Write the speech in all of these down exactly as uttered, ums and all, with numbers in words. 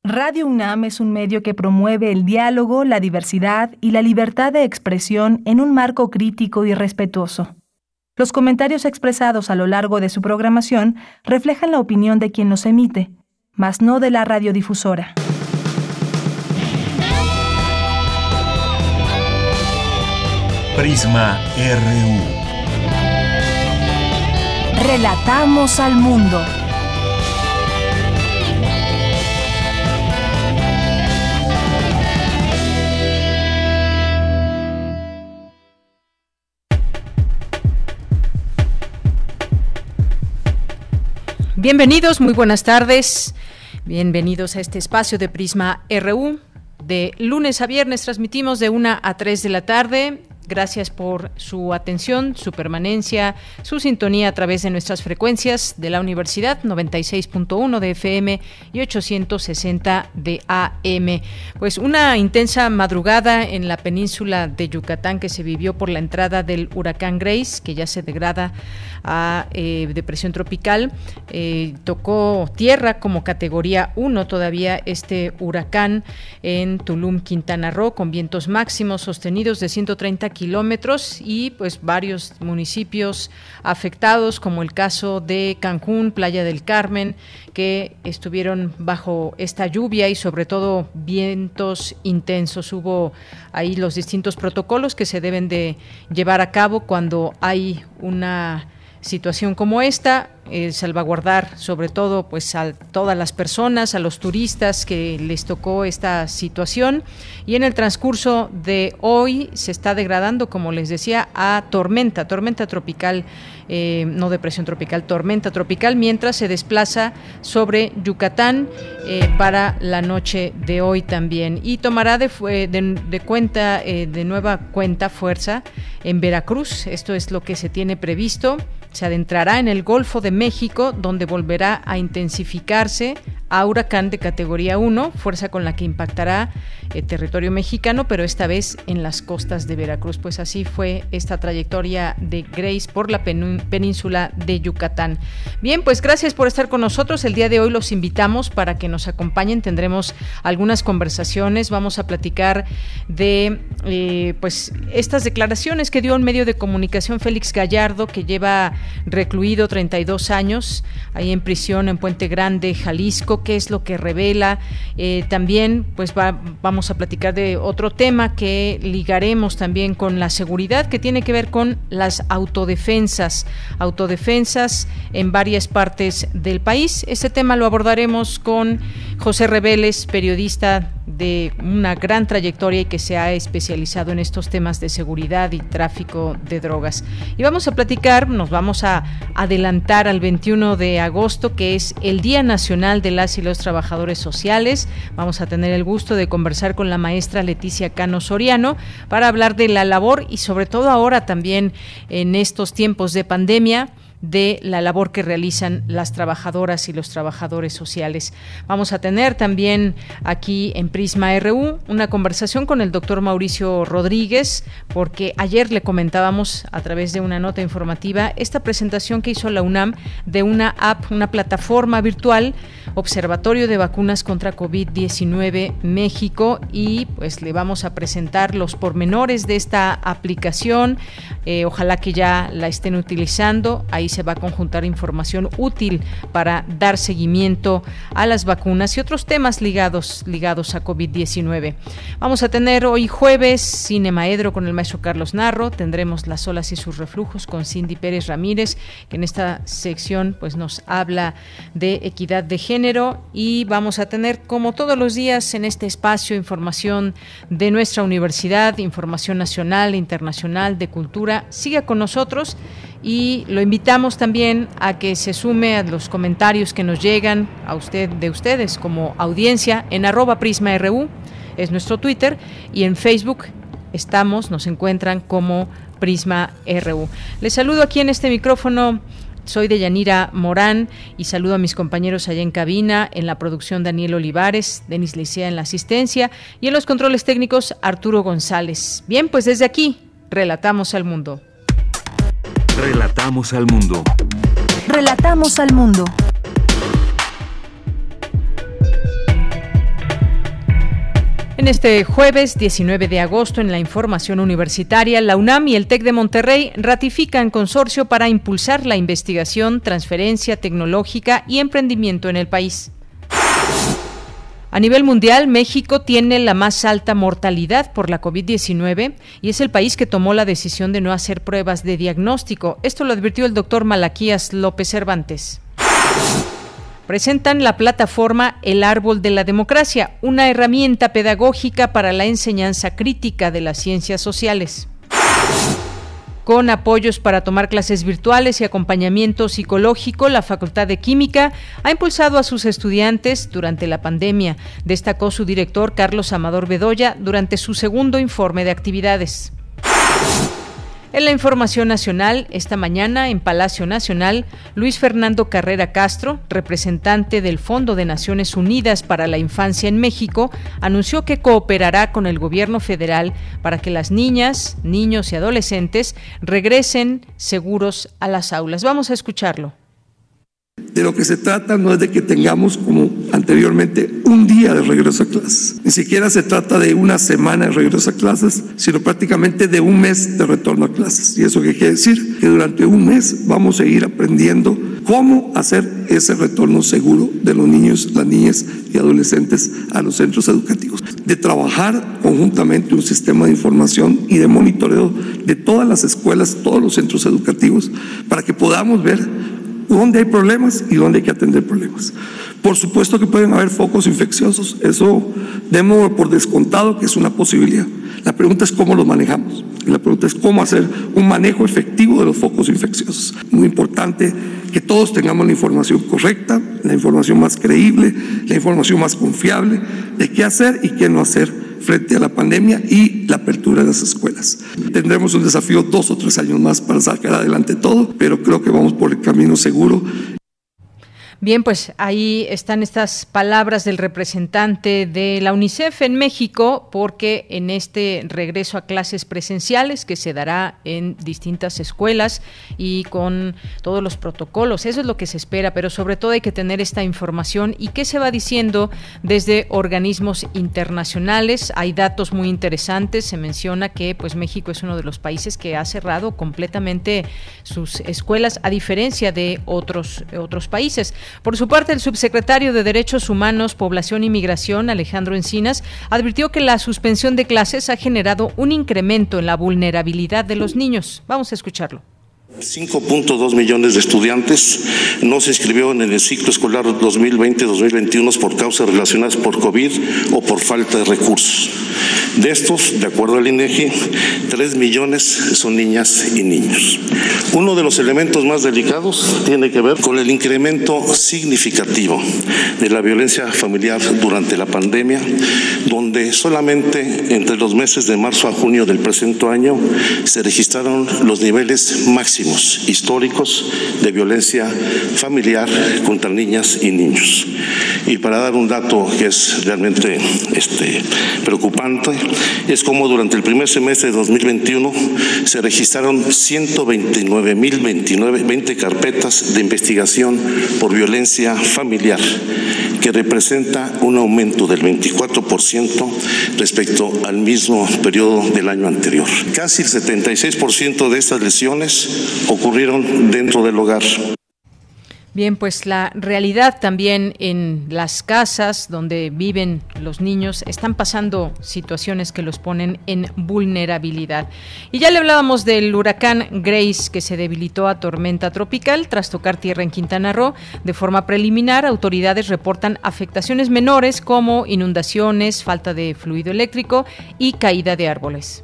Radio UNAM es un medio que promueve el diálogo, la diversidad y la libertad de expresión en un marco crítico y respetuoso. Los comentarios expresados a lo largo de su programación reflejan la opinión de quien los emite, mas no de la radiodifusora. Prisma R U. Relatamos al mundo. Bienvenidos, muy buenas tardes. Bienvenidos a este espacio de Prisma R U. De lunes a viernes transmitimos de una a tres de la tarde. Gracias por su atención, su permanencia, su sintonía a través de nuestras frecuencias de la Universidad, noventa y seis punto uno de F M y ochocientos sesenta de A M. Pues una intensa madrugada en la península de Yucatán que se vivió por la entrada del huracán Grace, que ya se degrada a eh, depresión tropical. Eh, tocó tierra como categoría uno todavía este huracán en Tulum, Quintana Roo, con vientos máximos sostenidos de ciento treinta kilómetros y pues varios municipios afectados, como el caso de Cancún, Playa del Carmen, que estuvieron bajo esta lluvia y sobre todo vientos intensos. Hubo ahí los distintos protocolos que se deben de llevar a cabo cuando hay una situación como esta, eh, salvaguardar sobre todo pues a todas las personas, a los turistas que les tocó esta situación, y en el transcurso de hoy se está degradando, como les decía, a tormenta, tormenta tropical, eh, no depresión tropical, tormenta tropical, mientras se desplaza sobre Yucatán eh, para la noche de hoy también, y tomará de, de, de cuenta, eh, de nueva cuenta fuerza en Veracruz. Esto es lo que se tiene previsto. Se adentrará en el Golfo de México, donde volverá a intensificarse a huracán de categoría uno, fuerza con la que impactará el territorio mexicano, pero esta vez en las costas de Veracruz. Pues así fue esta trayectoria de Grace por la península de Yucatán. Bien, pues gracias por estar con nosotros. El día de hoy los invitamos para que nos acompañen. Tendremos algunas conversaciones. Vamos a platicar de eh, pues estas declaraciones que dio un medio de comunicación Félix Gallardo, que lleva recluido treinta y dos años ahí en prisión en Puente Grande, Jalisco. ¿Qué es lo que revela? Eh, también pues va, vamos a platicar de otro tema que ligaremos también con la seguridad, que tiene que ver con las autodefensas, autodefensas en varias partes del país. Este tema lo abordaremos con José Reveles, periodista de una gran trayectoria y que se ha especializado en estos temas de seguridad y tráfico de drogas. Y vamos a platicar, nos vamos a adelantar al veintiuno de agosto, que es el Día Nacional de las y los Trabajadores Sociales. Vamos a tener el gusto de conversar con la maestra Leticia Cano Soriano para hablar de la labor y sobre todo ahora también en estos tiempos de pandemia, de la labor que realizan las trabajadoras y los trabajadores sociales. Vamos a tener también aquí en Prisma R U una conversación con el doctor Mauricio Rodríguez, porque ayer le comentábamos a través de una nota informativa esta presentación que hizo la UNAM de una app, una plataforma virtual, Observatorio de Vacunas contra COVID diecinueve México, y pues le vamos a presentar los pormenores de esta aplicación. Eh, ojalá que ya la estén utilizando. Ahí se va a conjuntar información útil para dar seguimiento a las vacunas y otros temas ligados, ligados a COVID diecinueve. Vamos a tener hoy jueves Cine Maedro con el maestro Carlos Narro. Tendremos Las olas y sus reflujos con Cindy Pérez Ramírez, que en esta sección pues nos habla de equidad de género, y vamos a tener, como todos los días en este espacio, información de nuestra universidad, información nacional e internacional de cultura. Siga con nosotros y lo invitamos también a que se sume a los comentarios que nos llegan a usted, de ustedes como audiencia, en arroba Prisma R U, es nuestro Twitter, y en Facebook estamos, nos encuentran como Prisma R U. Les saludo aquí en este micrófono. Soy Deyanira Morán y saludo a mis compañeros allá en cabina, en la producción Daniel Olivares, Denis Licea en la asistencia y en los controles técnicos Arturo González. Bien, pues desde aquí, relatamos al mundo. Relatamos al mundo. Relatamos al mundo. En este jueves diecinueve de agosto, en la información universitaria, la UNAM y el TEC de Monterrey ratifican consorcio para impulsar la investigación, transferencia tecnológica y emprendimiento en el país. A nivel mundial, México tiene la más alta mortalidad por la COVID diecinueve y es el país que tomó la decisión de no hacer pruebas de diagnóstico. Esto lo advirtió el doctor Malaquías López Cervantes. Presentan la plataforma El Árbol de la Democracia, una herramienta pedagógica para la enseñanza crítica de las ciencias sociales. Con apoyos para tomar clases virtuales y acompañamiento psicológico, la Facultad de Química ha impulsado a sus estudiantes durante la pandemia, destacó su director Carlos Amador Bedoya durante su segundo informe de actividades. En la información nacional, esta mañana en Palacio Nacional, Luis Fernando Carrera Castro, representante del Fondo de Naciones Unidas para la Infancia en México, anunció que cooperará con el gobierno federal para que las niñas, niños y adolescentes regresen seguros a las aulas. Vamos a escucharlo. De lo que se trata no es de que tengamos, como anteriormente, un día de regreso a clases. Ni siquiera se trata de una semana de regreso a clases, sino prácticamente de un mes de retorno a clases. ¿Y eso qué quiere decir? Que durante un mes vamos a ir aprendiendo cómo hacer ese retorno seguro de los niños, las niñas y adolescentes a los centros educativos. De trabajar conjuntamente un sistema de información y de monitoreo de todas las escuelas, todos los centros educativos, para que podamos ver dónde hay problemas y dónde hay que atender problemas. Por supuesto que pueden haber focos infecciosos, eso demos por descontado que es una posibilidad. La pregunta es cómo los manejamos, y la pregunta es cómo hacer un manejo efectivo de los focos infecciosos. Muy importante que todos tengamos la información correcta, la información más creíble, la información más confiable de qué hacer y qué no hacer frente a la pandemia y la apertura de las escuelas. Tendremos un desafío dos o tres años más para sacar adelante todo, pero creo que vamos por el camino seguro. Bien, pues ahí están estas palabras del representante de la UNICEF en México, porque en este regreso a clases presenciales que se dará en distintas escuelas y con todos los protocolos, eso es lo que se espera, pero sobre todo hay que tener esta información y qué se va diciendo desde organismos internacionales. Hay datos muy interesantes, se menciona que pues México es uno de los países que ha cerrado completamente sus escuelas, a diferencia de otros, otros países. Por su parte, el subsecretario de Derechos Humanos, Población y Migración, Alejandro Encinas, advirtió que la suspensión de clases ha generado un incremento en la vulnerabilidad de los niños. Vamos a escucharlo. cinco punto dos millones de estudiantes no se inscribieron en el ciclo escolar dos mil veinte dos mil veintiuno por causas relacionadas por COVID o por falta de recursos. De estos, de acuerdo al INEGI, tres millones son niñas y niños. Uno de los elementos más delicados tiene que ver con el incremento significativo de la violencia familiar durante la pandemia, donde solamente entre los meses de marzo a junio del presente año se registraron los niveles máximos históricos de violencia familiar contra niñas y niños. Y para dar un dato que es realmente este, preocupante, es como durante el primer semestre de dos mil veintiuno se registraron ciento veintinueve mil veinte carpetas de investigación por violencia familiar, que representa un aumento del veinticuatro por ciento respecto al mismo periodo del año anterior. Casi el setenta y seis por ciento de estas lesiones ocurrieron dentro del hogar. Bien, pues la realidad también en las casas donde viven los niños, están pasando situaciones que los ponen en vulnerabilidad. Y ya le hablábamos del huracán Grace, que se debilitó a tormenta tropical tras tocar tierra en Quintana Roo. De forma preliminar, autoridades reportan afectaciones menores como inundaciones, falta de fluido eléctrico y caída de árboles.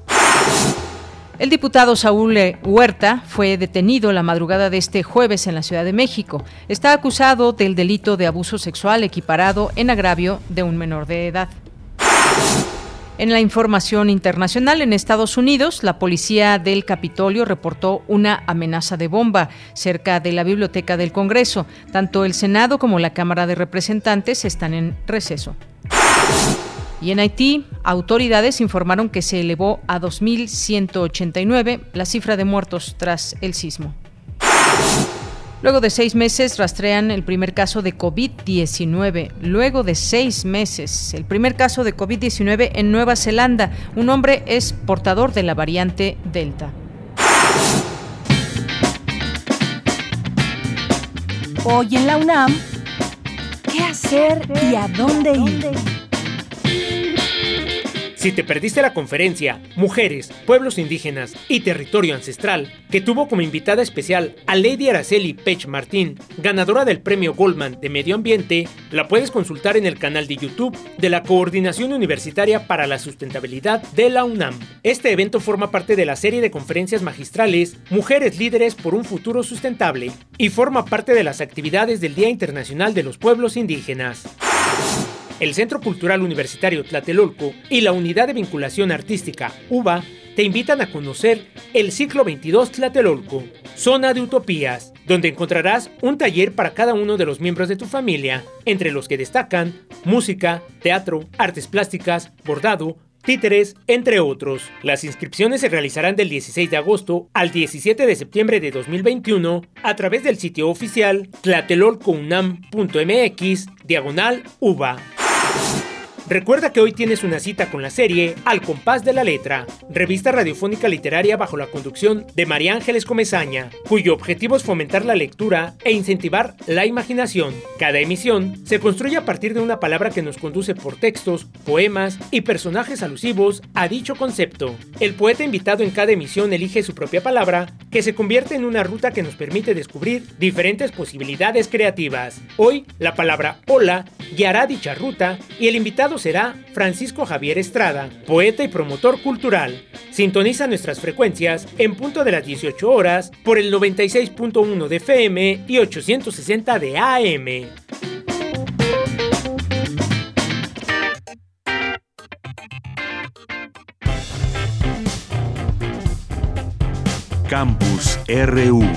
El diputado Saúl Huerta fue detenido la madrugada de este jueves en la Ciudad de México. Está acusado del delito de abuso sexual equiparado en agravio de un menor de edad. En la información internacional, en Estados Unidos, la policía del Capitolio reportó una amenaza de bomba cerca de la Biblioteca del Congreso. Tanto el Senado como la Cámara de Representantes están en receso. Y en Haití, autoridades informaron que se elevó a dos mil ciento ochenta y nueve la cifra de muertos tras el sismo. Luego de seis meses rastrean el primer caso de COVID diecinueve. Luego de seis meses, el primer caso de COVID diecinueve en Nueva Zelanda. Un hombre es portador de la variante Delta. Hoy en la UNAM, ¿qué hacer y a dónde ir? Si te perdiste la conferencia Mujeres, Pueblos Indígenas y Territorio Ancestral, que tuvo como invitada especial a Lady Araceli Pech Martín, ganadora del Premio Goldman de Medio Ambiente, la puedes consultar en el canal de YouTube de la Coordinación Universitaria para la Sustentabilidad de la UNAM. Este evento forma parte de la serie de conferencias magistrales Mujeres Líderes por un Futuro Sustentable y forma parte de las actividades del Día Internacional de los Pueblos Indígenas. El Centro Cultural Universitario Tlatelolco y la Unidad de Vinculación Artística, U B A, te invitan a conocer el Ciclo veintidós Tlatelolco, Zona de Utopías, donde encontrarás un taller para cada uno de los miembros de tu familia, entre los que destacan música, teatro, artes plásticas, bordado, títeres, entre otros. Las inscripciones se realizarán del dieciséis de agosto al diecisiete de septiembre de dos mil veintiuno a través del sitio oficial tlatelolcounam punto mx diagonal uva. Recuerda que hoy tienes una cita con la serie Al compás de la letra, revista radiofónica literaria bajo la conducción de María Ángeles Comesaña, cuyo objetivo es fomentar la lectura e incentivar la imaginación. Cada emisión se construye a partir de una palabra que nos conduce por textos, poemas y personajes alusivos a dicho concepto. El poeta invitado en cada emisión elige su propia palabra, que se convierte en una ruta que nos permite descubrir diferentes posibilidades creativas. Hoy, la palabra hola guiará dicha ruta y el invitado será Francisco Javier Estrada, poeta y promotor cultural. Sintoniza nuestras frecuencias en punto de las dieciocho horas por el noventa y seis punto uno de F M y ochocientos sesenta de A M. Campus R U.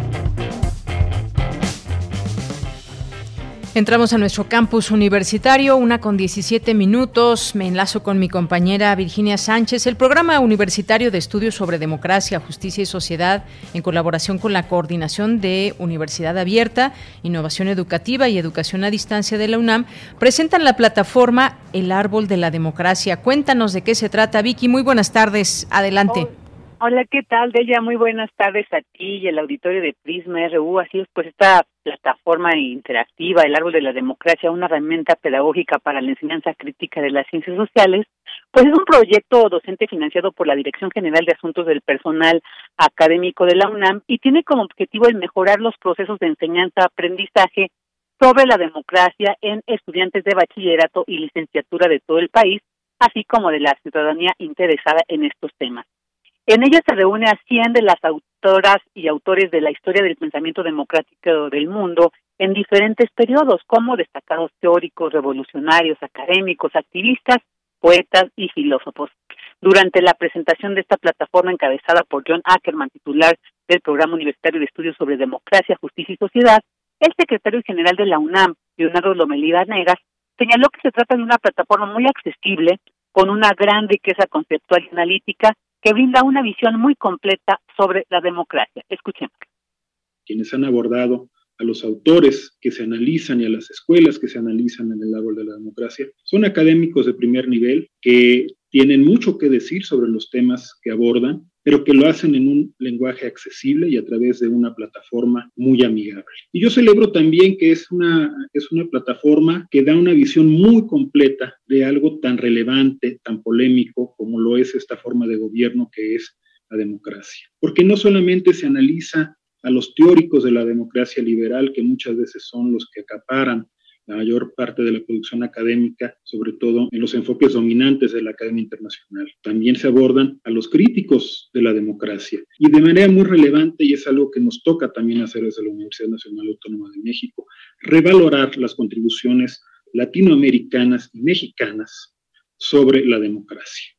Entramos a nuestro campus universitario, una con diecisiete minutos. Me enlazo con mi compañera Virginia Sánchez. El Programa Universitario de Estudios sobre Democracia, Justicia y Sociedad, en colaboración con la Coordinación de Universidad Abierta, Innovación Educativa y Educación a Distancia de la UNAM, presentan la plataforma El Árbol de la Democracia. Cuéntanos de qué se trata, Vicky. Muy buenas tardes. Adelante. Oh. Hola, ¿qué tal, Delia? Muy buenas tardes a ti y al auditorio de Prisma R U. Así es, pues esta plataforma interactiva, El Árbol de la Democracia, una herramienta pedagógica para la enseñanza crítica de las ciencias sociales, pues es un proyecto docente financiado por la Dirección General de Asuntos del Personal Académico de la UNAM y tiene como objetivo el mejorar los procesos de enseñanza-aprendizaje sobre la democracia en estudiantes de bachillerato y licenciatura de todo el país, así como de la ciudadanía interesada en estos temas. En ella se reúne a cien de las autoras y autores de la historia del pensamiento democrático del mundo en diferentes periodos, como destacados teóricos, revolucionarios, académicos, activistas, poetas y filósofos. Durante la presentación de esta plataforma encabezada por John Ackerman, titular del Programa Universitario de Estudios sobre Democracia, Justicia y Sociedad, el secretario general de la UNAM, Leonardo Lomelí Vanegas, señaló que se trata de una plataforma muy accesible, con una gran riqueza conceptual y analítica, que brinda una visión muy completa sobre la democracia. Escuchemos. Quienes han abordado a los autores que se analizan y a las escuelas que se analizan en el árbol de la democracia son académicos de primer nivel que tienen mucho que decir sobre los temas que abordan, pero que lo hacen en un lenguaje accesible y a través de una plataforma muy amigable. Y yo celebro también que es una, es una plataforma que da una visión muy completa de algo tan relevante, tan polémico como lo es esta forma de gobierno que es la democracia. Porque no solamente se analiza a los teóricos de la democracia liberal, que muchas veces son los que acaparan la mayor parte de la producción académica, sobre todo en los enfoques dominantes de la Academia Internacional. También se abordan a los críticos de la democracia y de manera muy relevante, y es algo que nos toca también hacer desde la Universidad Nacional Autónoma de México, revalorar las contribuciones latinoamericanas y mexicanas sobre la democracia.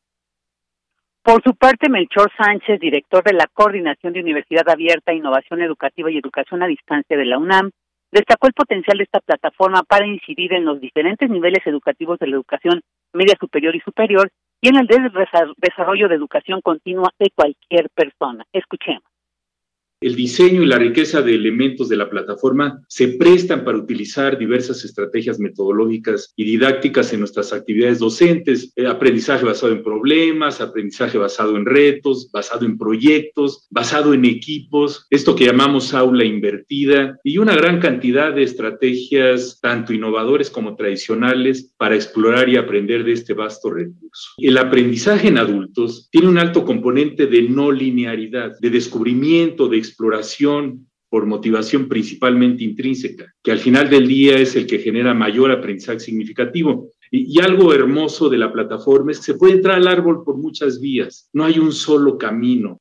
Por su parte, Melchor Sánchez, director de la Coordinación de Universidad Abierta, Innovación Educativa y Educación a Distancia de la UNAM, destacó el potencial de esta plataforma para incidir en los diferentes niveles educativos de la educación media superior y superior y en el desarrollo de educación continua de cualquier persona. Escuchemos. El diseño y la riqueza de elementos de la plataforma se prestan para utilizar diversas estrategias metodológicas y didácticas en nuestras actividades docentes, eh, aprendizaje basado en problemas, aprendizaje basado en retos, basado en proyectos, basado en equipos, esto que llamamos aula invertida, y una gran cantidad de estrategias tanto innovadoras como tradicionales para explorar y aprender de este vasto recurso. El aprendizaje en adultos tiene un alto componente de no linearidad, de descubrimiento, de exploración por motivación principalmente intrínseca, que al final del día es el que genera mayor aprendizaje significativo. Y, y algo hermoso de la plataforma es que se puede entrar al árbol por muchas vías, no hay un solo camino.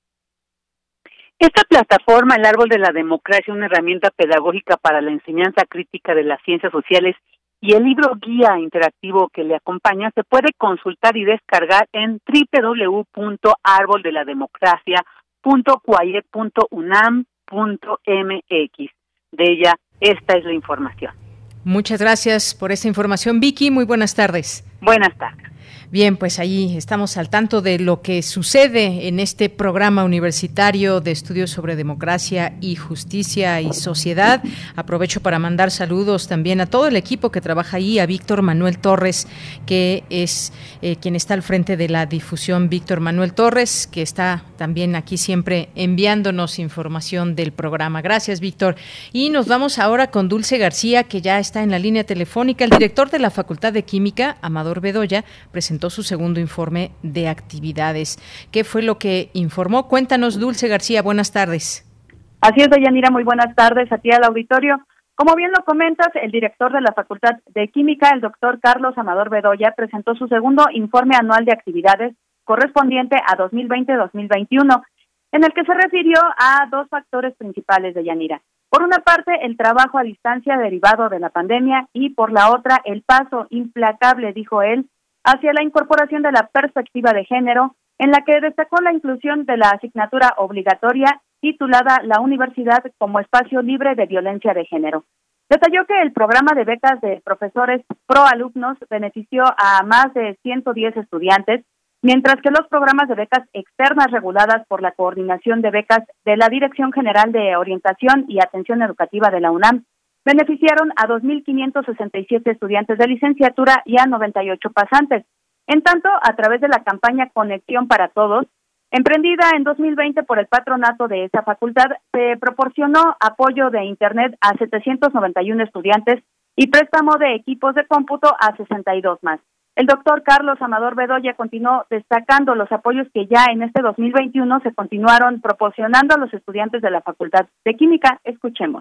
Esta plataforma, el Árbol de la Democracia, una herramienta pedagógica para la enseñanza crítica de las ciencias sociales, y el libro guía interactivo que le acompaña, se puede consultar y descargar en doble u doble u doble u punto árbol de la democracia punto cuayep punto unam punto m x. De ella, esta es la información. Muchas gracias por esta información, Vicky. Muy buenas tardes. Buenas tardes. Bien, pues ahí estamos al tanto de lo que sucede en este programa universitario de estudios sobre democracia y justicia y sociedad. Aprovecho para mandar saludos también a todo el equipo que trabaja ahí, a Víctor Manuel Torres, que es eh, quien está al frente de la difusión, Víctor Manuel Torres, que está también aquí siempre enviándonos información del programa. Gracias, Víctor. Y nos vamos ahora con Dulce García, que ya está en la línea telefónica. El director de la Facultad de Química, Amador Bedoya, presentó su segundo informe de actividades. ¿Qué fue lo que informó? Cuéntanos, Dulce García, buenas tardes. Así es, Deyanira, muy buenas tardes a ti al auditorio. Como bien lo comentas, el director de la Facultad de Química, el doctor Carlos Amador Bedoya, presentó su segundo informe anual de actividades correspondiente a dos mil veinte dos mil veintiuno, en el que se refirió a dos factores principales, Deyanira. Por una parte, el trabajo a distancia derivado de la pandemia, y por la otra, el paso implacable, dijo él, hacia la incorporación de la perspectiva de género, en la que destacó la inclusión de la asignatura obligatoria titulada La Universidad como Espacio Libre de Violencia de Género. Detalló que el programa de becas de profesores pro alumnos benefició a más de ciento diez estudiantes, mientras que los programas de becas externas reguladas por la Coordinación de Becas de la Dirección General de Orientación y Atención Educativa de la UNAM beneficiaron a dos mil quinientos sesenta y siete estudiantes de licenciatura y a noventa y ocho pasantes. En tanto, a través de la campaña Conexión para Todos, emprendida en dos mil veinte por el patronato de esa facultad, se proporcionó apoyo de Internet a setecientos noventa y uno estudiantes y préstamo de equipos de cómputo a sesenta y dos más. El doctor Carlos Amador Bedoya continuó destacando los apoyos que ya en este dos mil veintiuno se continuaron proporcionando a los estudiantes de la Facultad de Química. Escuchemos.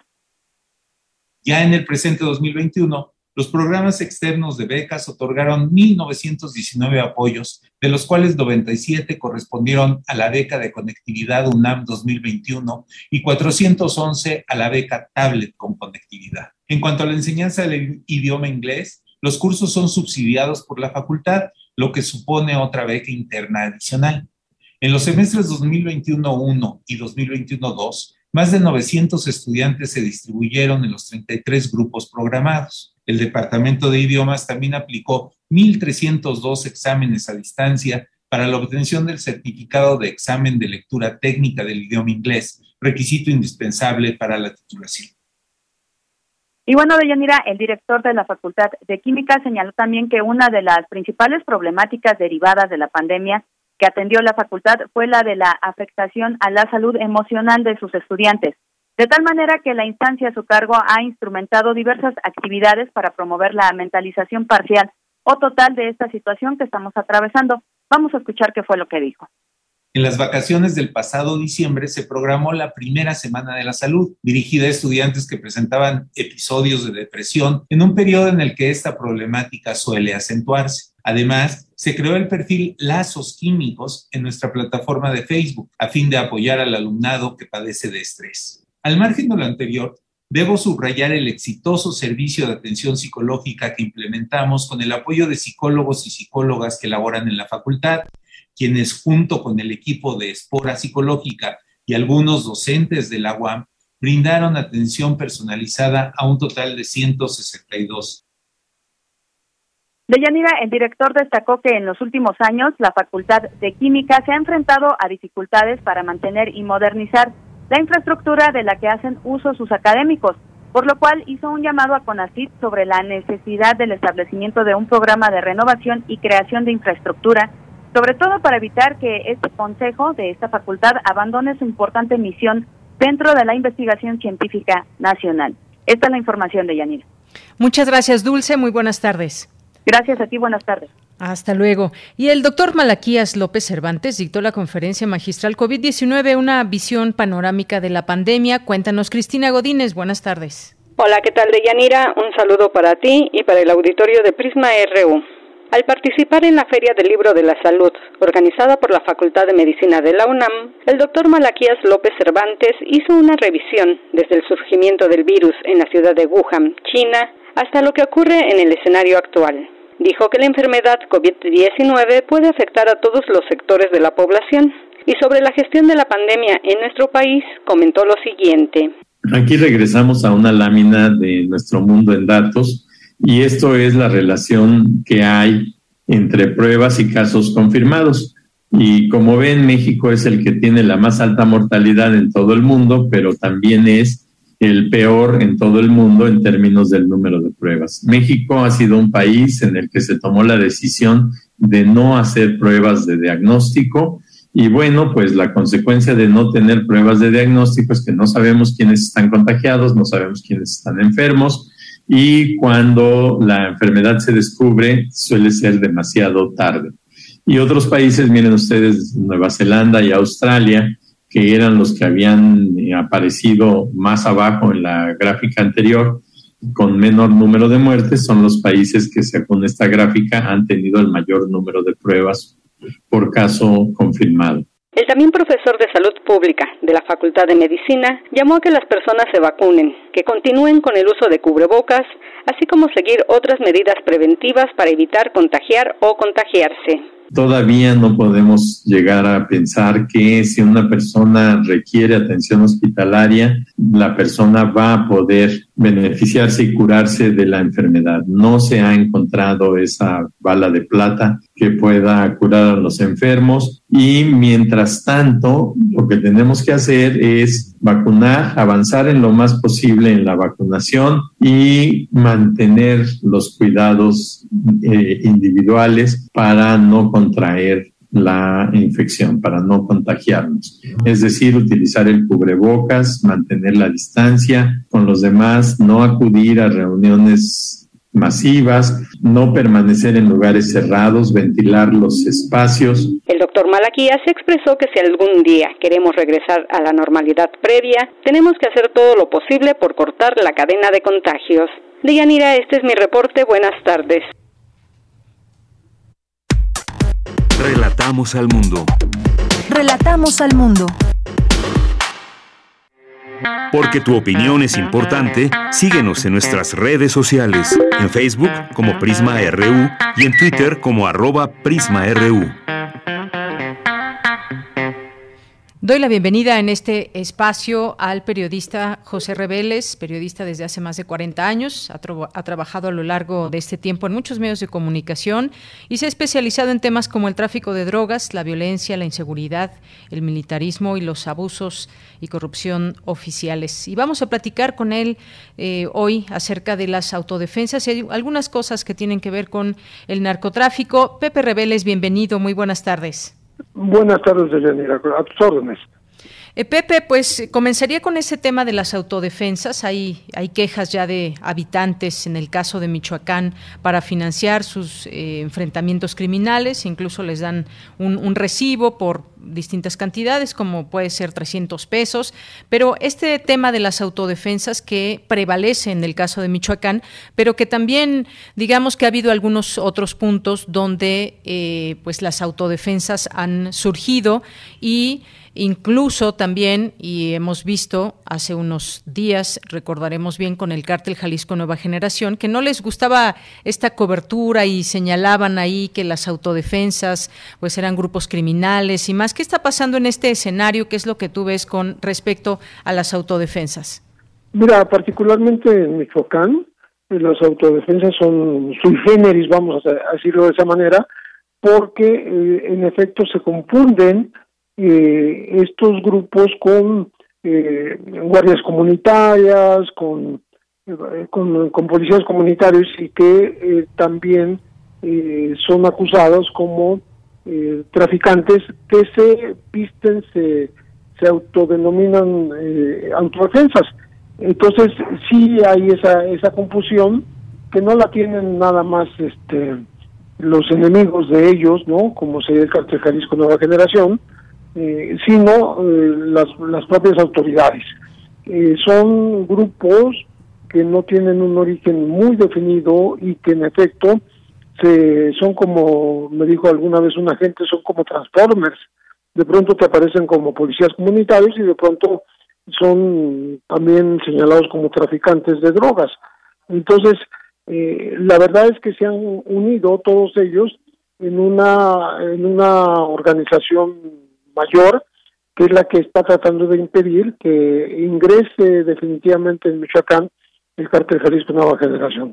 Ya en el presente dos mil veintiuno, los programas externos de becas otorgaron mil novecientos diecinueve apoyos, de los cuales noventa y siete correspondieron a la beca de conectividad UNAM dos mil veintiuno y cuatrocientos once a la beca Tablet con conectividad. En cuanto a la enseñanza del idioma inglés, los cursos son subsidiados por la facultad, lo que supone otra beca interna adicional. En los semestres dos mil veintiuno uno y dos mil veintiuno dos, más de novecientos estudiantes se distribuyeron en los treinta y tres grupos programados. El Departamento de Idiomas también aplicó mil trescientos dos exámenes a distancia para la obtención del certificado de examen de lectura técnica del idioma inglés, requisito indispensable para la titulación. Y bueno, Deyanira, el director de la Facultad de Química señaló también que una de las principales problemáticas derivadas de la pandemia que atendió la facultad fue la de la afectación a la salud emocional de sus estudiantes, de tal manera que la instancia a su cargo ha instrumentado diversas actividades para promover la mentalización parcial o total de esta situación que estamos atravesando. Vamos a escuchar qué fue lo que dijo. En las vacaciones del pasado diciembre se programó la primera Semana de la Salud, dirigida a estudiantes que presentaban episodios de depresión en un periodo en el que esta problemática suele acentuarse. Además, se creó el perfil Lazos Químicos en nuestra plataforma de Facebook, a fin de apoyar al alumnado que padece de estrés. Al margen de lo anterior, debo subrayar el exitoso servicio de atención psicológica que implementamos con el apoyo de psicólogos y psicólogas que laboran en la facultad, quienes junto con el equipo de Espora Psicológica y algunos docentes de la U A M brindaron atención personalizada a un total de ciento sesenta y dos. Deyanira, el director destacó que en los últimos años la Facultad de Química se ha enfrentado a dificultades para mantener y modernizar la infraestructura de la que hacen uso sus académicos, por lo cual hizo un llamado a CONACYT sobre la necesidad del establecimiento de un programa de renovación y creación de infraestructura, sobre todo para evitar que este consejo de esta facultad abandone su importante misión dentro de la investigación científica nacional. Esta es la información de Yanira. Muchas gracias, Dulce. Muy buenas tardes. Gracias a ti. Buenas tardes. Hasta luego. Y el doctor Malaquías López Cervantes dictó la conferencia magistral COVID diecinueve, una visión panorámica de la pandemia. Cuéntanos, Cristina Godínez. Buenas tardes. Hola, ¿qué tal, Deyanira? Un saludo para ti y para el auditorio de Prisma R U. Al participar en la Feria del Libro de la Salud, organizada por la Facultad de Medicina de la UNAM, el doctor Malaquías López Cervantes hizo una revisión desde el surgimiento del virus en la ciudad de Wuhan, China, hasta lo que ocurre en el escenario actual. Dijo que la enfermedad COVID diecinueve puede afectar a todos los sectores de la población. Y sobre la gestión de la pandemia en nuestro país, comentó lo siguiente. Aquí regresamos a una lámina de nuestro mundo en datos, y esto es la relación que hay entre pruebas y casos confirmados. Y como ven, México es el que tiene la más alta mortalidad en todo el mundo, pero también es el peor en todo el mundo en términos del número de pruebas. México ha sido un país en el que se tomó la decisión de no hacer pruebas de diagnóstico, y bueno, pues la consecuencia de no tener pruebas de diagnóstico es que no sabemos quiénes están contagiados, no sabemos quiénes están enfermos, y cuando la enfermedad se descubre suele ser demasiado tarde. Y otros países, miren ustedes, Nueva Zelanda y Australia, que eran los que habían aparecido más abajo en la gráfica anterior, con menor número de muertes, son los países que, según esta gráfica, han tenido el mayor número de pruebas por caso confirmado. El también profesor de Salud Pública de la Facultad de Medicina llamó a que las personas se vacunen, que continúen con el uso de cubrebocas, así como seguir otras medidas preventivas para evitar contagiar o contagiarse. Todavía no podemos llegar a pensar que si una persona requiere atención hospitalaria, la persona va a poder beneficiarse y curarse de la enfermedad. No se ha encontrado esa bala de plata que pueda curar a los enfermos, y mientras tanto lo que tenemos que hacer es vacunar, avanzar en lo más posible en la vacunación y mantener los cuidados eh, individuales para no contraer la infección, para no contagiarnos. Es decir, utilizar el cubrebocas, mantener la distancia con los demás, no acudir a reuniones masivas, no permanecer en lugares cerrados, ventilar los espacios. El doctor Malaquías expresó que si algún día queremos regresar a la normalidad previa, tenemos que hacer todo lo posible por cortar la cadena de contagios. Deyanira, este es mi reporte. Buenas tardes. Relatamos al mundo. Relatamos al mundo. Porque tu opinión es importante, síguenos en nuestras redes sociales, en Facebook como Prisma R U y en Twitter como arroba Prisma R U. Doy la bienvenida en este espacio al periodista José Reveles, periodista desde hace más de cuarenta años, ha, tra- ha trabajado a lo largo de este tiempo en muchos medios de comunicación y se ha especializado en temas como el tráfico de drogas, la violencia, la inseguridad, el militarismo y los abusos y corrupción oficiales. Y vamos a platicar con él eh, hoy acerca de las autodefensas y hay algunas cosas que tienen que ver con el narcotráfico. Pepe Reveles, bienvenido, muy buenas tardes. Buenas tardes, Deyanira, a tus órdenes. Eh, Pepe, pues comenzaría con ese tema de las autodefensas. Hay, hay quejas ya de habitantes en el caso de Michoacán para financiar sus eh, enfrentamientos criminales, incluso les dan un, un recibo por distintas cantidades, como puede ser trescientos pesos, pero este tema de las autodefensas que prevalece en el caso de Michoacán, pero que también, digamos que ha habido algunos otros puntos donde eh, pues las autodefensas han surgido y incluso también, y hemos visto hace unos días, recordaremos bien con el cártel Jalisco Nueva Generación, que no les gustaba esta cobertura y señalaban ahí que las autodefensas pues eran grupos criminales y más. ¿Qué está pasando en este escenario? ¿Qué es lo que tú ves con respecto a las autodefensas? Mira, particularmente en Michoacán, las autodefensas son sui generis, vamos a decirlo de esa manera, porque eh, en efecto se confunden Eh, estos grupos con eh, guardias comunitarias, con, eh, con, con policías comunitarios y que eh, también eh, son acusados como eh, traficantes que se visten, se, se autodenominan eh, autodefensas. Entonces sí hay esa esa confusión que no la tienen nada más este los enemigos de ellos, ¿no? Como sería el Cártel Jalisco Nueva Generación, eh, sino eh, las las propias autoridades. Eh, son grupos que no tienen un origen muy definido y que en efecto se son como me dijo alguna vez un agente, son como Transformers. De pronto te aparecen como policías comunitarios y de pronto son también señalados como traficantes de drogas. Entonces, eh, la verdad es que se han unido todos ellos en una en una organización mayor, que es la que está tratando de impedir que ingrese definitivamente en Michoacán el Cártel Jalisco Nueva Generación.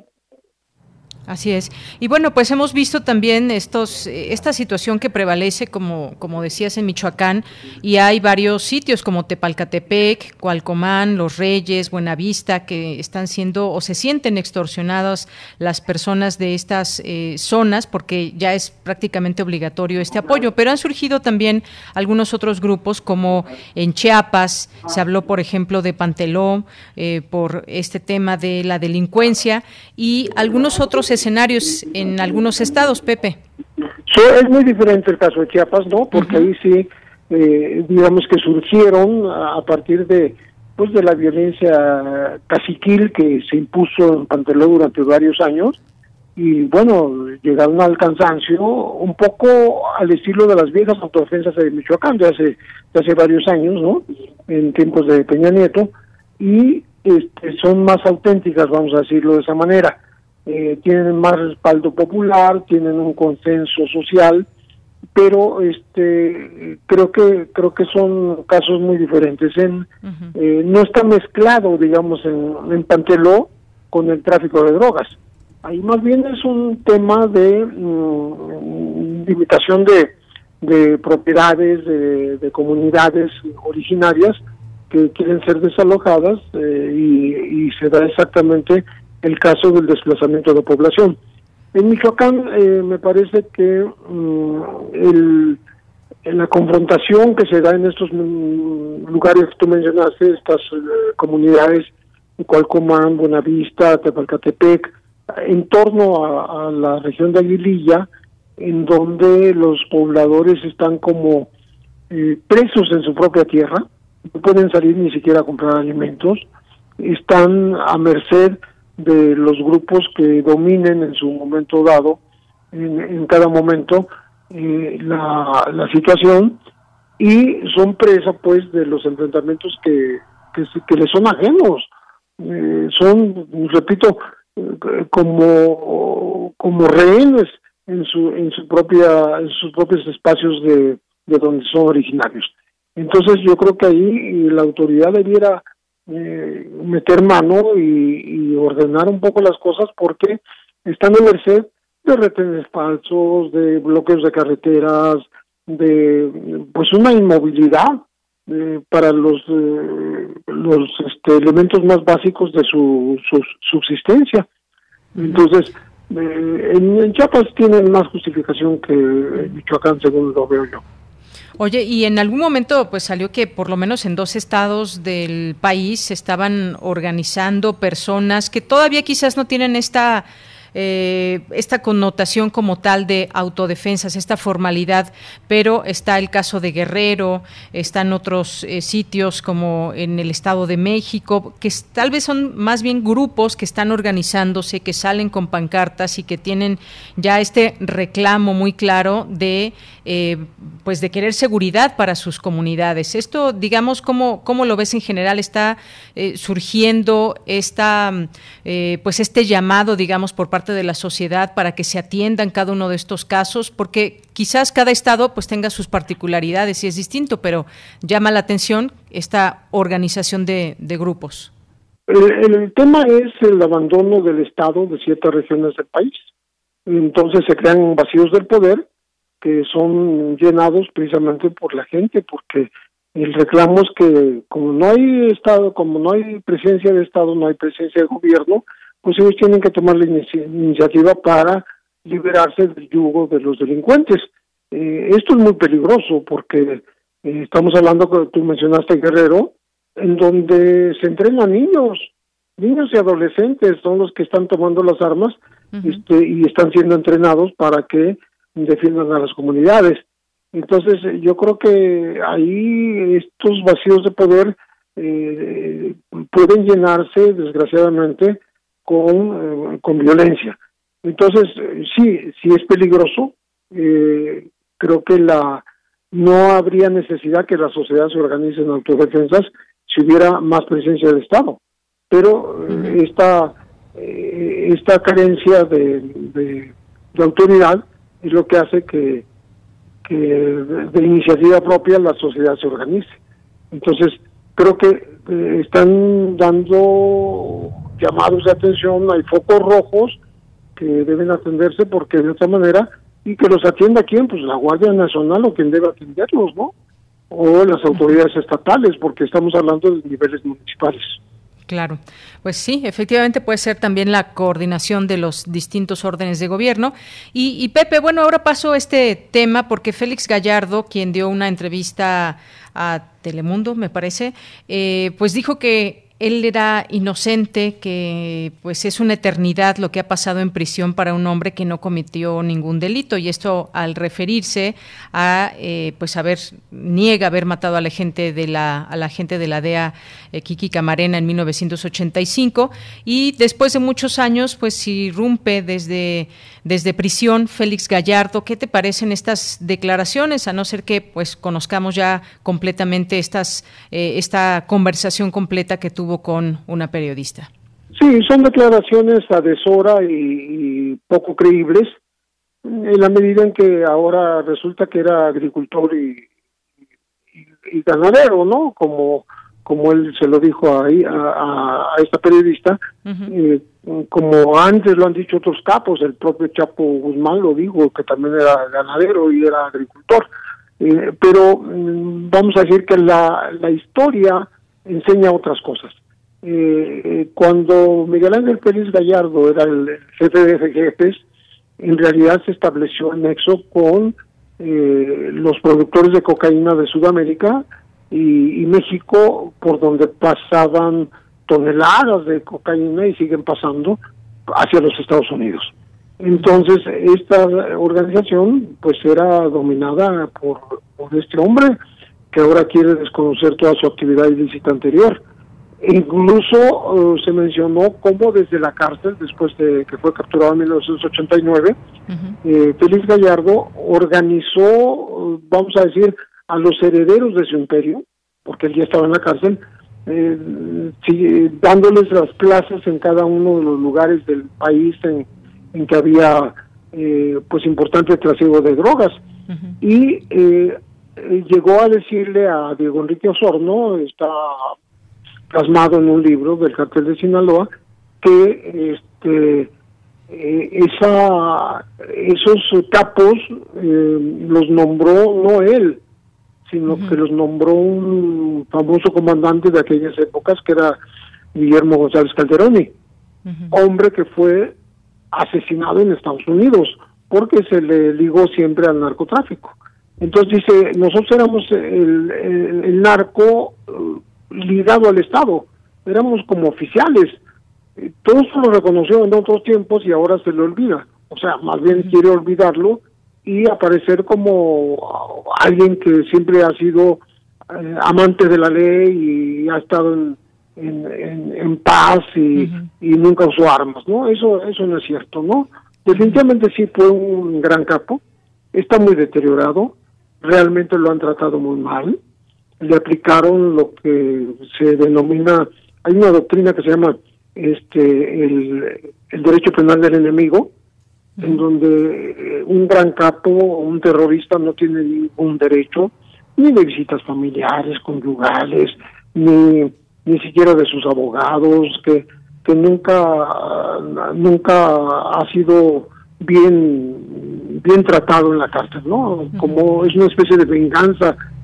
Así es. Y bueno, pues hemos visto también estos esta situación que prevalece, como como decías, en Michoacán, y hay varios sitios como Tepalcatepec, Cualcomán, Los Reyes, Buenavista, que están siendo o se sienten extorsionadas las personas de estas eh, zonas, porque ya es prácticamente obligatorio este apoyo. Pero han surgido también algunos otros grupos, como en Chiapas, se habló, por ejemplo, de Panteló, eh, por este tema de la delincuencia, y algunos otros escenarios en algunos estados, Pepe. So, es muy diferente el caso de Chiapas, ¿no? Porque uh-huh. ahí sí, eh, digamos que surgieron a, a partir de pues de la violencia caciquil que se impuso en Panteló durante varios años, y bueno, llegaron al cansancio un poco al estilo de las viejas autodefensas de Michoacán de hace, de hace varios años, ¿no? En tiempos de Peña Nieto, y este, son más auténticas, vamos a decirlo de esa manera. Eh, tienen más respaldo popular, tienen un consenso social, pero este creo que creo que son casos muy diferentes. En uh-huh. eh, no está mezclado, digamos, en, en Panteló con el tráfico de drogas. Ahí más bien es un tema de mm, limitación de, de propiedades, de, de comunidades originarias que quieren ser desalojadas, eh, y, y se da exactamente el caso del desplazamiento de población. En Michoacán eh, me parece que mm, el, en la confrontación que se da en estos mm, lugares que tú mencionaste, estas eh, comunidades, Cualcomán, Buenavista, Tepalcatepec, en torno a, a la región de Aguililla, en donde los pobladores están como eh, presos en su propia tierra, no pueden salir ni siquiera a comprar alimentos, están a merced de los grupos que dominen en su momento dado, en, en cada momento, eh, la, la situación, y son presa pues de los enfrentamientos que, que, que les son ajenos. Eh, son, repito, eh, como como rehenes en su en su propia en sus propios espacios de, de donde son originarios. Entonces yo creo que ahí la autoridad debiera Eh, meter mano y, y ordenar un poco las cosas, porque están a merced de retenes falsos, de bloqueos de carreteras, de pues una inmovilidad eh, para los eh, los este, elementos más básicos de su, su subsistencia. Entonces eh, en, en Chiapas tienen más justificación que en Michoacán, según lo veo yo. Oye, y en algún momento pues salió que por lo menos en dos estados del país se estaban organizando personas que todavía quizás no tienen esta eh, esta connotación como tal de autodefensas, esta formalidad, pero está el caso de Guerrero, están otros eh, sitios como en el Estado de México, que es, tal vez son más bien grupos que están organizándose, que salen con pancartas y que tienen ya este reclamo muy claro de eh, pues de querer seguridad para sus comunidades. Esto, digamos, ¿cómo, cómo lo ves en general? ¿Está eh, surgiendo esta, eh, pues este llamado, digamos, por parte de la sociedad para que se atiendan cada uno de estos casos? Porque quizás cada estado pues tenga sus particularidades y es distinto, pero llama la atención esta organización de, de grupos. El, el tema es el abandono del Estado de ciertas regiones del país. Entonces se crean vacíos del poder que son llenados precisamente por la gente, porque El reclamo es que como no hay Estado, como no hay presencia de Estado, no hay presencia de gobierno, pues ellos tienen que tomar la inici- iniciativa para liberarse del yugo de los delincuentes. Eh, esto es muy peligroso porque eh, estamos hablando, que tú mencionaste Guerrero, en donde se entrenan niños, niños y adolescentes son los que están tomando las armas uh-huh. este, y están siendo entrenados para que defiendan a las comunidades. Entonces yo creo que ahí estos vacíos de poder eh, pueden llenarse desgraciadamente con, eh, con violencia. Entonces sí, sí es peligroso. Eh, creo que la no habría necesidad que la sociedad se organice en autodefensas si hubiera más presencia del Estado. Pero eh, esta, eh, esta carencia de, de, de autoridad es lo que hace que que de, de iniciativa propia la sociedad se organice. Entonces, creo que eh, están dando llamados de atención, hay focos rojos que deben atenderse porque de otra manera, y que los atienda quién, pues la Guardia Nacional o quien debe atenderlos, ¿no? O las autoridades estatales, porque estamos hablando de niveles municipales. Claro, pues sí, efectivamente puede ser también la coordinación de los distintos órdenes de gobierno. Y, y Pepe, bueno, ahora paso este tema porque Félix Gallardo, quien dio una entrevista a Telemundo, me parece, eh, pues dijo que él era inocente, que pues es una eternidad lo que ha pasado en prisión para un hombre que no cometió ningún delito, y esto al referirse a eh, pues haber niega haber matado a la gente de la a la gente de la D E A eh, Kiki Camarena en mil novecientos ochenta y cinco, y después de muchos años pues irrumpe desde desde prisión Félix Gallardo. ¿Qué te parecen estas declaraciones, a no ser que pues conozcamos ya completamente estas eh, esta conversación completa que tuvo con una periodista? Sí, son declaraciones a deshora y, y poco creíbles, en la medida en que ahora resulta que era agricultor y, y, y ganadero, ¿no? Como como él se lo dijo ahí a, a, a esta periodista, uh-huh. eh, como antes lo han dicho otros capos, el propio Chapo Guzmán lo dijo, que también era ganadero y era agricultor. Eh, pero mm, vamos a decir que la, la historia enseña otras cosas. Eh, cuando Miguel Ángel Félix Gallardo era el jefe de jefes, en realidad se estableció el nexo con eh, los productores de cocaína de Sudamérica y, y México, por donde pasaban toneladas de cocaína y siguen pasando hacia los Estados Unidos. Entonces, esta organización pues era dominada por, por este hombre que ahora quiere desconocer toda su actividad ilícita anterior. Incluso uh, se mencionó cómo desde la cárcel, después de que fue capturado en mil novecientos ochenta y nueve, uh-huh. eh, Félix Gallardo organizó, uh, vamos a decir, a los herederos de su imperio, porque él ya estaba en la cárcel, eh, sí, dándoles las plazas en cada uno de los lugares del país en, en que había eh, pues importante trasiego de drogas. Uh-huh. Y eh, llegó a decirle a Diego Enrique Osorno, está plasmado en un libro del Cartel de Sinaloa, que este eh, esa esos capos eh, los nombró no él, sino uh-huh. que los nombró un famoso comandante de aquellas épocas, que era Guillermo González Calderoni, uh-huh. hombre que fue asesinado en Estados Unidos, porque se le ligó siempre al narcotráfico. Entonces dice, nosotros éramos el, el, el narco uh, ligado al Estado, éramos como oficiales. Todo eso lo reconoció en otros tiempos y ahora se le olvida. O sea, más bien uh-huh. quiere olvidarlo y aparecer como alguien que siempre ha sido eh, amante de la ley y ha estado en, en, en, en paz y, uh-huh. y nunca usó armas, ¿no? Eso, eso no es cierto, ¿no? Definitivamente sí fue un gran capo, está muy deteriorado, realmente lo han tratado muy mal, le aplicaron lo que se denomina, hay una doctrina que se llama este el, el derecho penal del enemigo, uh-huh. en donde un gran capo o un terrorista no tiene ningún derecho, ni de visitas familiares, conyugales, ni ni siquiera de sus abogados, que que nunca nunca ha sido bien bien tratado en la cárcel, ¿no? Como es una especie de venganza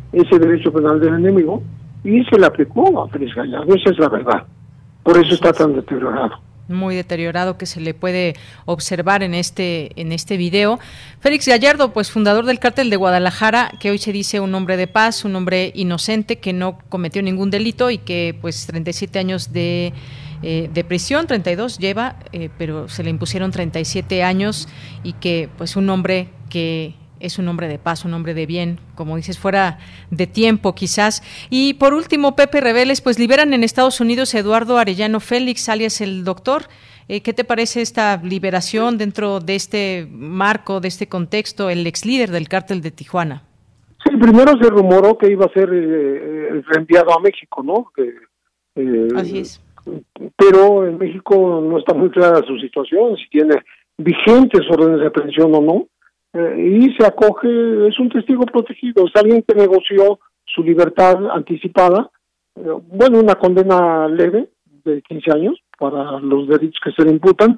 ese derecho penal del enemigo y se le aplicó a Félix Gallardo, esa es la verdad. Por eso está tan deteriorado. Muy deteriorado que se le puede observar en este en este video. Félix Gallardo, pues fundador del Cártel de Guadalajara, que hoy se dice un hombre de paz, un hombre inocente que no cometió ningún delito y que pues treinta y siete años de eh, de prisión, treinta y dos lleva, eh, pero se le impusieron treinta y siete años y que pues un hombre que es un hombre de paz, un hombre de bien, como dices, fuera de tiempo quizás. Y por último, Pepe Reveles, pues liberan en Estados Unidos a Eduardo Arellano Félix, alias el Doctor. Eh, ¿Qué te parece esta liberación dentro de este marco, de este contexto, el ex líder del Cártel de Tijuana? Sí, primero se rumoró que iba a ser eh, reenviado a México, ¿no? Que, eh, Así es. Pero en México no está muy clara su situación, si tiene vigentes órdenes de aprehensión o no. Eh, y se acoge, es un testigo protegido, es alguien que negoció su libertad anticipada, eh, bueno, una condena leve de quince años para los delitos que se le imputan,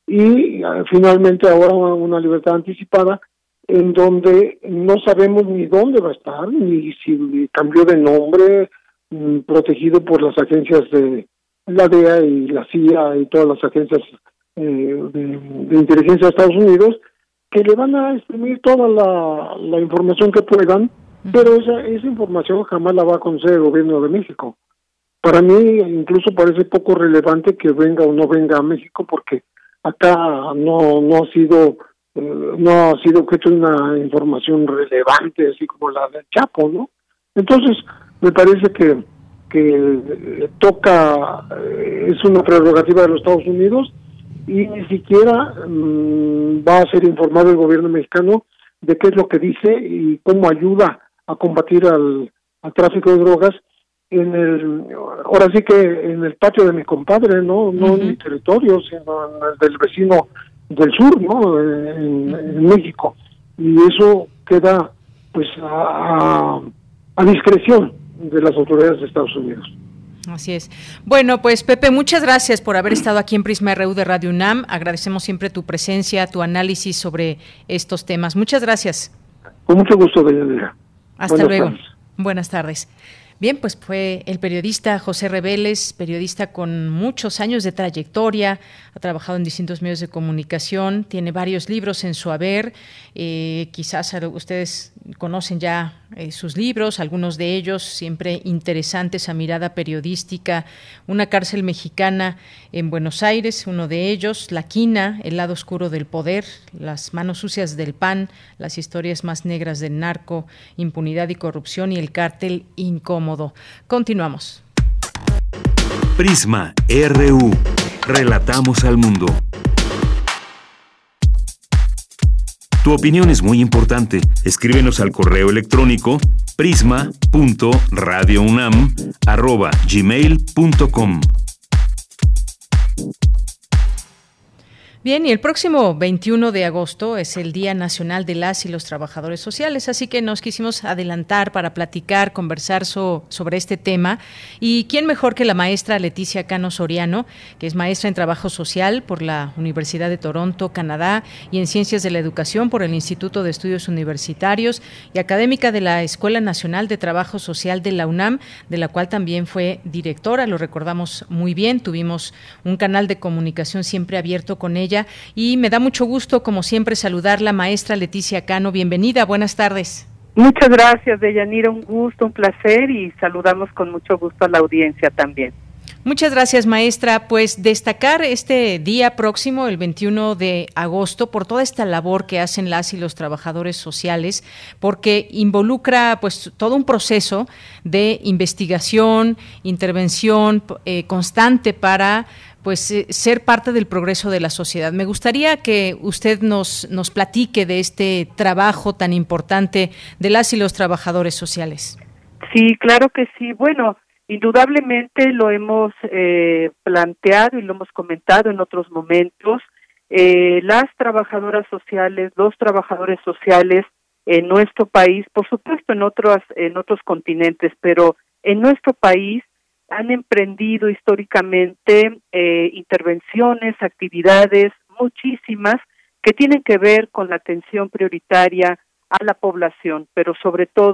y eh, finalmente ahora una libertad anticipada en donde no sabemos ni dónde va a estar, ni si cambió de nombre, mm, protegido por las agencias de la D E A y la C I A y todas las agencias eh, de, de inteligencia de Estados Unidos, que le van a exprimir toda la, la información que puedan, pero esa, esa información jamás la va a conocer el gobierno de México. Para mí incluso parece poco relevante que venga o no venga a México, porque acá no no ha sido eh, no ha sido objeto de una información relevante, así como la del Chapo, ¿no? Entonces, me parece que, que eh, toca, eh, es una prerrogativa de los Estados Unidos, y ni siquiera mmm, va a ser informado el gobierno mexicano de qué es lo que dice y cómo ayuda a combatir al, al tráfico de drogas en el, ahora sí que en el patio de mi compadre, no no uh-huh. en mi territorio, sino en el del vecino del sur, ¿no? En, uh-huh. en México. Y eso queda pues a, a, a discreción de las autoridades de Estados Unidos. Así es. Bueno, pues Pepe, muchas gracias por haber estado aquí en Prisma R U de Radio UNAM. Agradecemos siempre tu presencia, tu análisis sobre estos temas. Muchas gracias. Con mucho gusto, Deyanira. Hasta Buenas luego. tardes. Buenas tardes. Bien, pues fue el periodista José Reveles, periodista con muchos años de trayectoria, ha trabajado en distintos medios de comunicación, tiene varios libros en su haber, eh, quizás ustedes conocen ya eh, sus libros, algunos de ellos siempre interesantes a mirada periodística, Una cárcel mexicana en Buenos Aires, uno de ellos, La quina, El lado oscuro del poder, Las manos sucias del pan, Las historias más negras del narco, Impunidad y corrupción y El cártel incómodo. Continuamos. Prisma R U. Relatamos al mundo. Tu opinión es muy importante. Escríbenos al correo electrónico prisma punto radio unam arroba gmail punto com. Bien, y el próximo veintiuno de agosto es el Día Nacional de las y los Trabajadores Sociales, así que nos quisimos adelantar para platicar, conversar so, sobre este tema. Y quién mejor que la maestra Leticia Cano Soriano, que es maestra en Trabajo Social por la Universidad de Toronto, Canadá, y en Ciencias de la Educación por el Instituto de Estudios Universitarios, y académica de la Escuela Nacional de Trabajo Social de la UNAM, de la cual también fue directora, lo recordamos muy bien, tuvimos un canal de comunicación siempre abierto con ella. Y me da mucho gusto, como siempre, saludarla, maestra Leticia Cano. Bienvenida, buenas tardes. Muchas gracias, Deyanira, un gusto, un placer, y saludamos con mucho gusto a la audiencia también. Muchas gracias, maestra. Pues destacar este día próximo, el veintiuno de agosto, por toda esta labor que hacen las y los trabajadores sociales, porque involucra pues todo un proceso de investigación, intervención eh, constante para pues eh, ser parte del progreso de la sociedad. Me gustaría que usted nos, nos platique de este trabajo tan importante de las y los trabajadores sociales. Sí, claro que sí. Bueno, indudablemente lo hemos eh, planteado y lo hemos comentado en otros momentos. Eh, las trabajadoras sociales, los trabajadores sociales en nuestro país, por supuesto en otros, en otros continentes, pero en nuestro país han emprendido históricamente eh, intervenciones, actividades, muchísimas, que tienen que ver con la atención prioritaria a la población, pero sobre todo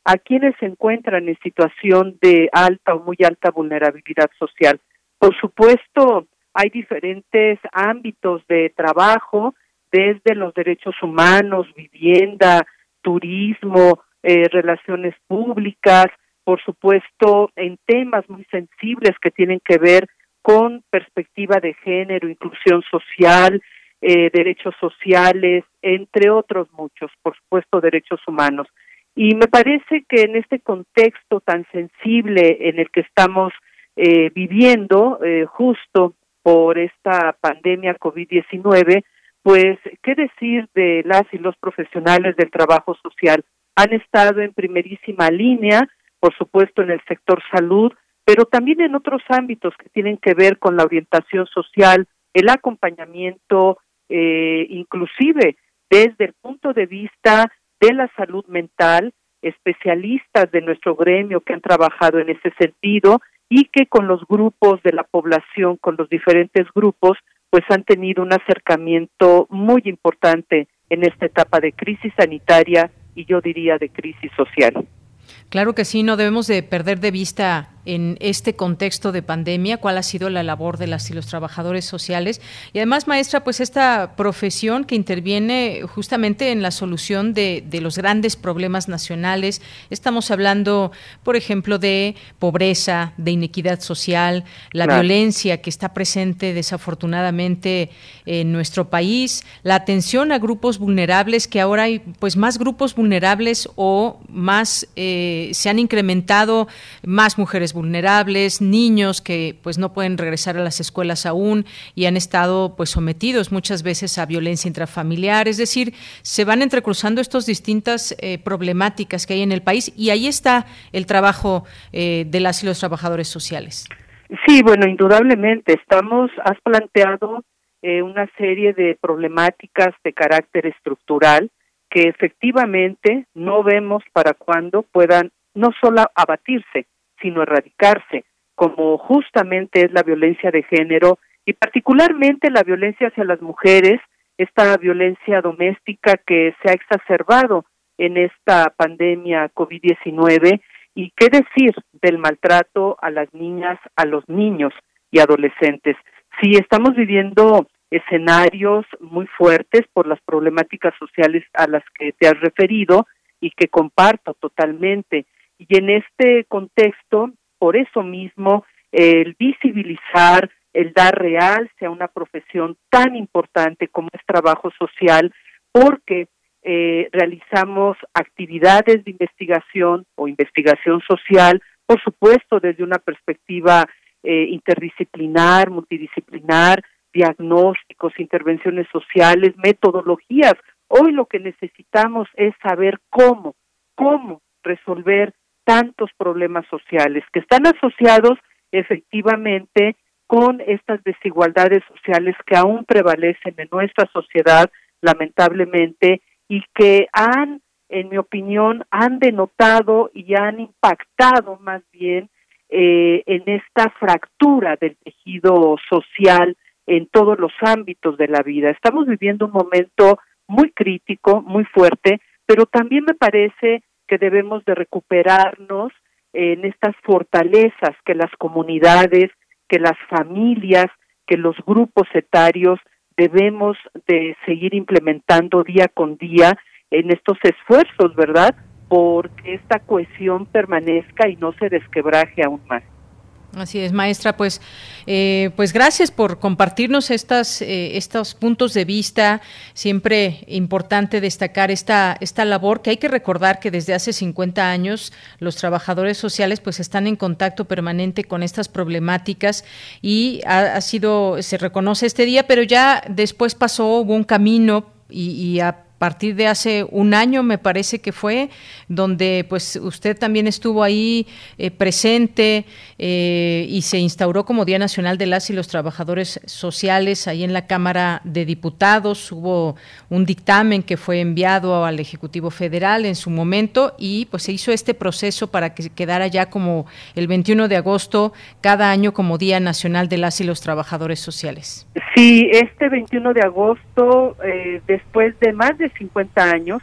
a quienes se encuentran en situación de alta o muy alta vulnerabilidad social. Por supuesto, hay diferentes ámbitos de trabajo, desde los derechos humanos, vivienda, turismo, eh, relaciones públicas, por supuesto, en temas muy sensibles que tienen que ver con perspectiva de género, inclusión social, eh, derechos sociales, entre otros muchos, por supuesto, derechos humanos. Y me parece que en este contexto tan sensible en el que estamos eh, viviendo, eh, justo por esta pandemia COVID diecinueve, pues, ¿qué decir de las y los profesionales del trabajo social? Han estado en primerísima línea, por supuesto, en el sector salud, pero también en otros ámbitos que tienen que ver con la orientación social, el acompañamiento, eh, inclusive desde el punto de vista de la salud mental, especialistas de nuestro gremio que han trabajado en ese sentido y que con los grupos de la población, con los diferentes grupos, pues han tenido un acercamiento muy importante en esta etapa de crisis sanitaria y yo diría de crisis social. Claro que sí, no debemos de perder de vista en este contexto de pandemia cuál ha sido la labor de las y los trabajadores sociales. Y además, maestra, pues esta profesión que interviene justamente en la solución de, de los grandes problemas nacionales. Estamos hablando, por ejemplo, de pobreza, de inequidad social, la claro. violencia que está presente desafortunadamente en nuestro país, la atención a grupos vulnerables, que ahora hay pues más grupos vulnerables o más eh, se han incrementado más mujeres vulnerables, niños que pues no pueden regresar a las escuelas aún y han estado pues sometidos muchas veces a violencia intrafamiliar, es decir, se van entrecruzando estas distintas eh, problemáticas que hay en el país y ahí está el trabajo eh, de las y los trabajadores sociales. Sí, bueno, indudablemente estamos, has planteado eh, una serie de problemáticas de carácter estructural que efectivamente no vemos para cuándo puedan no solo abatirse, sino erradicarse, como justamente es la violencia de género y particularmente la violencia hacia las mujeres, esta violencia doméstica que se ha exacerbado en esta pandemia COVID diecinueve y qué decir del maltrato a las niñas, a los niños y adolescentes. Sí, estamos viviendo escenarios muy fuertes por las problemáticas sociales a las que te has referido y que comparto totalmente. Y en este contexto, por eso mismo, el visibilizar, el dar realce a una profesión tan importante como es trabajo social, porque eh, realizamos actividades de investigación o investigación social, por supuesto desde una perspectiva eh, interdisciplinar, multidisciplinar, diagnósticos, intervenciones sociales, metodologías. Hoy lo que necesitamos es saber cómo, cómo resolver tantos problemas sociales que están asociados efectivamente con estas desigualdades sociales que aún prevalecen en nuestra sociedad, lamentablemente, y que han, en mi opinión, han denotado y han impactado más bien eh, en esta fractura del tejido social en todos los ámbitos de la vida. Estamos viviendo un momento muy crítico, muy fuerte, pero también me parece que debemos de recuperarnos en estas fortalezas que las comunidades, que las familias, que los grupos etarios debemos de seguir implementando día con día en estos esfuerzos, ¿verdad? Porque esta cohesión permanezca y no se desquebraje aún más. Así es, maestra, pues eh, pues gracias por compartirnos estas eh, estos puntos de vista. Siempre importante destacar esta esta labor que hay que recordar que desde hace cincuenta años los trabajadores sociales pues están en contacto permanente con estas problemáticas y ha, ha sido se reconoce este día, pero ya después pasó hubo un camino y, y a A partir de hace un año, me parece que fue, donde pues usted también estuvo ahí eh, presente eh, y se instauró como Día Nacional de las y los Trabajadores Sociales ahí en la Cámara de Diputados. Hubo un dictamen que fue enviado al Ejecutivo Federal en su momento y pues se hizo este proceso para que quedara ya como el veintiuno de agosto cada año como Día Nacional de las y los Trabajadores Sociales. Sí, este veintiuno de agosto, eh, después de más de cincuenta años,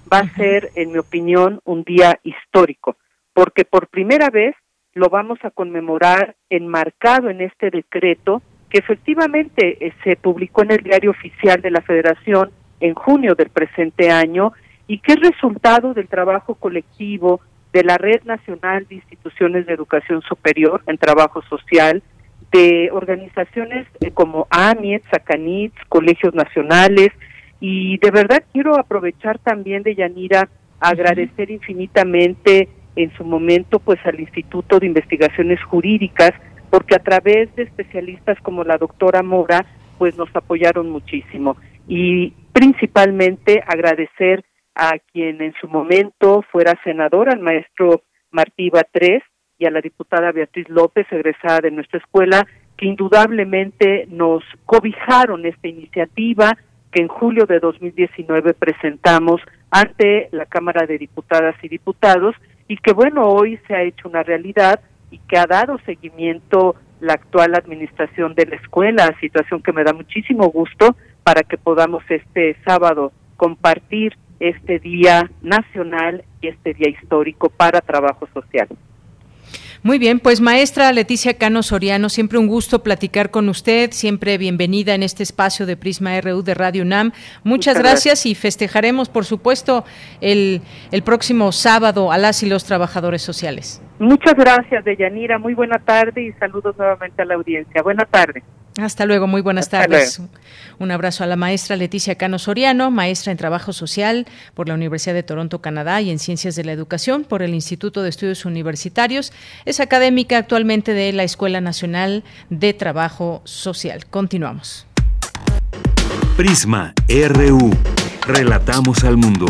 va a ser, en mi opinión, un día histórico, porque por primera vez lo vamos a conmemorar enmarcado en este decreto que efectivamente eh, se publicó en el Diario Oficial de la Federación en junio del presente año y que es resultado del trabajo colectivo de la Red Nacional de Instituciones de Educación Superior en Trabajo Social, de organizaciones eh, como AMIET, SACANITS, colegios nacionales, y de verdad quiero aprovechar también, Deyanira, agradecer infinitamente en su momento pues al Instituto de Investigaciones Jurídicas, porque a través de especialistas como la doctora Mora, pues nos apoyaron muchísimo. Y principalmente agradecer a quien en su momento fuera senador, al maestro Martí Batres, y a la diputada Beatriz López, egresada de nuestra escuela, que indudablemente nos cobijaron esta iniciativa que en julio de dos mil diecinueve presentamos ante la Cámara de Diputadas y Diputados, y que bueno, hoy se ha hecho una realidad y que ha dado seguimiento la actual administración de la escuela, situación que me da muchísimo gusto para que podamos este sábado compartir este día nacional y este día histórico para trabajo social. Muy bien, pues maestra Leticia Cano Soriano, siempre un gusto platicar con usted, siempre bienvenida en este espacio de Prisma R U de Radio UNAM. Muchas, Muchas gracias, gracias y festejaremos, por supuesto, el, el próximo sábado a las y los trabajadores sociales. Muchas gracias, Deyanira, muy buena tarde y saludos nuevamente a la audiencia. Buena tarde. Hasta luego, muy buenas Hasta tardes. Luego. Un abrazo a la maestra Leticia Cano Soriano, maestra en Trabajo Social por la Universidad de Toronto, Canadá, y en Ciencias de la Educación por el Instituto de Estudios Universitarios. Es académica actualmente de la Escuela Nacional de Trabajo Social. Continuamos. Prisma R U. Relatamos al mundo.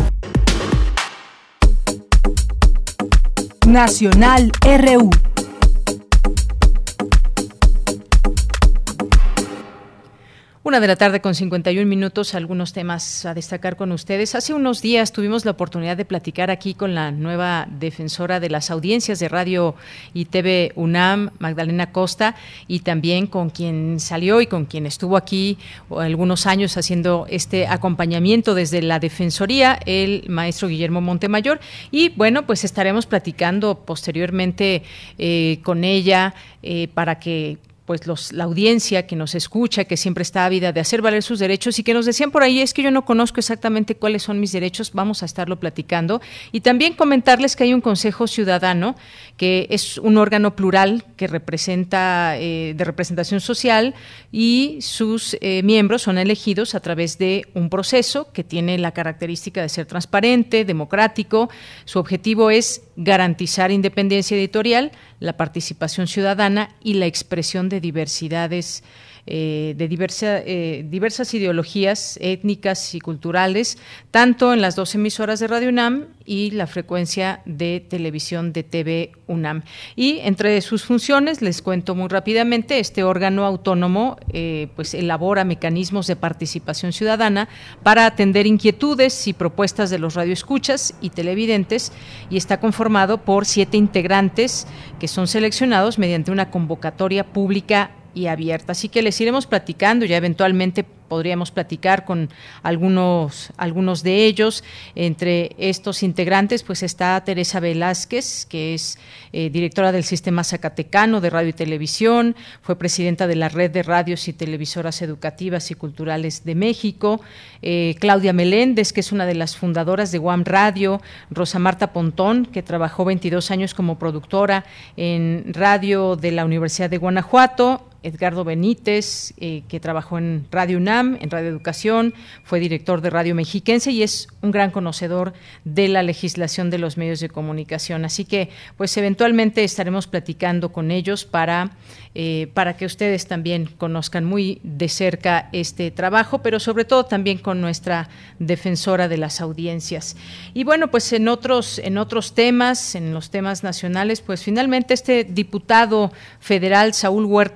Nacional R U. Una de la tarde con cincuenta y un minutos, algunos temas a destacar con ustedes. Hace unos días tuvimos la oportunidad de platicar aquí con la nueva defensora de las audiencias de Radio y T V UNAM, Magdalena Costa, y también con quien salió y con quien estuvo aquí algunos años haciendo este acompañamiento desde la Defensoría, el maestro Guillermo Montemayor. Y bueno, pues estaremos platicando posteriormente eh, con ella eh, para que pues los, la audiencia que nos escucha, que siempre está ávida de hacer valer sus derechos y que nos decían por ahí, es que yo no conozco exactamente cuáles son mis derechos, vamos a estarlo platicando. Y también comentarles que hay un Consejo Ciudadano, que es un órgano plural que representa, eh, de representación social, y sus eh, miembros son elegidos a través de un proceso que tiene la característica de ser transparente, democrático. Su objetivo es garantizar independencia editorial, la participación ciudadana y la expresión de diversidades, eh, de diversa, eh, diversas ideologías étnicas y culturales, tanto en las dos emisoras de Radio UNAM y la frecuencia de televisión de T V UNAM. Y entre sus funciones, les cuento muy rápidamente, este órgano autónomo eh, pues elabora mecanismos de participación ciudadana para atender inquietudes y propuestas de los radioescuchas y televidentes, y está conformado por siete integrantes que son seleccionados mediante una convocatoria pública y abierta. Así que les iremos platicando, ya eventualmente podríamos platicar con algunos, algunos de ellos. Entre estos integrantes pues está Teresa Velázquez, que es eh, directora del Sistema Zacatecano de Radio y Televisión, fue presidenta de la Red de Radios y Televisoras Educativas y Culturales de México, eh, Claudia Meléndez, que es una de las fundadoras de Guam Radio, Rosa Marta Pontón, que trabajó veintidós años como productora en radio de la Universidad de Guanajuato, Edgardo Benítez, eh, que trabajó en Radio UNAM, en Radio Educación, fue director de Radio Mexiquense y es un gran conocedor de la legislación de los medios de comunicación. Así que, pues, eventualmente estaremos platicando con ellos para, eh, para que ustedes también conozcan muy de cerca este trabajo, pero sobre todo también con nuestra defensora de las audiencias. Y bueno, pues en otros, en otros temas, en los temas nacionales, pues finalmente este diputado federal, Saúl Huerta,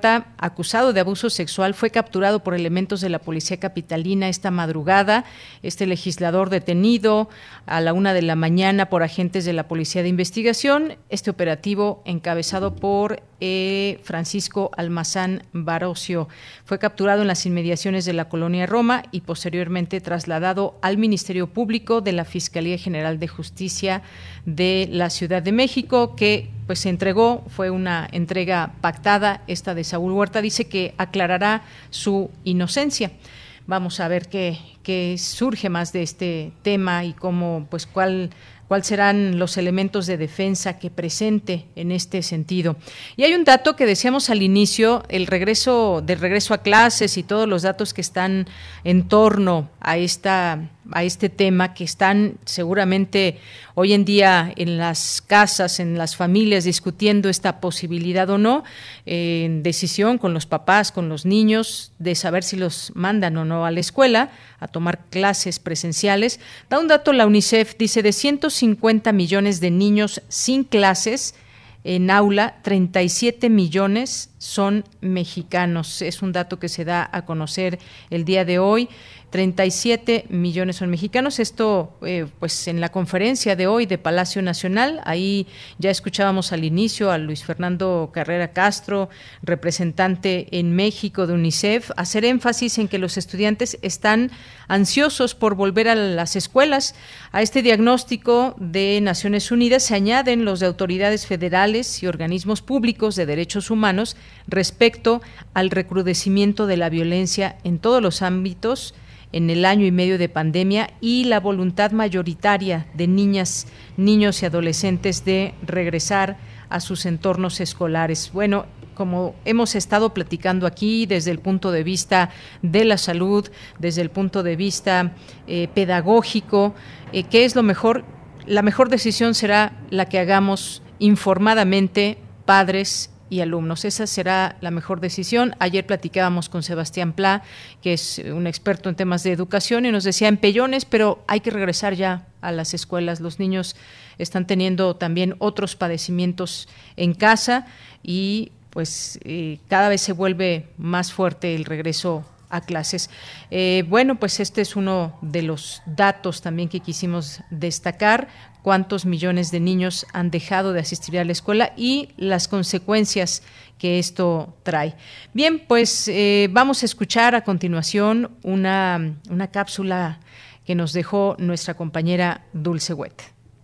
acusado de abuso sexual, fue capturado por elementos de la policía capitalina esta madrugada. Este legislador detenido a la una de la mañana por agentes de la Policía de Investigación. Este operativo encabezado por eh, Francisco Almazán Barocio fue capturado en las inmediaciones de la colonia Roma y posteriormente trasladado al Ministerio Público de la Fiscalía General de Justicia de la Ciudad de México, que pues se entregó, fue una entrega pactada. Esta de Saúl Huerta dice que aclarará su inocencia. Vamos a ver qué, qué surge más de este tema y cómo, pues cuál cuáles serán los elementos de defensa que presente en este sentido. Y hay un dato que decíamos al inicio, el regreso del regreso a clases y todos los datos que están en torno a esta a este tema, que están seguramente hoy en día en las casas, en las familias, discutiendo esta posibilidad o no, eh, en decisión con los papás, con los niños, de saber si los mandan o no a la escuela a tomar clases presenciales. Da un dato la UNICEF, dice de ciento cincuenta millones de niños sin clases en aula, treinta y siete millones son mexicanos. Es un dato que se da a conocer el día de hoy. treinta y siete millones son mexicanos. Esto, eh, pues, en la conferencia de hoy de Palacio Nacional, ahí ya escuchábamos al inicio a Luis Fernando Carrera Castro, representante en México de UNICEF, hacer énfasis en que los estudiantes están ansiosos por volver a las escuelas. A este diagnóstico de Naciones Unidas se añaden los de autoridades federales y organismos públicos de derechos humanos respecto al recrudecimiento de la violencia en todos los ámbitos en el año y medio de pandemia y la voluntad mayoritaria de niñas, niños y adolescentes de regresar a sus entornos escolares. Bueno, como hemos estado platicando aquí desde el punto de vista de la salud, desde el punto de vista eh, pedagógico, eh, ¿qué es lo mejor? La mejor decisión será la que hagamos informadamente, padres y alumnos. Esa será la mejor decisión. Ayer platicábamos con Sebastián Pla, que es un experto en temas de educación, y nos decía empellones, pero hay que regresar ya a las escuelas. Los niños están teniendo también otros padecimientos en casa y pues eh, cada vez se vuelve más fuerte el regreso a clases. Eh, bueno, pues este es uno de los datos también que quisimos destacar, cuántos millones de niños han dejado de asistir a la escuela y las consecuencias que esto trae. Bien, pues eh, vamos a escuchar a continuación una, una cápsula que nos dejó nuestra compañera Dulce Wet.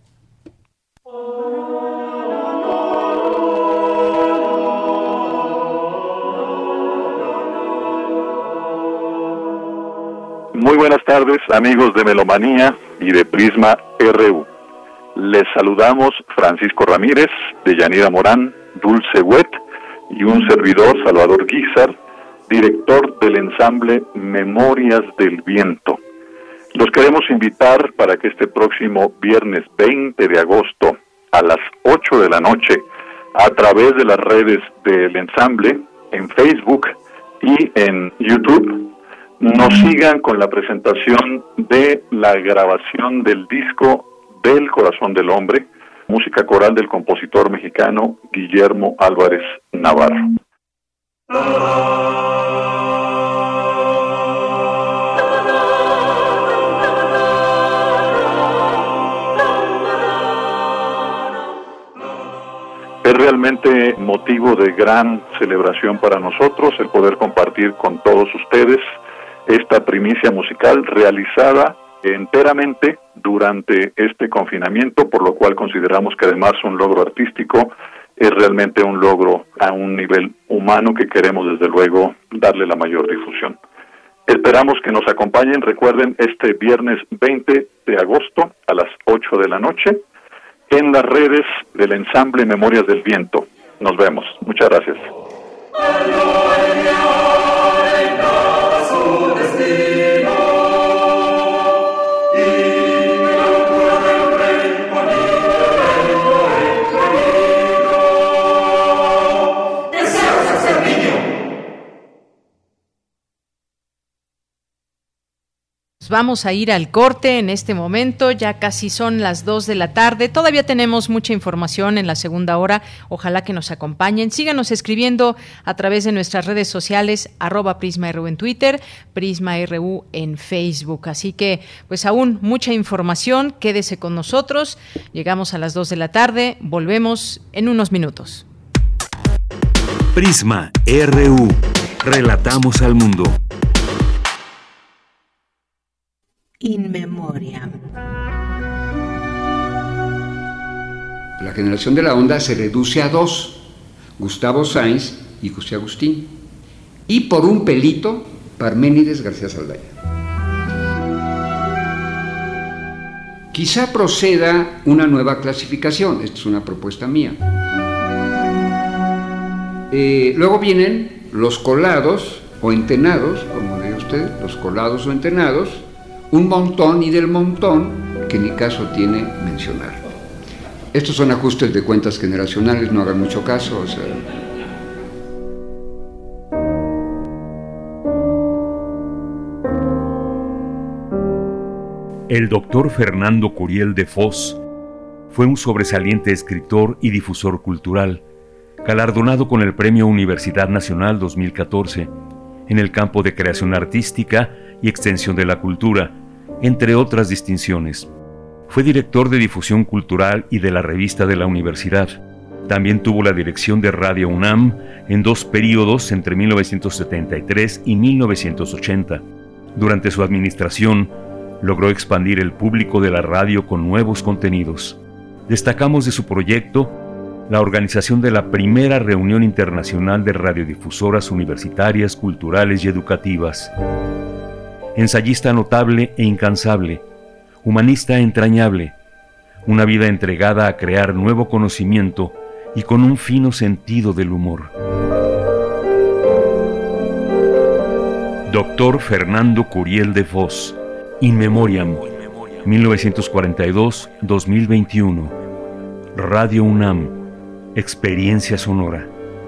Muy buenas tardes, amigos de Melomanía y de Prisma R U. Les saludamos Francisco Ramírez, Deyanira Morán, Dulce Wet y un servidor, Salvador Guízar, director del ensamble Memorias del Viento. Los queremos invitar para que este próximo viernes veinte de agosto a las ocho de la noche, a través de las redes del ensamble, en Facebook y en YouTube, nos sigan con la presentación de la grabación del disco Del Corazón del Hombre, música coral del compositor mexicano Guillermo Álvarez Navarro. Es realmente motivo de gran celebración para nosotros el poder compartir con todos ustedes esta primicia musical realizada enteramente durante este confinamiento, por lo cual consideramos que además un logro artístico es realmente un logro a un nivel humano que queremos desde luego darle la mayor difusión. Esperamos que nos acompañen, recuerden, este viernes veinte de agosto a las ocho de la noche en las redes del ensamble Memorias del Viento. Nos vemos. Muchas gracias. vamos a ir al corte en este momento, ya casi son las dos de la tarde, todavía tenemos mucha información en la segunda hora, ojalá que nos acompañen, síganos escribiendo a través de nuestras redes sociales, arroba PrismaRU en Twitter, PrismaRU en Facebook, así que pues aún mucha información, quédese con nosotros, llegamos a las dos de la tarde, volvemos en unos minutos. Prisma R U, relatamos al mundo. In memoriam. La generación de la onda se reduce a dos, Gustavo Sáenz y José Agustín, y por un pelito, Parménides García Saldaña. Quizá proceda una nueva clasificación, esta es una propuesta mía. Eh, luego vienen los colados o entenados, como diga usted, los colados o entenados, un montón y del montón que ni caso tiene mencionar. Estos son ajustes de cuentas generacionales, no hagan mucho caso, o sea... El doctor Fernando Curiel de Foz fue un sobresaliente escritor y difusor cultural, galardonado con el Premio Universidad Nacional dos mil catorce, en el campo de creación artística y extensión de la cultura, entre otras distinciones. Fue director de difusión cultural y de la revista de la universidad. También tuvo la dirección de Radio UNAM en dos períodos entre mil novecientos setenta y tres y mil novecientos ochenta. Durante su administración, logró expandir el público de la radio con nuevos contenidos. Destacamos de su proyecto la organización de la primera reunión internacional de radiodifusoras universitarias, culturales y educativas. Ensayista notable e incansable, humanista entrañable, una vida entregada a crear nuevo conocimiento y con un fino sentido del humor. Doctor Fernando Curiel de Foz, In Memoriam, mil novecientos cuarenta y dos a dos mil veintiuno. Radio UNAM, experiencia sonora.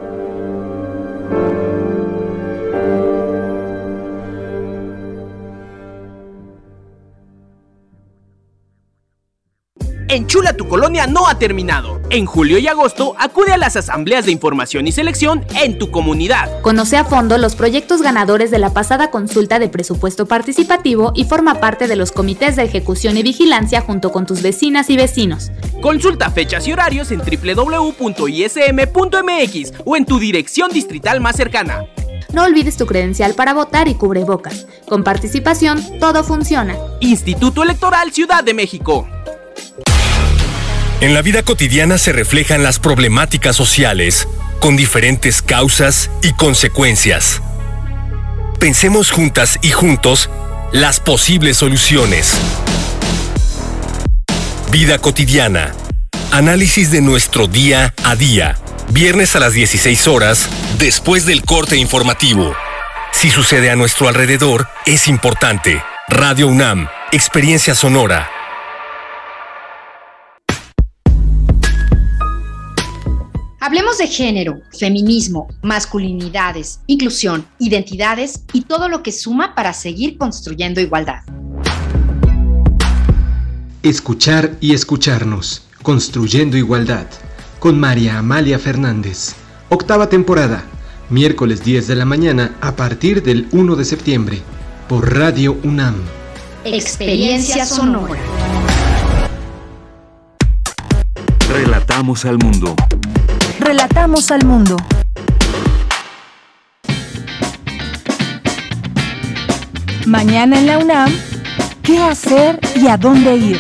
Enchula tu colonia no ha terminado. En julio y agosto acude a las asambleas de información y selección en tu comunidad. Conoce a fondo los proyectos ganadores de la pasada consulta de presupuesto participativo y forma parte de los comités de ejecución y vigilancia junto con tus vecinas y vecinos. Consulta fechas y horarios en doble u doble u doble u punto i s m punto m x o en tu dirección distrital más cercana. No olvides tu credencial para votar y cubrebocas. Con participación, todo funciona. Instituto Electoral Ciudad de México. En la vida cotidiana se reflejan las problemáticas sociales, con diferentes causas y consecuencias. Pensemos juntas y juntos las posibles soluciones. Vida cotidiana. Análisis de nuestro día a día. Viernes a las dieciséis horas, después del corte informativo. Si sucede a nuestro alrededor, es importante. Radio UNAM, experiencia sonora. Hablemos de género, feminismo, masculinidades, inclusión, identidades y todo lo que suma para seguir construyendo igualdad. Escuchar y escucharnos, construyendo igualdad, con María Amalia Fernández. Octava temporada, miércoles diez de la mañana a partir del uno de septiembre, por Radio UNAM. Experiencia sonora. Relatamos al mundo. Relatamos al mundo. Mañana en la UNAM, ¿qué hacer y a dónde ir?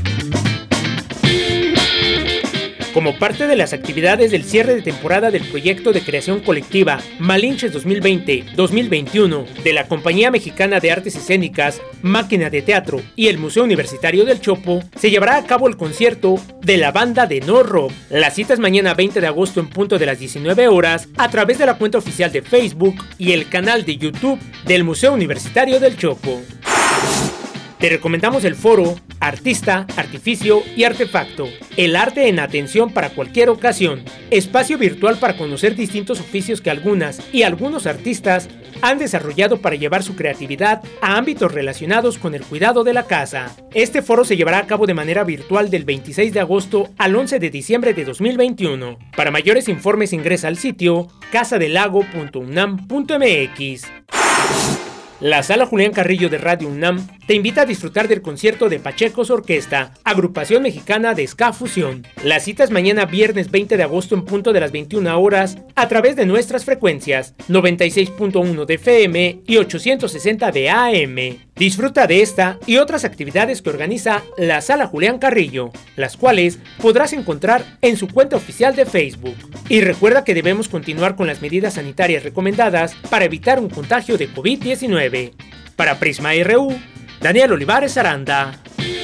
Como parte de las actividades del cierre de temporada del proyecto de creación colectiva Malinches dos mil veinte dos mil veintiuno de la Compañía Mexicana de Artes Escénicas, Máquina de Teatro y el Museo Universitario del Chopo, se llevará a cabo el concierto de la banda de No Rock. La cita es mañana veinte de agosto en punto de las diecinueve horas a través de la cuenta oficial de Facebook y el canal de YouTube del Museo Universitario del Chopo. Te recomendamos el foro Artista, Artificio y Artefacto. El arte en atención para cualquier ocasión. Espacio virtual para conocer distintos oficios que algunas y algunos artistas han desarrollado para llevar su creatividad a ámbitos relacionados con el cuidado de la casa. Este foro se llevará a cabo de manera virtual del veintiséis de agosto al once de diciembre de dos mil veintiuno. Para mayores informes ingresa al sitio casadelago punto unam punto mx. La Sala Julián Carrillo de Radio UNAM te invita a disfrutar del concierto de Pachecos Orquesta, agrupación mexicana de ska fusión. La cita es mañana viernes veinte de agosto en punto de las veintiuna horas a través de nuestras frecuencias noventa y seis punto uno de F M y ochocientos sesenta de A M. Disfruta de esta y otras actividades que organiza la Sala Julián Carrillo, las cuales podrás encontrar en su cuenta oficial de Facebook. Y recuerda que debemos continuar con las medidas sanitarias recomendadas para evitar un contagio de COVID diecinueve. Para Prisma R U, Daniel Olivares Aranda.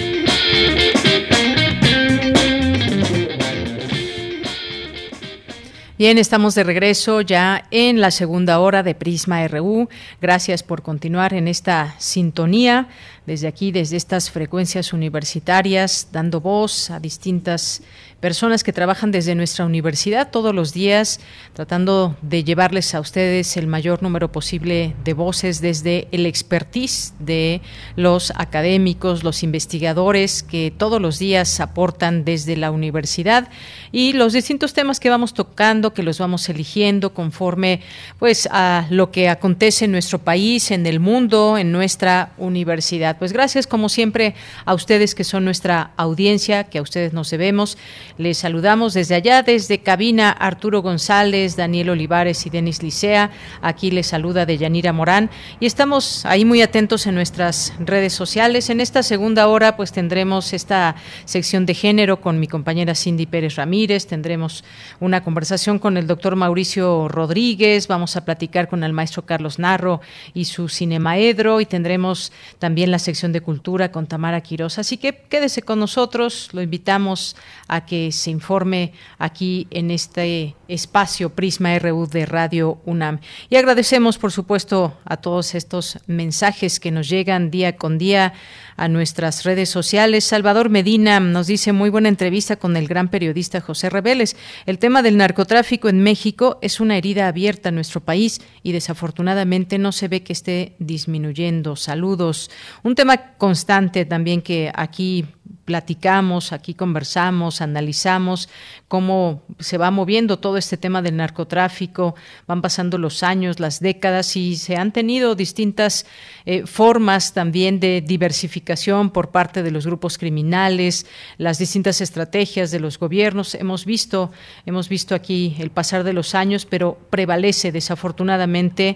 Bien, estamos de regreso ya en la segunda hora de Prisma R U. Gracias por continuar en esta sintonía desde aquí, desde estas frecuencias universitarias, dando voz a distintas personas que trabajan desde nuestra universidad todos los días, tratando de llevarles a ustedes el mayor número posible de voces desde el expertise de los académicos, los investigadores que todos los días aportan desde la universidad y los distintos temas que vamos tocando, que los vamos eligiendo conforme pues a lo que acontece en nuestro país, en el mundo, en nuestra universidad. Pues gracias como siempre a ustedes que son nuestra audiencia, que a ustedes nos debemos. Les saludamos desde allá, desde cabina, Arturo González, Daniel Olivares y Denis Licea. Aquí les saluda Deyanira Morán y estamos ahí muy atentos en nuestras redes sociales. En esta segunda hora pues tendremos esta sección de género con mi compañera Cindy Pérez Ramírez, tendremos una conversación con el doctor Mauricio Rodríguez, vamos a platicar con el maestro Carlos Narro y su cinemaedro y tendremos también la sección de cultura con Tamara Quiroz. Así que quédese con nosotros, lo invitamos a que se informe aquí en este espacio Prisma R U de Radio UNAM. Y agradecemos, por supuesto, a todos estos mensajes que nos llegan día con día a nuestras redes sociales. Salvador Medina nos dice: muy buena entrevista con el gran periodista José Reveles. El tema del narcotráfico en México es una herida abierta en nuestro país y desafortunadamente no se ve que esté disminuyendo. Saludos. Un tema constante también que aquí platicamos, aquí conversamos, analizamos cómo se va moviendo todo este tema del narcotráfico, van pasando los años, las décadas y se han tenido distintas eh, formas también de diversificación por parte de los grupos criminales, las distintas estrategias de los gobiernos. Hemos visto, hemos visto aquí el pasar de los años, pero prevalece desafortunadamente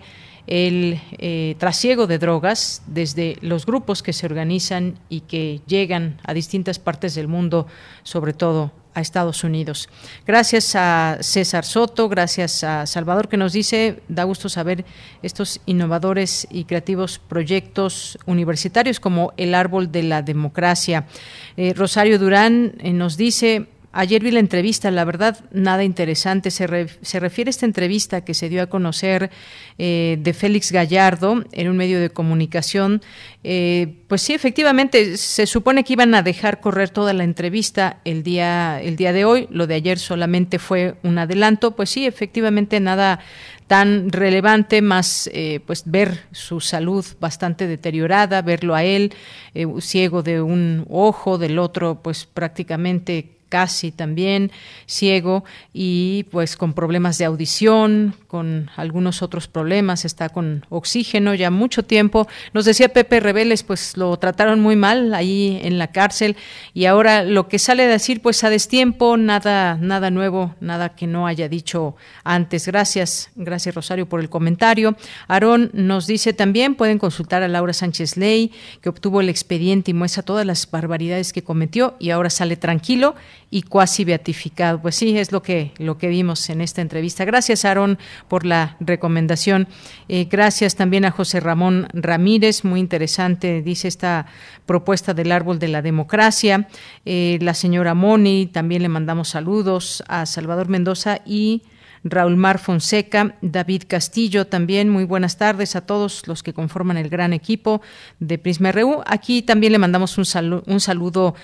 el eh, trasiego de drogas desde los grupos que se organizan y que llegan a distintas partes del mundo, sobre todo a Estados Unidos. Gracias a César Soto, gracias a Salvador que nos dice: da gusto saber estos innovadores y creativos proyectos universitarios como el Árbol de la Democracia. Eh, Rosario Durán eh, nos dice: ayer vi la entrevista, la verdad, nada interesante. Se, re, se refiere a esta entrevista que se dio a conocer eh, de Félix Gallardo en un medio de comunicación. Eh, pues sí, efectivamente, se supone que iban a dejar correr toda la entrevista el día, el día de hoy. Lo de ayer solamente fue un adelanto. Pues sí, efectivamente, nada tan relevante, más eh, pues ver su salud bastante deteriorada, verlo a él eh, ciego de un ojo, del otro pues prácticamente casi también ciego y pues con problemas de audición, con algunos otros problemas, está con oxígeno ya mucho tiempo. Nos decía Pepe Reveles, pues lo trataron muy mal ahí en la cárcel y ahora lo que sale a decir pues a destiempo, nada, nada nuevo, nada que no haya dicho antes. Gracias, gracias Rosario por el comentario. Aarón nos dice también, pueden consultar a Laura Sánchez Ley, que obtuvo el expediente y muestra todas las barbaridades que cometió y ahora sale tranquilo y cuasi beatificado. Pues sí, es lo que lo que vimos en esta entrevista. Gracias, Aarón, por la recomendación. Eh, gracias también a José Ramón Ramírez, muy interesante, dice esta propuesta del Árbol de la Democracia. Eh, la señora Moni, también le mandamos saludos a Salvador Mendoza y Raúl Mar Fonseca, David Castillo también. Muy buenas tardes a todos los que conforman el gran equipo de Prisma R U. Aquí también le mandamos un, salu- un saludo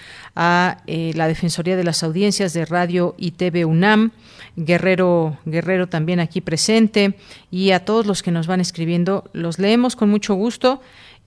a eh, la Defensoría de las Audiencias de Radio y T V UNAM, Guerrero, Guerrero también aquí presente, y a todos los que nos van escribiendo. Los leemos con mucho gusto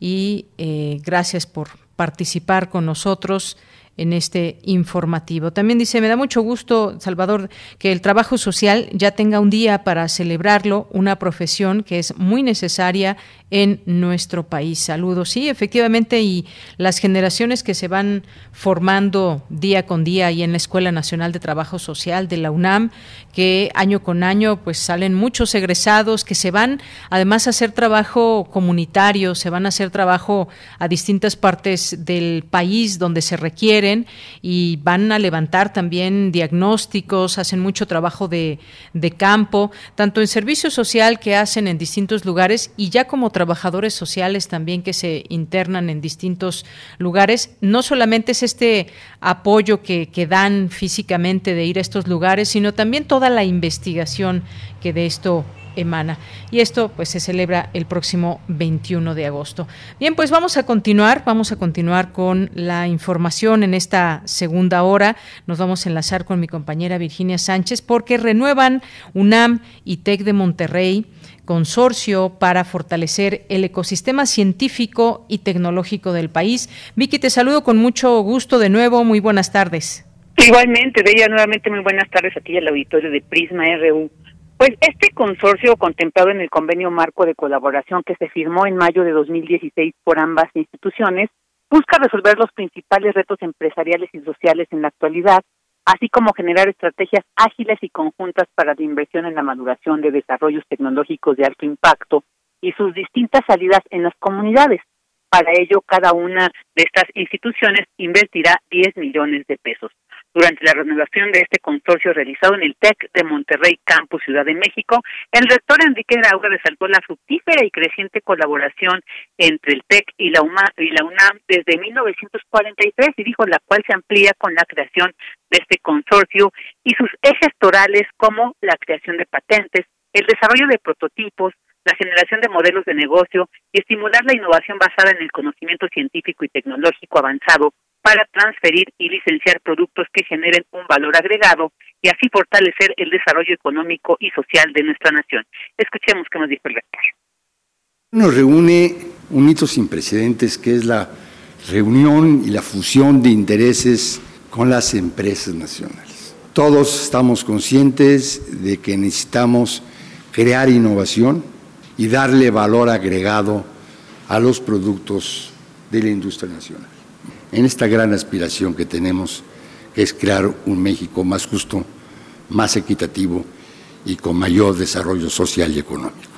y eh, gracias por participar con nosotros en este informativo. También dice, me da mucho gusto, Salvador, que el trabajo social ya tenga un día para celebrarlo, una profesión que es muy necesaria en nuestro país. Saludos. Sí, efectivamente, y las generaciones que se van formando día con día y en la Escuela Nacional de Trabajo Social de la UNAM, que año con año pues salen muchos egresados que se van además a hacer trabajo comunitario, se van a hacer trabajo a distintas partes del país donde se requieren y van a levantar también diagnósticos, hacen mucho trabajo de, de campo, tanto en servicio social que hacen en distintos lugares y ya como trabajadores sociales también que se internan en distintos lugares. No solamente es este apoyo que, que dan físicamente de ir a estos lugares, sino también toda la investigación que de esto emana. Y esto pues se celebra el próximo veintiuno de agosto. Bien, pues vamos a continuar, vamos a continuar con la información en esta segunda hora. Nos vamos a enlazar con mi compañera Virginia Sánchez porque renuevan UNAM y TEC de Monterrey consorcio para fortalecer el ecosistema científico y tecnológico del país. Vicky, te saludo con mucho gusto de nuevo. Muy buenas tardes. Igualmente, Bella, nuevamente muy buenas tardes a ti y al auditorio de Prisma R U. Pues este consorcio contemplado en el convenio marco de colaboración que se firmó en mayo de dos mil dieciséis por ambas instituciones busca resolver los principales retos empresariales y sociales en la actualidad, así como generar estrategias ágiles y conjuntas para la inversión en la maduración de desarrollos tecnológicos de alto impacto y sus distintas salidas en las comunidades. Para ello, cada una de estas instituciones invertirá diez millones de pesos. Durante la renovación de este consorcio realizado en el TEC de Monterrey Campus Ciudad de México, el rector Enrique Graue resaltó la fructífera y creciente colaboración entre el TEC y la UNAM, y la UNAM desde mil novecientos cuarenta y tres y dijo la cual se amplía con la creación de este consorcio y sus ejes torales como la creación de patentes, el desarrollo de prototipos, la generación de modelos de negocio y estimular la innovación basada en el conocimiento científico y tecnológico avanzado para transferir y licenciar productos que generen un valor agregado y así fortalecer el desarrollo económico y social de nuestra nación. Escuchemos qué nos dijo el rector. Nos reúne un hito sin precedentes que es la reunión y la fusión de intereses con las empresas nacionales. Todos estamos conscientes de que necesitamos crear innovación y darle valor agregado a los productos de la industria nacional. En esta gran aspiración que tenemos, que es crear un México más justo, más equitativo y con mayor desarrollo social y económico.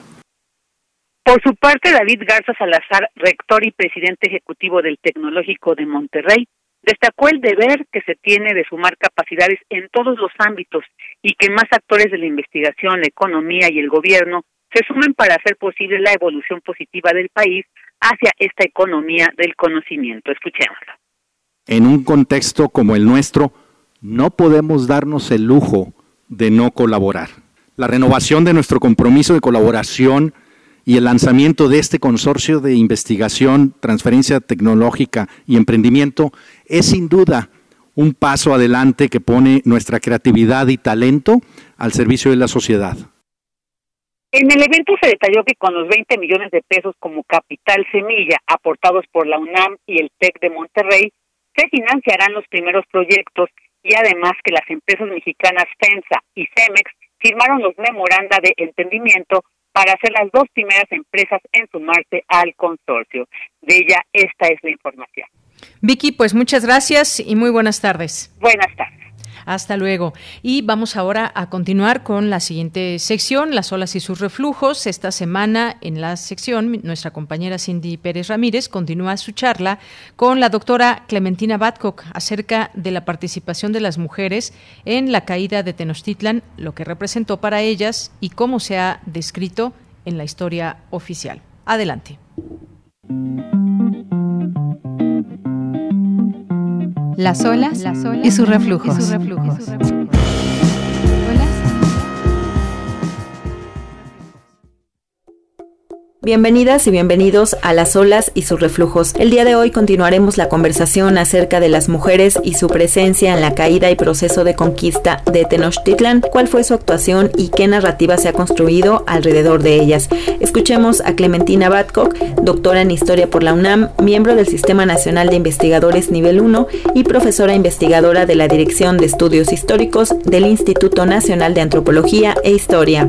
Por su parte, David Garza Salazar, rector y presidente ejecutivo del Tecnológico de Monterrey, destacó el deber que se tiene de sumar capacidades en todos los ámbitos y que más actores de la investigación, la economía y el gobierno se sumen para hacer posible la evolución positiva del país hacia esta economía del conocimiento. Escuchémoslo. En un contexto como el nuestro, no podemos darnos el lujo de no colaborar. La renovación de nuestro compromiso de colaboración y el lanzamiento de este consorcio de investigación, transferencia tecnológica y emprendimiento es sin duda un paso adelante que pone nuestra creatividad y talento al servicio de la sociedad. En el evento se detalló que con los veinte millones de pesos como capital semilla aportados por la UNAM y el TEC de Monterrey, se financiarán los primeros proyectos y además que las empresas mexicanas FEMSA y CEMEX firmaron los memoranda de entendimiento para ser las dos primeras empresas en sumarse al consorcio. De ella, esta es la información. Vicky, pues muchas gracias y muy buenas tardes. Buenas tardes. Hasta luego. Y vamos ahora a continuar con la siguiente sección, las olas y sus reflujos. Esta semana en la sección, nuestra compañera Cindy Pérez Ramírez continúa su charla con la doctora Clementina Babcock acerca de la participación de las mujeres en la caída de Tenochtitlan, lo que representó para ellas y cómo se ha descrito en la historia oficial. Adelante. Las olas, Las olas y sus reflujos. Y sus reflujos. Bienvenidas y bienvenidos a Las Olas y sus reflujos. El día de hoy continuaremos la conversación acerca de las mujeres y su presencia en la caída y proceso de conquista de Tenochtitlan, cuál fue su actuación y qué narrativa se ha construido alrededor de ellas. Escuchemos a Clementina Babcock, doctora en Historia por la UNAM, miembro del Sistema Nacional de Investigadores Nivel uno y profesora investigadora de la Dirección de Estudios Históricos del Instituto Nacional de Antropología e Historia.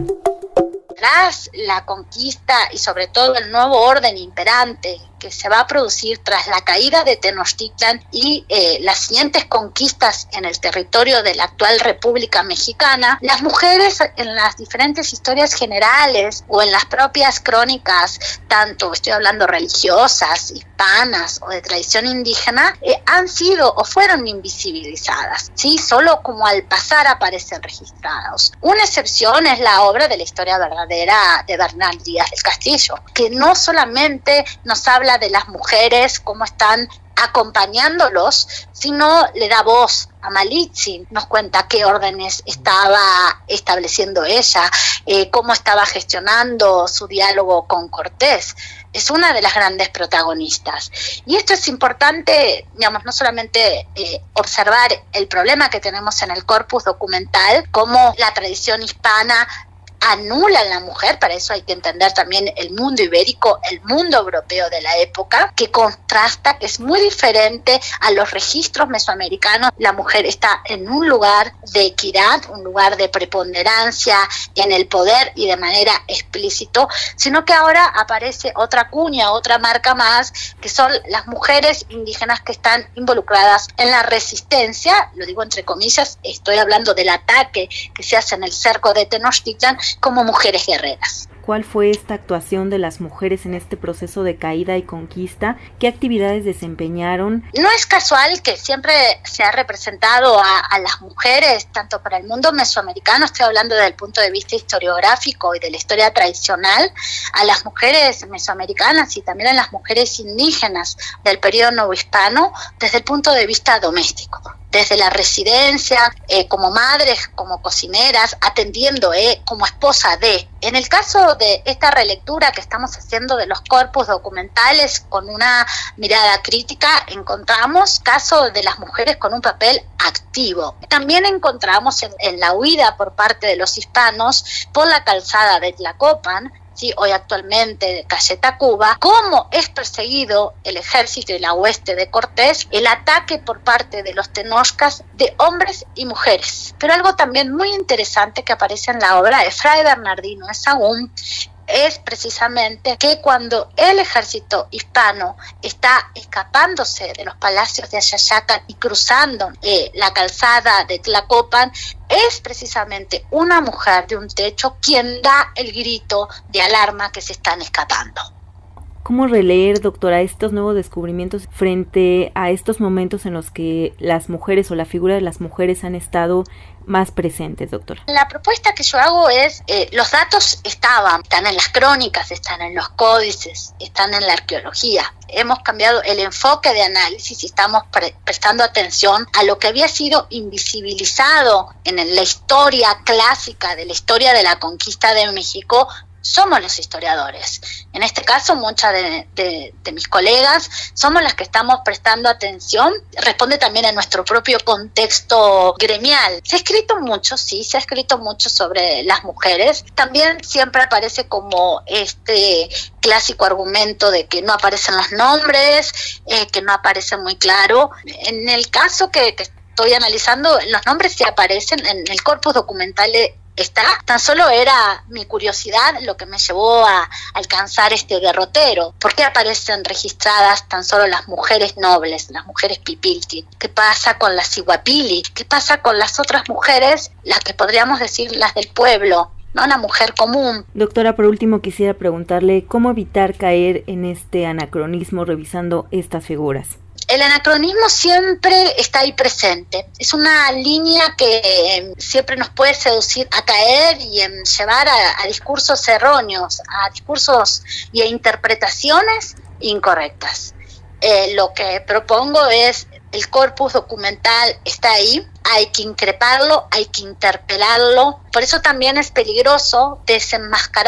Tras la conquista y sobre todo el nuevo orden imperante que se va a producir tras la caída de Tenochtitlan y eh, las siguientes conquistas en el territorio de la actual República Mexicana, las mujeres en las diferentes historias generales o en las propias crónicas, tanto estoy hablando religiosas, hispanas o de tradición indígena, eh, han sido o fueron invisibilizadas, ¿sí? Solo como al pasar aparecen registrados. Una excepción es la obra de la historia verdadera de Bernal Díaz del Castillo, que no solamente nos habla de las mujeres, cómo están acompañándolos, sino le da voz a Malitzin, nos cuenta qué órdenes estaba estableciendo ella, eh, cómo estaba gestionando su diálogo con Cortés. Es una de las grandes protagonistas. Y esto es importante, digamos, no solamente eh, observar el problema que tenemos en el corpus documental, cómo la tradición hispana anula a la mujer, para eso hay que entender también el mundo ibérico, el mundo europeo de la época, que contrasta, que es muy diferente a los registros mesoamericanos. La mujer está en un lugar de equidad, un lugar de preponderancia en el poder y de manera explícito, sino que ahora aparece otra cuña, otra marca más, que son las mujeres indígenas que están involucradas en la resistencia, lo digo entre comillas, estoy hablando del ataque que se hace en el cerco de Tenochtitlan, como mujeres guerreras. ¿Cuál fue esta actuación de las mujeres en este proceso de caída y conquista? ¿Qué actividades desempeñaron? No es casual que siempre se ha representado a, a las mujeres, tanto para el mundo mesoamericano, estoy hablando desde el punto de vista historiográfico y de la historia tradicional, a las mujeres mesoamericanas y también a las mujeres indígenas del periodo novohispano desde el punto de vista doméstico. Desde la residencia, eh, como madres, como cocineras, atendiendo eh, como esposa de. En el caso de esta relectura que estamos haciendo de los corpus documentales con una mirada crítica, encontramos caso de las mujeres con un papel activo. También encontramos en, en la huida por parte de los hispanos por la calzada de Tlacopan, sí, hoy actualmente de calle Tacuba, cómo es perseguido el ejército y la hueste de Cortés, el ataque por parte de los tenochcas de hombres y mujeres. Pero algo también muy interesante que aparece en la obra de Fray Bernardino de Sahagún es precisamente que cuando el ejército hispano está escapándose de los palacios de Ayayacan y cruzando eh, la calzada de Tlacopan, es precisamente una mujer de un techo quien da el grito de alarma que se están escapando. ¿Cómo releer, doctora, estos nuevos descubrimientos frente a estos momentos en los que las mujeres o la figura de las mujeres han estado más presentes, doctora? La propuesta que yo hago es, eh, los datos estaban, están en las crónicas, están en los códices, están en la arqueología. Hemos cambiado el enfoque de análisis y estamos pre- prestando atención a lo que había sido invisibilizado en la historia clásica de la historia de la conquista de México. Somos los historiadores. En este caso, muchas de, de, de mis colegas somos las que estamos prestando atención. Responde también a nuestro propio contexto gremial. Se ha escrito mucho, sí, se ha escrito mucho sobre las mujeres. También siempre aparece como este clásico argumento de que no aparecen los nombres, eh, que no aparece muy claro. En el caso que, que estoy analizando, los nombres sí aparecen en el corpus documental de está, tan solo era mi curiosidad lo que me llevó a alcanzar este derrotero. ¿Por qué aparecen registradas tan solo las mujeres nobles, las mujeres pipilti? ¿Qué pasa con las iguapili? ¿Qué pasa con las otras mujeres, las que podríamos decir las del pueblo? No una mujer común. Doctora, por último quisiera preguntarle cómo evitar caer en este anacronismo revisando estas figuras. El anacronismo siempre está ahí presente. Es una línea que eh, siempre nos puede seducir a caer y eh, llevar a, a discursos erróneos, a discursos y a interpretaciones incorrectas. Eh, lo que propongo es, el corpus documental está ahí, hay que increparlo, hay que interpelarlo. Por eso también es peligroso desenmascarar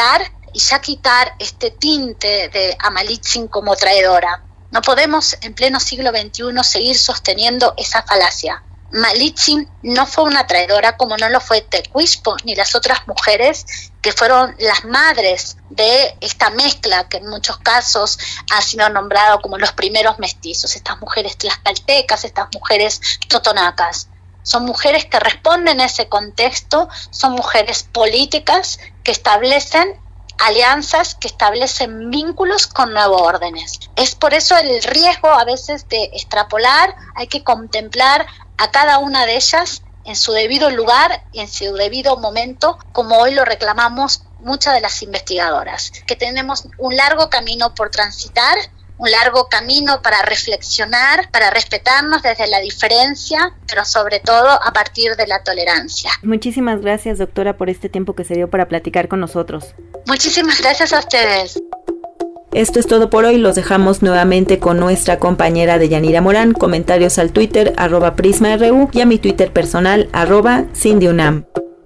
y ya quitar este tinte de Amalitzin como traidora. No podemos en pleno siglo veintiuno seguir sosteniendo esa falacia. Malitzin no fue una traidora como no lo fue Tecuixpo ni las otras mujeres que fueron las madres de esta mezcla que en muchos casos ha sido nombrado como los primeros mestizos, estas mujeres tlaxcaltecas, estas mujeres totonacas. Son mujeres que responden a ese contexto, son mujeres políticas que establecen alianzas, que establecen vínculos con nuevos órdenes. Es por eso el riesgo a veces de extrapolar, hay que contemplar a cada una de ellas en su debido lugar y en su debido momento, como hoy lo reclamamos muchas de las investigadoras, que tenemos un largo camino por transitar, un largo camino para reflexionar, para respetarnos desde la diferencia, pero sobre todo a partir de la tolerancia. Muchísimas gracias, doctora, por este tiempo que se dio para platicar con nosotros. Muchísimas gracias a ustedes. Esto es todo por hoy, los dejamos nuevamente con nuestra compañera Deyanira Morán, comentarios al Twitter, arroba PrismaRU, y a mi Twitter personal, arroba CindyUNAM.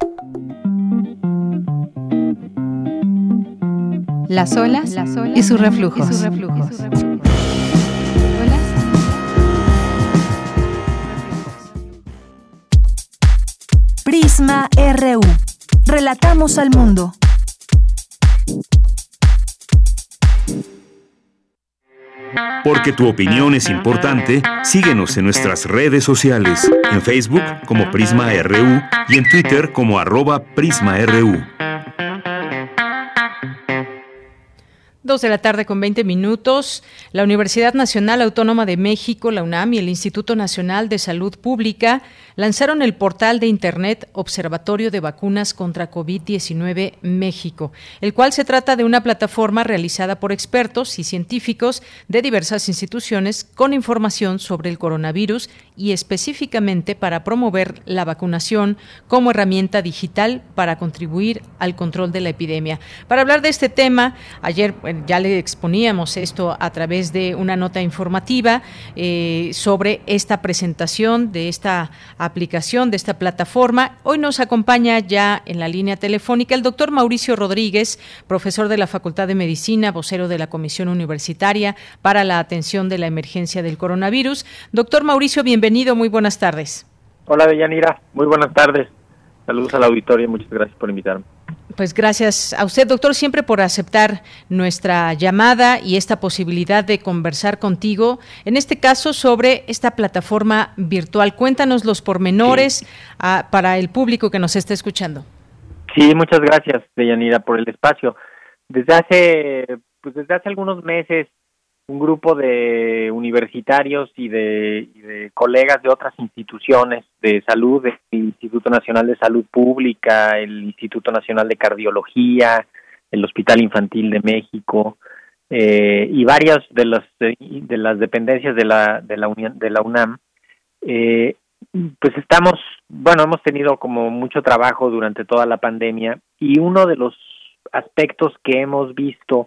Las olas, Las olas y sus reflujos. Y sus reflujos. Prisma R U. Relatamos al mundo. Porque tu opinión es importante, síguenos en nuestras redes sociales, en Facebook como Prisma R U y en Twitter como arroba PrismaRU. Dos de la tarde con veinte minutos. La Universidad Nacional Autónoma de México, la UNAM, y el Instituto Nacional de Salud Pública lanzaron el portal de Internet Observatorio de Vacunas contra COVID diecinueve México, el cual se trata de una plataforma realizada por expertos y científicos de diversas instituciones con información sobre el coronavirus y específicamente para promover la vacunación como herramienta digital para contribuir al control de la epidemia. Para hablar de este tema, ayer ya le exponíamos esto a través de una nota informativa eh, sobre esta presentación de esta aplicación, de esta plataforma. Hoy nos acompaña ya en la línea telefónica el doctor Mauricio Rodríguez, profesor de la Facultad de Medicina, vocero de la Comisión Universitaria para la Atención de la Emergencia del Coronavirus. Doctor Mauricio, bienvenido, muy buenas tardes. Hola, Deyanira, muy buenas tardes. Saludos al auditorio y muchas gracias por invitarme. Pues gracias a usted, doctor, siempre por aceptar nuestra llamada y esta posibilidad de conversar contigo, en este caso sobre esta plataforma virtual. Cuéntanos los pormenores sí. a, para el público que nos está escuchando. Sí, muchas gracias, Deyanira, por el espacio. Desde hace, pues desde hace algunos meses, un grupo de universitarios y de, y de colegas de otras instituciones de salud, el Instituto Nacional de Salud Pública, el Instituto Nacional de Cardiología, el Hospital Infantil de México eh, y varias de las de las dependencias de la de la Unión, de la UNAM, eh, pues estamos, bueno, hemos tenido como mucho trabajo durante toda la pandemia y uno de los aspectos que hemos visto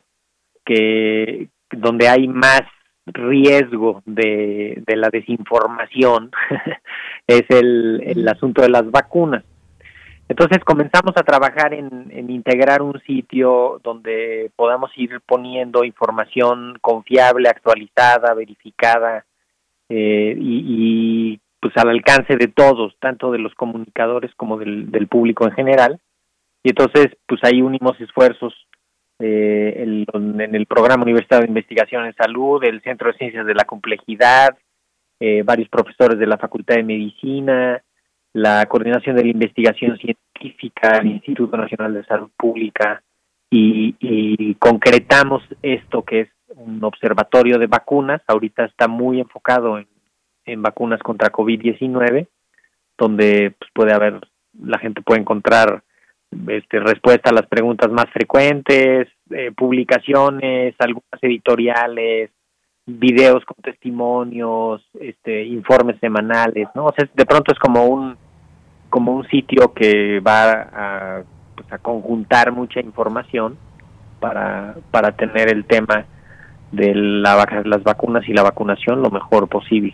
que donde hay más riesgo de, de la desinformación es el, el asunto de las vacunas. Entonces comenzamos a trabajar en, en integrar un sitio donde podamos ir poniendo información confiable, actualizada, verificada eh, y, y pues al alcance de todos, tanto de los comunicadores como del, del público en general. Y entonces pues ahí unimos esfuerzos Eh, el, en el Programa Universitario de Investigación en Salud, el Centro de Ciencias de la Complejidad, eh, varios profesores de la Facultad de Medicina, la Coordinación de la Investigación Científica, el Instituto Nacional de Salud Pública, y, y concretamos esto que es un observatorio de vacunas. Ahorita está muy enfocado en, en vacunas contra COVID diecinueve, donde pues, puede haber, la gente puede encontrar Este, respuesta a las preguntas más frecuentes, eh, publicaciones, algunas editoriales, videos con testimonios, este, informes semanales, ¿no? O sea, de pronto es como un como un sitio que va a, pues, a conjuntar mucha información para para tener el tema de la, las vacunas y la vacunación lo mejor posible.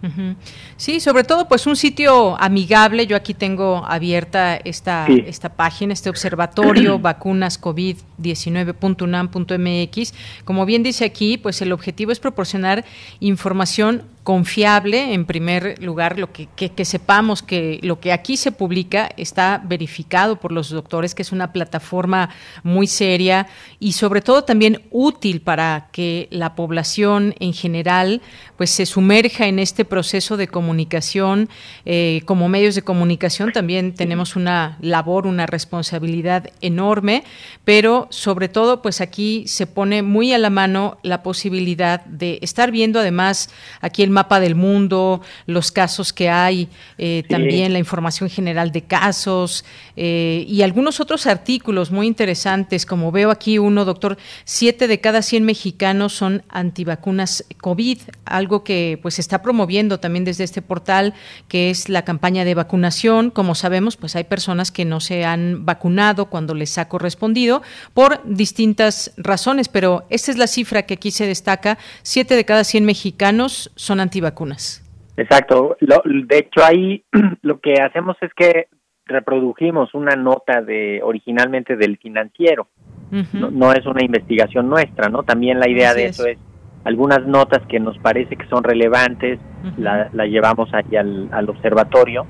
Uh-huh. Sí, sobre todo pues un sitio amigable. Yo aquí tengo abierta esta, sí. esta página, este observatorio vacunas covid diecinueve punto unam punto mx. Como bien dice aquí, pues el objetivo es proporcionar información confiable, en primer lugar, lo que, que, que sepamos que lo que aquí se publica está verificado por los doctores, que es una plataforma muy seria y sobre todo también útil para que la población en general pues se sumerja en este proceso de comunicación. Eh, como medios de comunicación también tenemos una labor, una responsabilidad enorme, pero sobre todo pues aquí se pone muy a la mano la posibilidad de estar viendo además aquí el mapa del mundo, los casos que hay, eh, sí. también la información general de casos eh, y algunos otros artículos muy interesantes, como veo aquí uno, doctor, siete de cada cien mexicanos son antivacunas COVID, algo que pues se está promoviendo también desde este portal, que es la campaña de vacunación. Como sabemos, pues hay personas que no se han vacunado cuando les ha correspondido por distintas razones, pero esta es la cifra que aquí se destaca, siete de cada cien mexicanos son antivacunas. Exacto. Lo, de hecho, ahí lo que hacemos es que reprodujimos una nota de originalmente del Financiero. Uh-huh. No, no es una investigación nuestra, ¿no? También la idea Así de es. eso es algunas notas que nos parece que son relevantes, uh-huh. la, la llevamos ahí al, al observatorio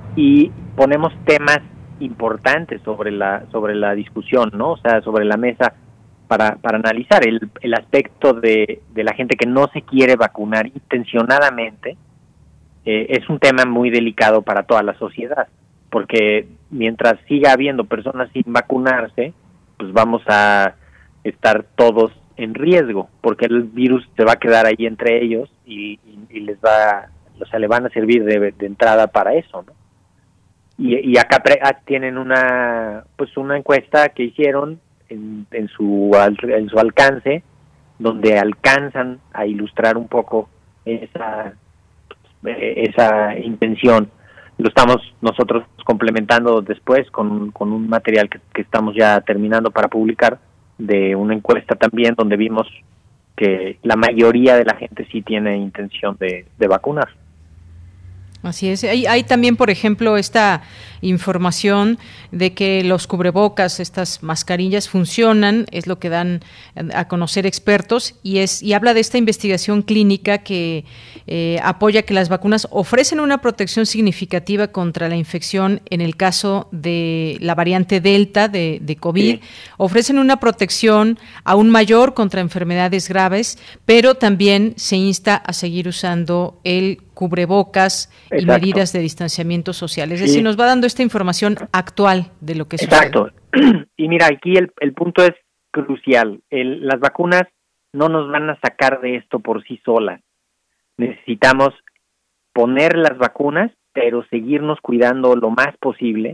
y ponemos temas importantes sobre la sobre la discusión, ¿no? O sea, sobre la mesa para para analizar el, el aspecto de, de la gente que no se quiere vacunar intencionadamente. Eh, es un tema muy delicado para toda la sociedad, porque mientras siga habiendo personas sin vacunarse, pues vamos a estar todos en riesgo, porque el virus se va a quedar ahí entre ellos y, y, y les va, o sea, le van a servir de, de entrada para eso, ¿no? Y, y acá pre, tienen una, pues una encuesta que hicieron en, en su en su alcance, donde alcanzan a ilustrar un poco esa esa intención. Lo estamos nosotros complementando después con, con un material que, que estamos ya terminando para publicar, de una encuesta también donde vimos que la mayoría de la gente sí tiene intención de, de vacunar. Así es. Hay, hay también, por ejemplo, esta información de que los cubrebocas, estas mascarillas funcionan, es lo que dan a conocer expertos, y es y habla de esta investigación clínica que eh, apoya que las vacunas ofrecen una protección significativa contra la infección en el caso de la variante Delta de, de COVID. Sí. Ofrecen una protección aún mayor contra enfermedades graves, pero también se insta a seguir usando el cubrebocas Exacto. y medidas de distanciamiento social. Es sí. decir, nos va dando esta información actual de lo que Exacto. sucede. Exacto. Y mira, aquí el, el punto es crucial. El, las vacunas no nos van a sacar de esto por sí solas. Necesitamos poner las vacunas, pero seguirnos cuidando lo más posible,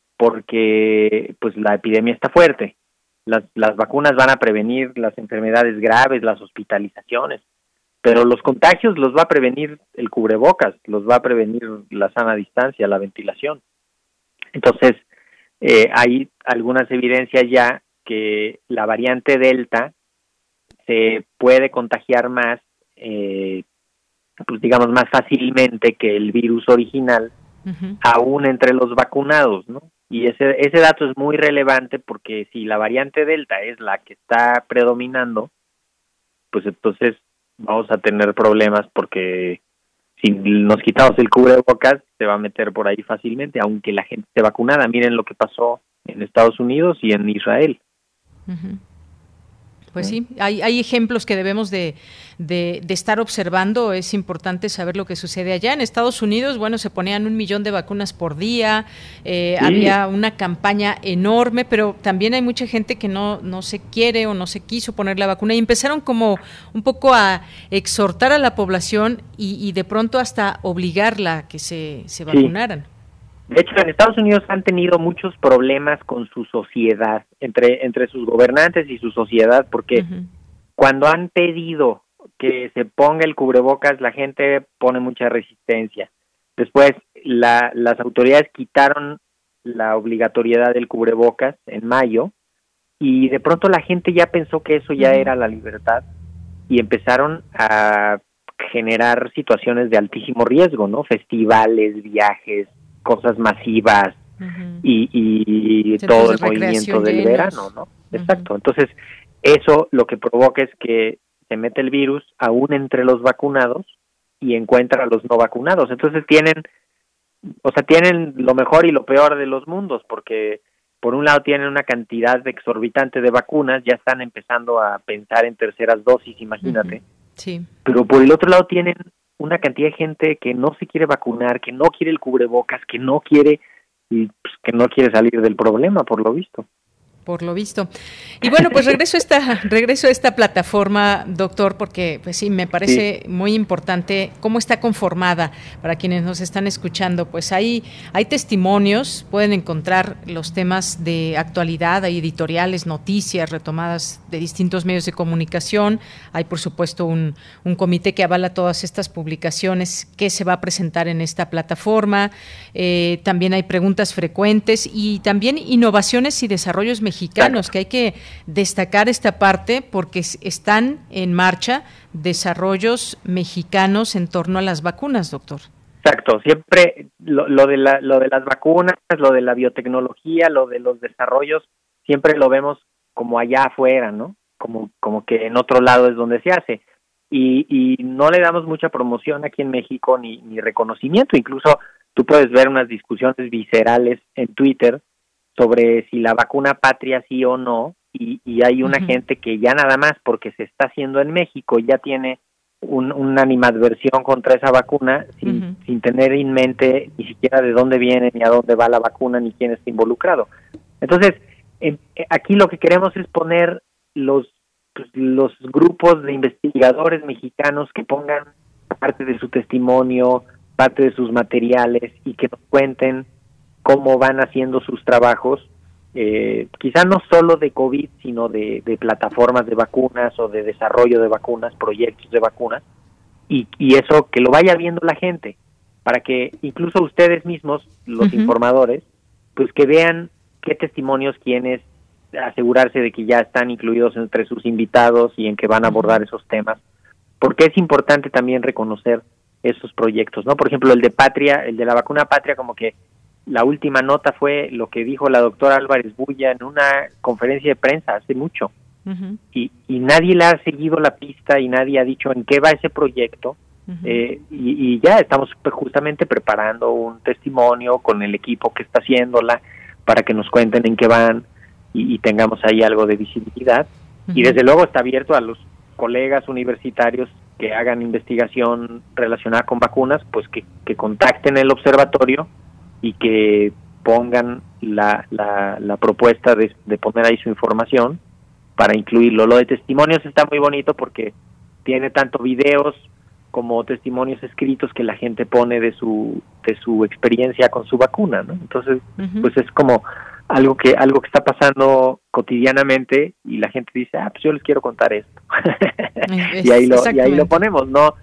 porque pues la epidemia está fuerte. Las, las vacunas van a prevenir las enfermedades graves, las hospitalizaciones, pero los contagios los va a prevenir el cubrebocas, los va a prevenir la sana distancia, la ventilación. Entonces, eh, hay algunas evidencias ya que la variante Delta se puede contagiar más, eh, pues digamos, más fácilmente que el virus original, uh-huh. aún entre los vacunados, ¿no? Y ese, ese dato es muy relevante, porque si la variante Delta es la que está predominando, pues entonces vamos a tener problemas, porque si nos quitamos el cubrebocas se va a meter por ahí fácilmente, aunque la gente esté vacunada. Miren lo que pasó en Estados Unidos y en Israel. Uh-huh. Pues sí, hay, hay ejemplos que debemos de, de, de estar observando. Es importante saber lo que sucede allá. En Estados Unidos, bueno, se ponían un millón de vacunas por día, eh, sí. había una campaña enorme, pero también hay mucha gente que no, no se quiere o no se quiso poner la vacuna, y empezaron como un poco a exhortar a la población y, y de pronto hasta obligarla a que se, se vacunaran. Sí. De hecho, en Estados Unidos han tenido muchos problemas con su sociedad, entre entre sus gobernantes y su sociedad, porque uh-huh. cuando han pedido que se ponga el cubrebocas, la gente pone mucha resistencia. Después, la, las autoridades quitaron la obligatoriedad del cubrebocas en mayo, y de pronto la gente ya pensó que eso ya uh-huh. era la libertad, y empezaron a, generar situaciones de altísimo riesgo, ¿no? Festivales, viajes, cosas masivas, uh-huh. y, y todo el movimiento del llenos. verano, ¿no? Uh-huh. Exacto. Entonces, eso lo que provoca es que se mete el virus aún entre los vacunados y encuentra a los no vacunados. Entonces tienen, o sea, tienen lo mejor y lo peor de los mundos, porque por un lado tienen una cantidad exorbitante de vacunas, ya están empezando a pensar en terceras dosis, imagínate. Uh-huh. Sí. Pero por el otro lado tienen una cantidad de gente que no se quiere vacunar, que no quiere el cubrebocas, que no quiere, y pues, que no quiere salir del problema, por lo visto. Por lo visto. Y bueno, pues regreso a esta, regreso a esta plataforma, doctor, porque pues sí, me parece sí. muy importante cómo está conformada para quienes nos están escuchando. Pues hay, hay testimonios, pueden encontrar los temas de actualidad, hay editoriales, noticias retomadas de distintos medios de comunicación. Hay, por supuesto, un, un comité que avala todas estas publicaciones que se va a presentar en esta plataforma. Eh, también hay preguntas frecuentes y también innovaciones y desarrollos mexicanos. mexicanos, que hay que destacar esta parte porque están en marcha desarrollos mexicanos en torno a las vacunas, doctor. Exacto, siempre lo, lo de la, lo de las vacunas, lo de la biotecnología, lo de los desarrollos, siempre lo vemos como allá afuera, ¿no? Como, como que en otro lado es donde se hace. Y, y no le damos mucha promoción aquí en México ni, ni reconocimiento. Incluso tú puedes ver unas discusiones viscerales en Twitter sobre si la vacuna patria sí o no, y, y hay una uh-huh. gente que ya nada más porque se está haciendo en México ya tiene un, una animadversión contra esa vacuna sin, uh-huh. sin tener en mente ni siquiera de dónde viene, ni a dónde va la vacuna, ni quién está involucrado. Entonces, en, aquí lo que queremos es poner los, pues, los grupos de investigadores mexicanos que pongan parte de su testimonio, parte de sus materiales y que nos cuenten cómo van haciendo sus trabajos, eh, quizá no solo de COVID, sino de, de plataformas de vacunas o de desarrollo de vacunas, proyectos de vacunas, y, y eso que lo vaya viendo la gente, para que incluso ustedes mismos, los uh-huh. informadores, pues que vean qué testimonios quienes, asegurarse de que ya están incluidos entre sus invitados y en que van a abordar uh-huh. esos temas, porque es importante también reconocer esos proyectos, ¿no? Por ejemplo, el de Patria, el de la vacuna Patria, como que la última nota fue lo que dijo la doctora Álvarez Bulla en una conferencia de prensa hace mucho. Uh-huh. Y, y nadie le ha seguido la pista y nadie ha dicho en qué va ese proyecto. Uh-huh. Eh, y, y ya estamos justamente preparando un testimonio con el equipo que está haciéndola para que nos cuenten en qué van y, y tengamos ahí algo de visibilidad. Uh-huh. Y desde luego está abierto a los colegas universitarios que hagan investigación relacionada con vacunas, pues que, que contacten el observatorio y que pongan la, la, la propuesta de, de poner ahí su información para incluirlo. Lo de testimonios está muy bonito porque tiene tanto videos como testimonios escritos que la gente pone de su de su experiencia con su vacuna, ¿no? Entonces, uh-huh. pues es como algo que algo que está pasando cotidianamente y la gente dice, ah, pues yo les quiero contar esto. y ahí lo y ahí lo ponemos. No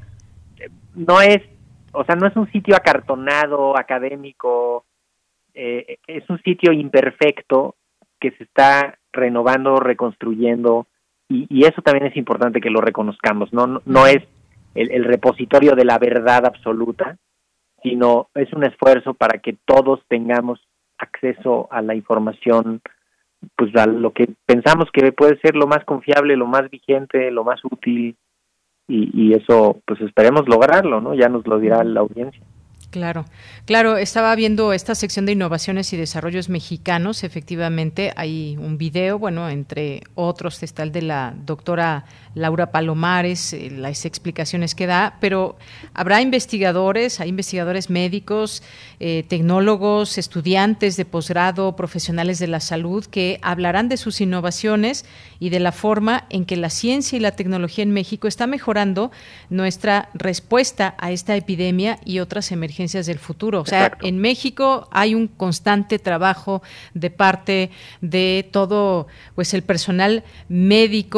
no es O sea, no es un sitio acartonado, académico, eh, es un sitio imperfecto que se está renovando, reconstruyendo, y, y eso también es importante que lo reconozcamos. No, no, no es el, el repositorio de la verdad absoluta, sino es un esfuerzo para que todos tengamos acceso a la información, pues a lo que pensamos que puede ser lo más confiable, lo más vigente, lo más útil. Y, y eso, pues esperemos lograrlo, ¿no? Ya nos lo dirá la audiencia. Claro, claro, estaba viendo esta sección de innovaciones y desarrollos mexicanos, efectivamente hay un video, bueno, entre otros está el de la doctora Laura Palomares, eh, las explicaciones que da, pero habrá investigadores, hay investigadores médicos, eh, tecnólogos, estudiantes de posgrado, profesionales de la salud que hablarán de sus innovaciones y de la forma en que la ciencia y la tecnología en México está mejorando nuestra respuesta a esta epidemia y otras emergencias del futuro. O sea, exacto. En México hay un constante trabajo de parte de todo, pues, el personal médico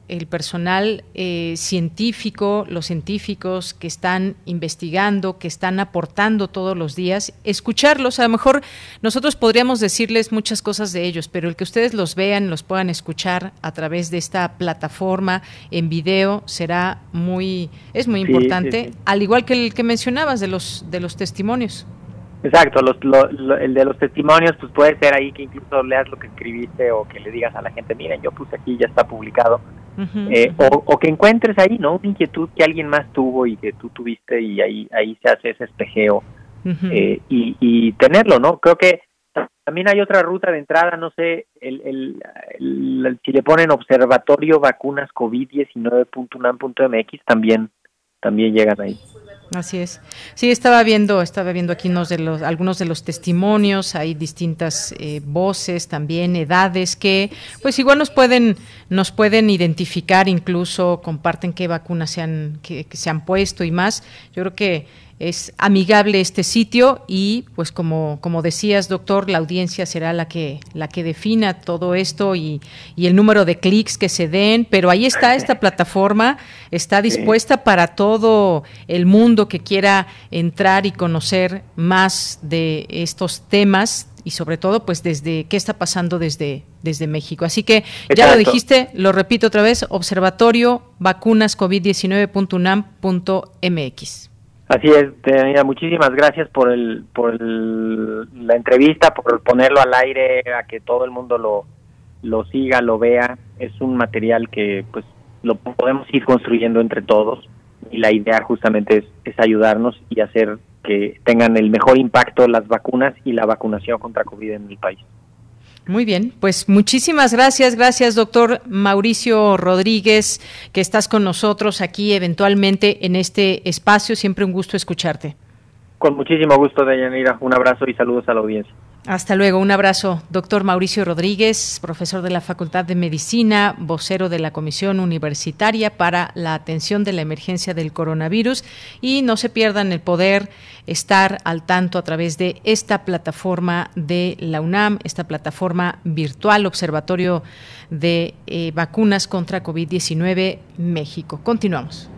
el personal eh, científico, los científicos que están investigando, que están aportando todos los días, escucharlos. A lo mejor nosotros podríamos decirles muchas cosas de ellos, pero el que ustedes los vean, los puedan escuchar a través de esta plataforma en video será muy, es muy importante, sí, sí, sí. Al igual que el que mencionabas de los de los testimonios. Exacto, los, lo, lo, el de los testimonios, pues puede ser ahí que incluso leas lo que escribiste o que le digas a la gente, miren, yo puse aquí, ya está publicado, uh-huh, eh, uh-huh. O, o que encuentres ahí, ¿no? Una inquietud que alguien más tuvo y que tú tuviste y ahí ahí se hace ese espejeo, uh-huh. eh, y, y tenerlo, ¿no? Creo que también hay otra ruta de entrada, no sé, el, el, el, el si le ponen observatorio vacunas covid diecinueve punto unam punto m x también también llegan ahí. Así es. Sí, estaba viendo, estaba viendo aquí unos de los, algunos de los testimonios, hay distintas eh, voces, también edades que, pues igual nos pueden, nos pueden identificar, incluso comparten qué vacunas se han, que, que se han puesto y más. Yo creo que es amigable este sitio y, pues como como decías, doctor, la audiencia será la que la que defina todo esto y, y el número de clics que se den, pero ahí está esta plataforma, está dispuesta para todo el mundo que quiera entrar y conocer más de estos temas y sobre todo, pues desde qué está pasando desde desde México. Así que ya Exacto. Lo dijiste, lo repito otra vez, observatorio vacunas covid diecinueve punto unam punto m x. Así es, Deyanira, muchísimas gracias por el por el, la entrevista, por ponerlo al aire, a que todo el mundo lo lo siga, lo vea. Es un material que pues lo podemos ir construyendo entre todos y la idea justamente es, es ayudarnos y hacer que tengan el mejor impacto las vacunas y la vacunación contra COVID en el país. Muy bien, pues muchísimas gracias, gracias doctor Mauricio Rodríguez, que estás con nosotros aquí eventualmente en este espacio, siempre un gusto escucharte. Con muchísimo gusto, Deyanira, un abrazo y saludos a la audiencia. Hasta luego, un abrazo. Doctor Mauricio Rodríguez, profesor de la Facultad de Medicina, vocero de la Comisión Universitaria para la Atención de la Emergencia del Coronavirus. Y no se pierdan el poder estar al tanto a través de esta plataforma de la UNAM, esta plataforma virtual, Observatorio de eh, Vacunas contra COVID diecinueve México. Continuamos.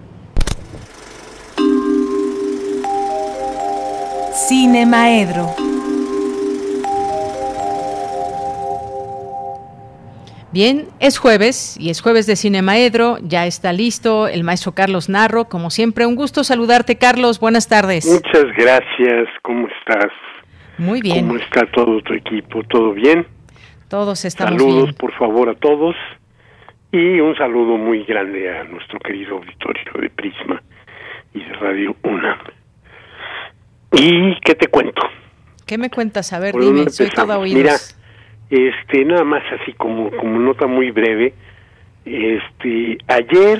Cinemaedro. Bien, es jueves y es jueves de Cinemaedro, ya está listo el maestro Carlos Narro, como siempre, un gusto saludarte, Carlos, buenas tardes. Muchas gracias, ¿cómo estás? Muy bien. ¿Cómo está todo tu equipo? ¿Todo bien? Todos estamos Saludos, bien. Saludos, por favor, a todos y un saludo muy grande a nuestro querido auditorio de Prisma y de Radio UNAM. ¿Y qué te cuento? ¿Qué me cuentas? A ver, dime, soy toda oídos. Mira, Este, nada más así como, como nota muy breve, este, ayer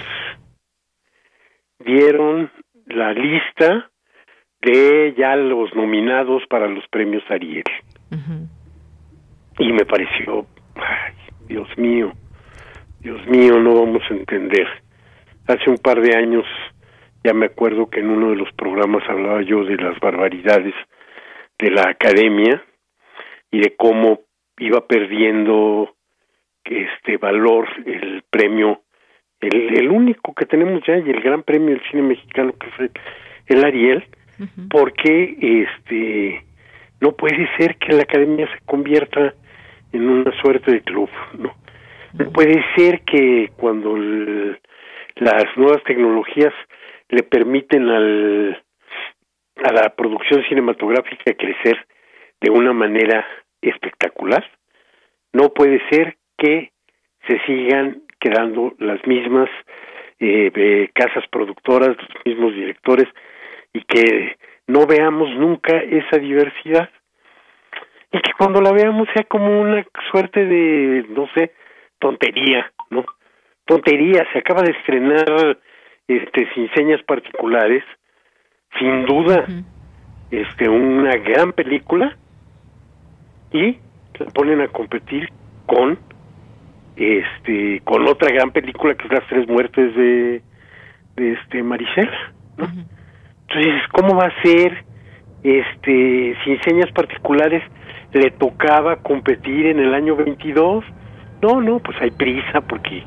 dieron la lista de ya los nominados para los premios Ariel. Uh-huh. Y me pareció, ay, Dios mío, Dios mío, no vamos a entender. Hace un par de años, ya me acuerdo que en uno de los programas hablaba yo de las barbaridades de la academia y de cómo iba perdiendo este valor el premio, el, el único que tenemos ya y el gran premio del cine mexicano, que fue el Ariel, uh-huh. Porque este no puede ser que la academia se convierta en una suerte de club, no, uh-huh. No puede ser que cuando el, las nuevas tecnologías le permiten al a la producción cinematográfica crecer de una manera espectacular, no puede ser que se sigan quedando las mismas eh, eh, casas productoras, los mismos directores y que no veamos nunca esa diversidad y que cuando la veamos sea como una suerte de, no sé, tontería, ¿no? Tontería, se acaba de estrenar este Sin Señas Particulares, sin duda, uh-huh. este una gran película, y la ponen a competir con este con otra gran película que es Las Tres Muertes de de este Marisela, ¿no? Uh-huh. Entonces, ¿cómo va a ser? Este Sin Señas Particulares le tocaba competir en el año veintidós. No, no, pues hay prisa porque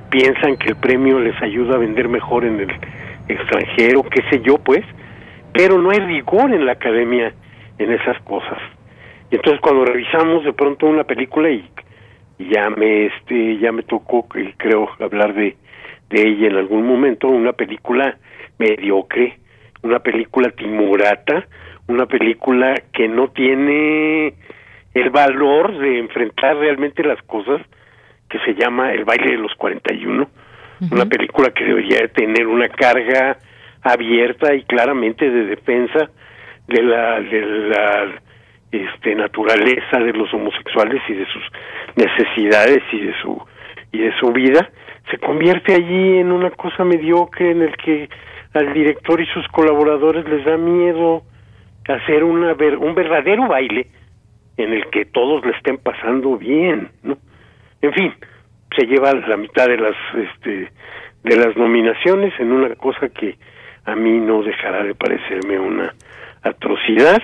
piensan que el premio les ayuda a vender mejor en el extranjero, qué sé yo, pues, pero no hay rigor en la academia en esas cosas. Y entonces cuando revisamos de pronto una película y, y ya me este ya me tocó, creo, hablar de, de ella en algún momento, una película mediocre, una película timorata, una película que no tiene el valor de enfrentar realmente las cosas, que se llama El baile de los cuarenta y uno, uh-huh. Una película que debería tener una carga abierta y claramente de defensa de la de la este naturaleza de los homosexuales y de sus necesidades y de su y de su vida. Se convierte allí en una cosa mediocre en el que al director y sus colaboradores les da miedo hacer una ver, un verdadero baile en el que todos le estén pasando bien, ¿no? En fin, se lleva la mitad de las este de las nominaciones en una cosa que a mí no dejará de parecerme una atrocidad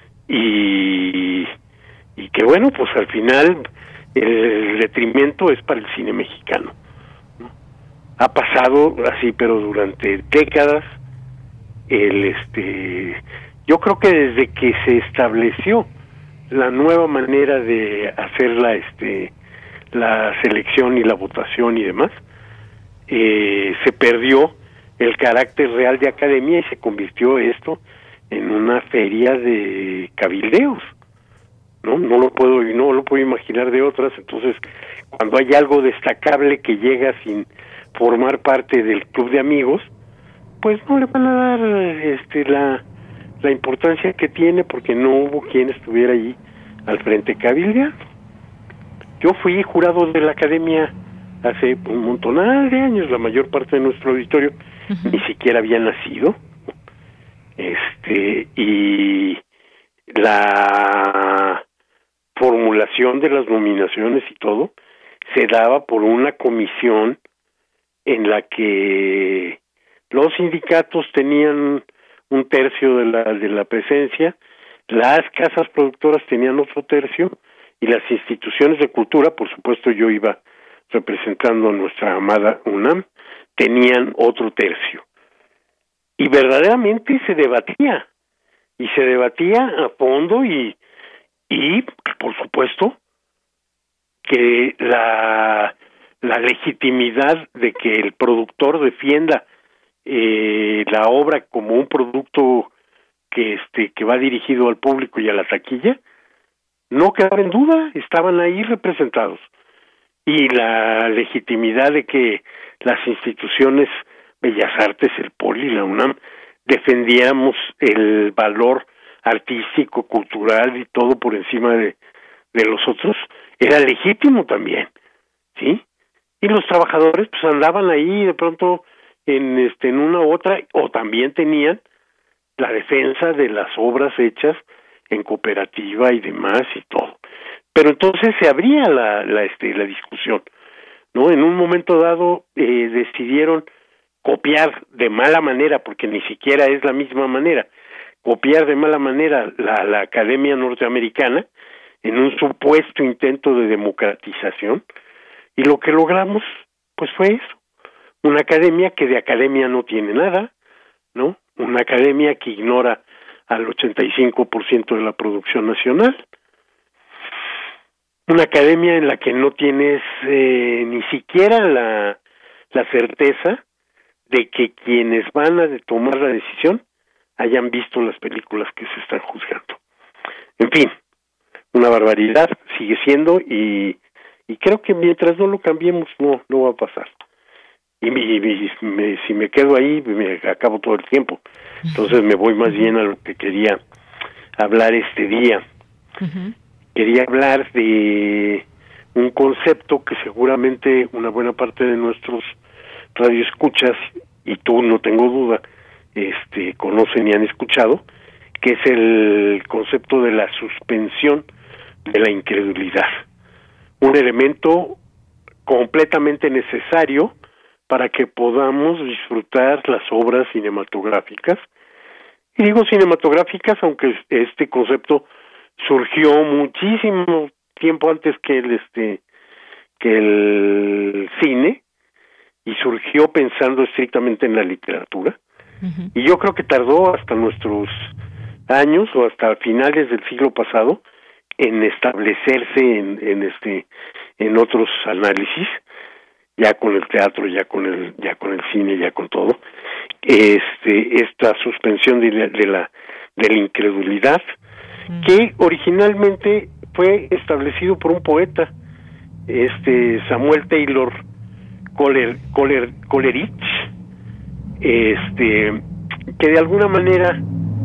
y y que bueno, pues al final el detrimento es para el cine mexicano, ¿no? Ha pasado así, pero durante décadas el este yo creo que desde que se estableció la nueva manera de hacer la este la selección y la votación y demás, eh, se perdió el carácter real de academia y se convirtió esto en una feria de cabildeos, no no lo puedo no lo puedo imaginar de otras. Entonces, cuando hay algo destacable que llega sin formar parte del club de amigos, pues no le van a dar este la la importancia que tiene, porque no hubo quien estuviera allí al frente cabildeando. Yo fui jurado de la academia hace un montonal de años, la mayor parte de nuestro auditorio uh-huh. ni siquiera había nacido, este y la formulación de las nominaciones y todo se daba por una comisión en la que los sindicatos tenían un tercio de la de la presencia, las casas productoras tenían otro tercio y las instituciones de cultura, por supuesto yo iba representando a nuestra amada UNAM, tenían otro tercio. Y verdaderamente se debatía, y se debatía a fondo y, y por supuesto, que la, la legitimidad de que el productor defienda eh, la obra como un producto que este que va dirigido al público y a la taquilla, no quedaba en duda, estaban ahí representados. Y la legitimidad de que las instituciones Bellas Artes, el Poli, la UNAM, defendiéramos el valor artístico, cultural y todo por encima de, de los otros, era legítimo también, ¿sí? Y los trabajadores pues andaban ahí de pronto en este en una u otra, o también tenían la defensa de las obras hechas en cooperativa y demás y todo. Pero entonces se abría la la este la discusión, ¿no? En un momento dado eh, decidieron copiar de mala manera, porque ni siquiera es la misma manera, copiar de mala manera la, la Academia Norteamericana en un supuesto intento de democratización, y lo que logramos pues fue eso, una academia que de academia no tiene nada, ¿no? Una academia que ignora al ochenta y cinco por ciento de la producción nacional, una academia en la que no tienes eh, ni siquiera la, la certeza de que quienes van a tomar la decisión hayan visto las películas que se están juzgando. En fin, una barbaridad sigue siendo, y, y creo que mientras no lo cambiemos no no va a pasar. Y, y, y me, si me quedo ahí me acabo todo el tiempo. Entonces me voy más bien a lo que quería hablar este día. Uh-huh. Quería hablar de un concepto que seguramente una buena parte de nuestros radioescuchas, y tú no tengo duda, este conocen y han escuchado, que es el concepto de la suspensión de la incredulidad. Un elemento completamente necesario para que podamos disfrutar las obras cinematográficas. Y digo cinematográficas, aunque este concepto surgió muchísimo tiempo antes que el este que el cine, y surgió pensando estrictamente en la literatura. Uh-huh. Y yo creo que tardó hasta nuestros años o hasta finales del siglo pasado en establecerse en, en este en otros análisis, ya con el teatro, ya con el ya con el cine, ya con todo, este esta suspensión de la de la, de la incredulidad, uh-huh. que originalmente fue establecido por un poeta, este Samuel Taylor Coler, Coler, Coleridge, este que de alguna manera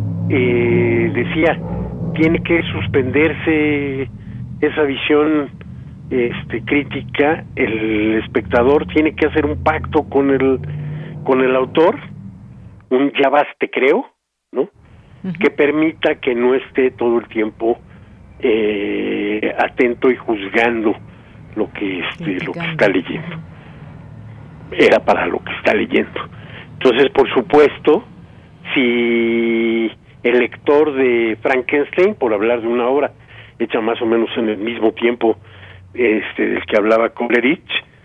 eh, decía, tiene que suspenderse esa visión este crítica, el espectador tiene que hacer un pacto con el con el autor, un ya baste creo, ¿no? Uh-huh. Que permita que no esté todo el tiempo eh, atento y juzgando lo que este lo que está leyendo. Era para lo que está leyendo. Entonces, por supuesto, si el lector de Frankenstein, por hablar de una obra hecha más o menos en el mismo tiempo este del que hablaba Coleridge,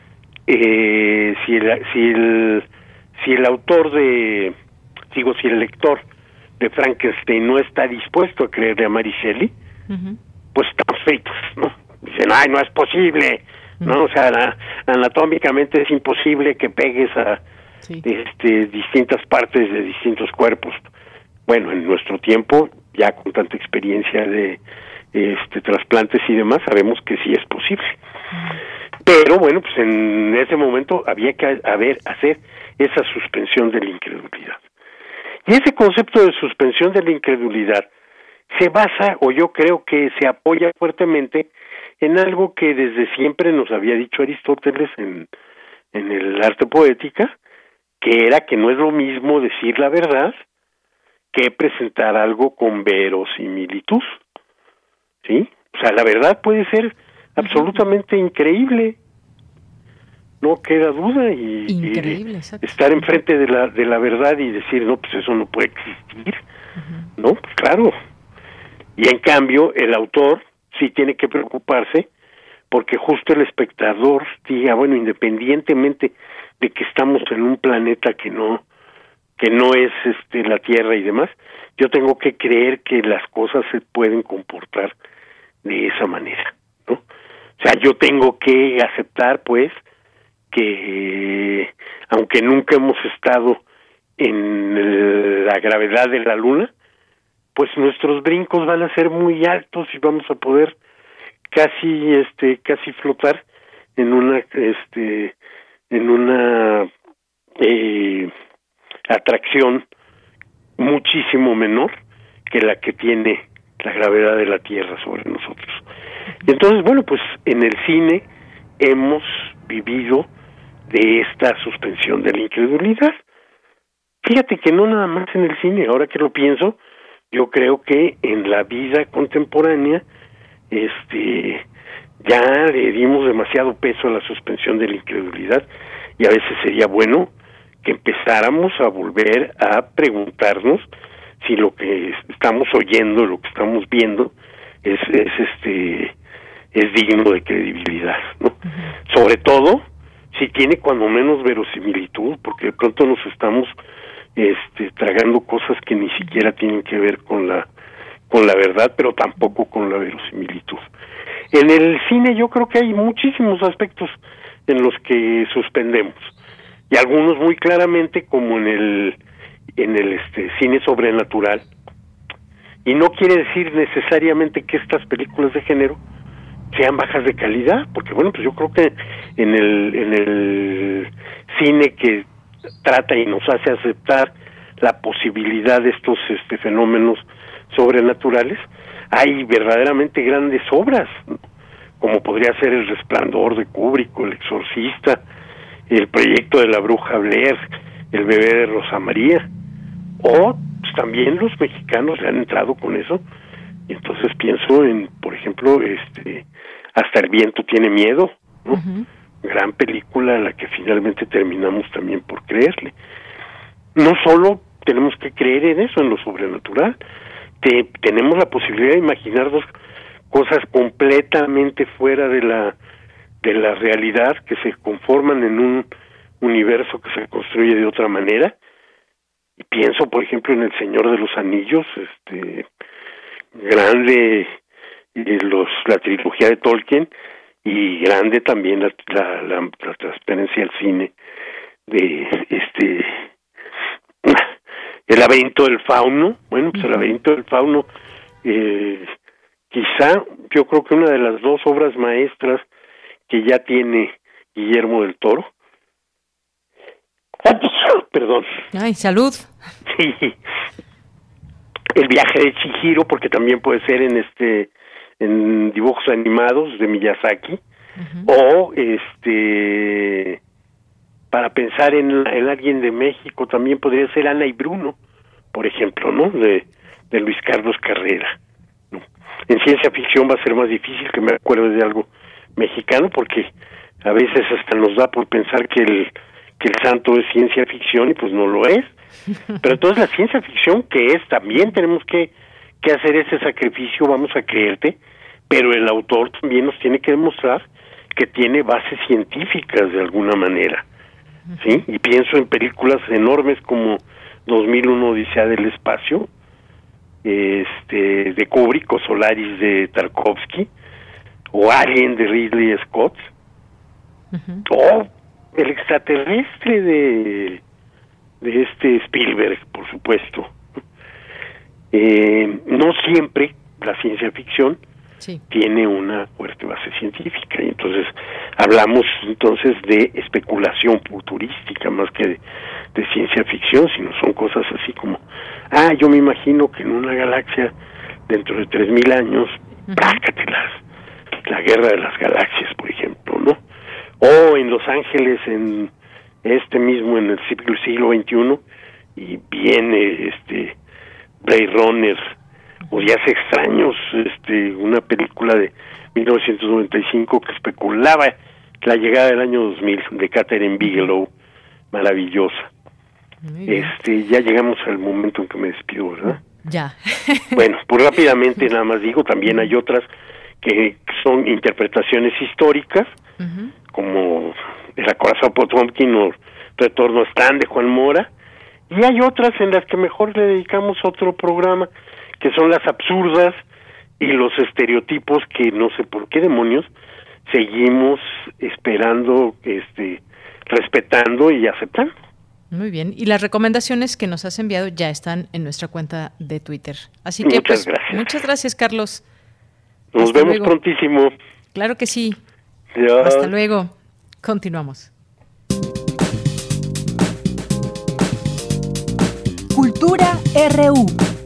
eh, si el si el si el autor de digo si el lector de Frankenstein no está dispuesto a creerle a Mary Shelley, uh-huh. pues estamos fritos, ¿no? Dicen, ay, no es posible, uh-huh. ¿no? O sea, la, anatómicamente es imposible que pegues a sí. este distintas partes de distintos cuerpos. Bueno, en nuestro tiempo, ya con tanta experiencia de este trasplantes y demás, sabemos que sí es posible. Uh-huh. Pero bueno, pues en ese momento había que haber hacer esa suspensión de la incredulidad. Y ese concepto de suspensión de la incredulidad se basa, o yo creo que se apoya fuertemente en algo que desde siempre nos había dicho Aristóteles en, en el Arte Poética, que era que no es lo mismo decir la verdad que presentar algo con verosimilitud, ¿sí? O sea, la verdad puede ser absolutamente uh-huh. increíble, no queda duda, y, y estar enfrente de la de la verdad y decir, no, pues eso no puede existir, uh-huh. ¿no? Pues claro. Y en cambio, el autor sí tiene que preocuparse porque justo el espectador diga, bueno, independientemente de que estamos en un planeta que no que no es este la Tierra y demás, yo tengo que creer que las cosas se pueden comportar de esa manera, ¿no? O sea, yo tengo que aceptar, pues, que eh, aunque nunca hemos estado en el, la gravedad de la Luna, pues nuestros brincos van a ser muy altos y vamos a poder casi este casi flotar en una este en una eh, atracción muchísimo menor que la que tiene la gravedad de la Tierra sobre nosotros. Y entonces, bueno, pues en el cine hemos vivido de esta suspensión de la incredulidad. Fíjate que no nada más en el cine, ahora que lo pienso, yo creo que en la vida contemporánea este ya le dimos demasiado peso a la suspensión de la incredulidad, y a veces sería bueno que empezáramos a volver a preguntarnos si lo que estamos oyendo, lo que estamos viendo es, es este es digno de credibilidad, ¿no? Uh-huh. Sobre todo si tiene cuando menos verosimilitud, porque de pronto nos estamos este tragando cosas que ni siquiera tienen que ver con la con la verdad, pero tampoco con la verosimilitud. En el cine yo creo que hay muchísimos aspectos en los que suspendemos, y algunos muy claramente, como en el en el este cine sobrenatural, y no quiere decir necesariamente que estas películas de género sean bajas de calidad, porque bueno, pues yo creo que en el en el cine que trata y nos hace aceptar la posibilidad de estos este fenómenos sobrenaturales, hay verdaderamente grandes obras, ¿no? Como podría ser El Resplandor de Kubrick, El Exorcista, El Proyecto de la Bruja Blair, El Bebé de Rosa María, o pues, también los mexicanos le han entrado con eso, y entonces pienso en, por ejemplo, este Hasta el viento tiene miedo, ¿no? Uh-huh. Gran película a la que finalmente terminamos también por creerle. No solo tenemos que creer en eso, en lo sobrenatural, te, tenemos la posibilidad de imaginarnos cosas completamente fuera de la de la realidad, que se conforman en un universo que se construye de otra manera. Y pienso, por ejemplo, en El Señor de los Anillos, este grande eh, los la trilogía de Tolkien, y grande también la, la, la, la transparencia al cine de este El laberinto del fauno. Bueno, pues El laberinto del fauno, eh, quizá yo creo que una de las dos obras maestras que ya tiene Guillermo del Toro. Perdón. Ay, salud. Sí. El viaje de Chihiro, porque también puede ser en este en dibujos animados de Miyazaki, uh-huh. o este para pensar en, en alguien de México también podría ser Ana y Bruno, por ejemplo, ¿no? De, de Luis Carlos Carrera, ¿no? En ciencia ficción va a ser más difícil que me acuerde de algo mexicano, porque a veces hasta nos da por pensar que el que el santo es ciencia ficción y pues no lo es. Pero entonces la ciencia ficción, que es, también tenemos que, que hacer ese sacrificio, vamos a creerte, pero el autor también nos tiene que demostrar que tiene bases científicas de alguna manera, ¿sí? Y pienso en películas enormes como dos mil uno Odisea del Espacio, este de Kubrick, o Solaris de Tarkovsky, o Alien de Ridley Scott, uh-huh. o El extraterrestre de de este Spielberg, por supuesto. Eh, no siempre la ciencia ficción sí. tiene una fuerte base científica, y entonces hablamos entonces de especulación futurística más que de, de ciencia ficción, sino son cosas así como, ah, yo me imagino que en una galaxia dentro de tres mil años, uh-huh. prácatelas, la guerra de las galaxias, por ejemplo, ¿no? O en Los Ángeles, en este mismo, en el siglo, siglo veintiuno, y viene este Blade Runner, o Días Extraños, este una película de mil novecientos noventa y cinco que especulaba la llegada del año dos mil, de Catherine Bigelow, maravillosa. Este, ya llegamos al momento en que me despido, ¿verdad? Ya. Bueno, pues rápidamente nada más digo, también hay otras que son interpretaciones históricas, uh-huh. como El acorazado Potemkin o Retorno a Stan de Juan Mora, y hay otras en las que mejor le dedicamos otro programa, que son las absurdas y los estereotipos que no sé por qué demonios seguimos esperando, este, respetando y aceptando. Muy bien, y las recomendaciones que nos has enviado ya están en nuestra cuenta de Twitter. Así que muchas pues, gracias. Muchas gracias, Carlos. Nos Hasta vemos luego. prontísimo. Claro que sí. Ya. Hasta luego. Continuamos. Cultura R U.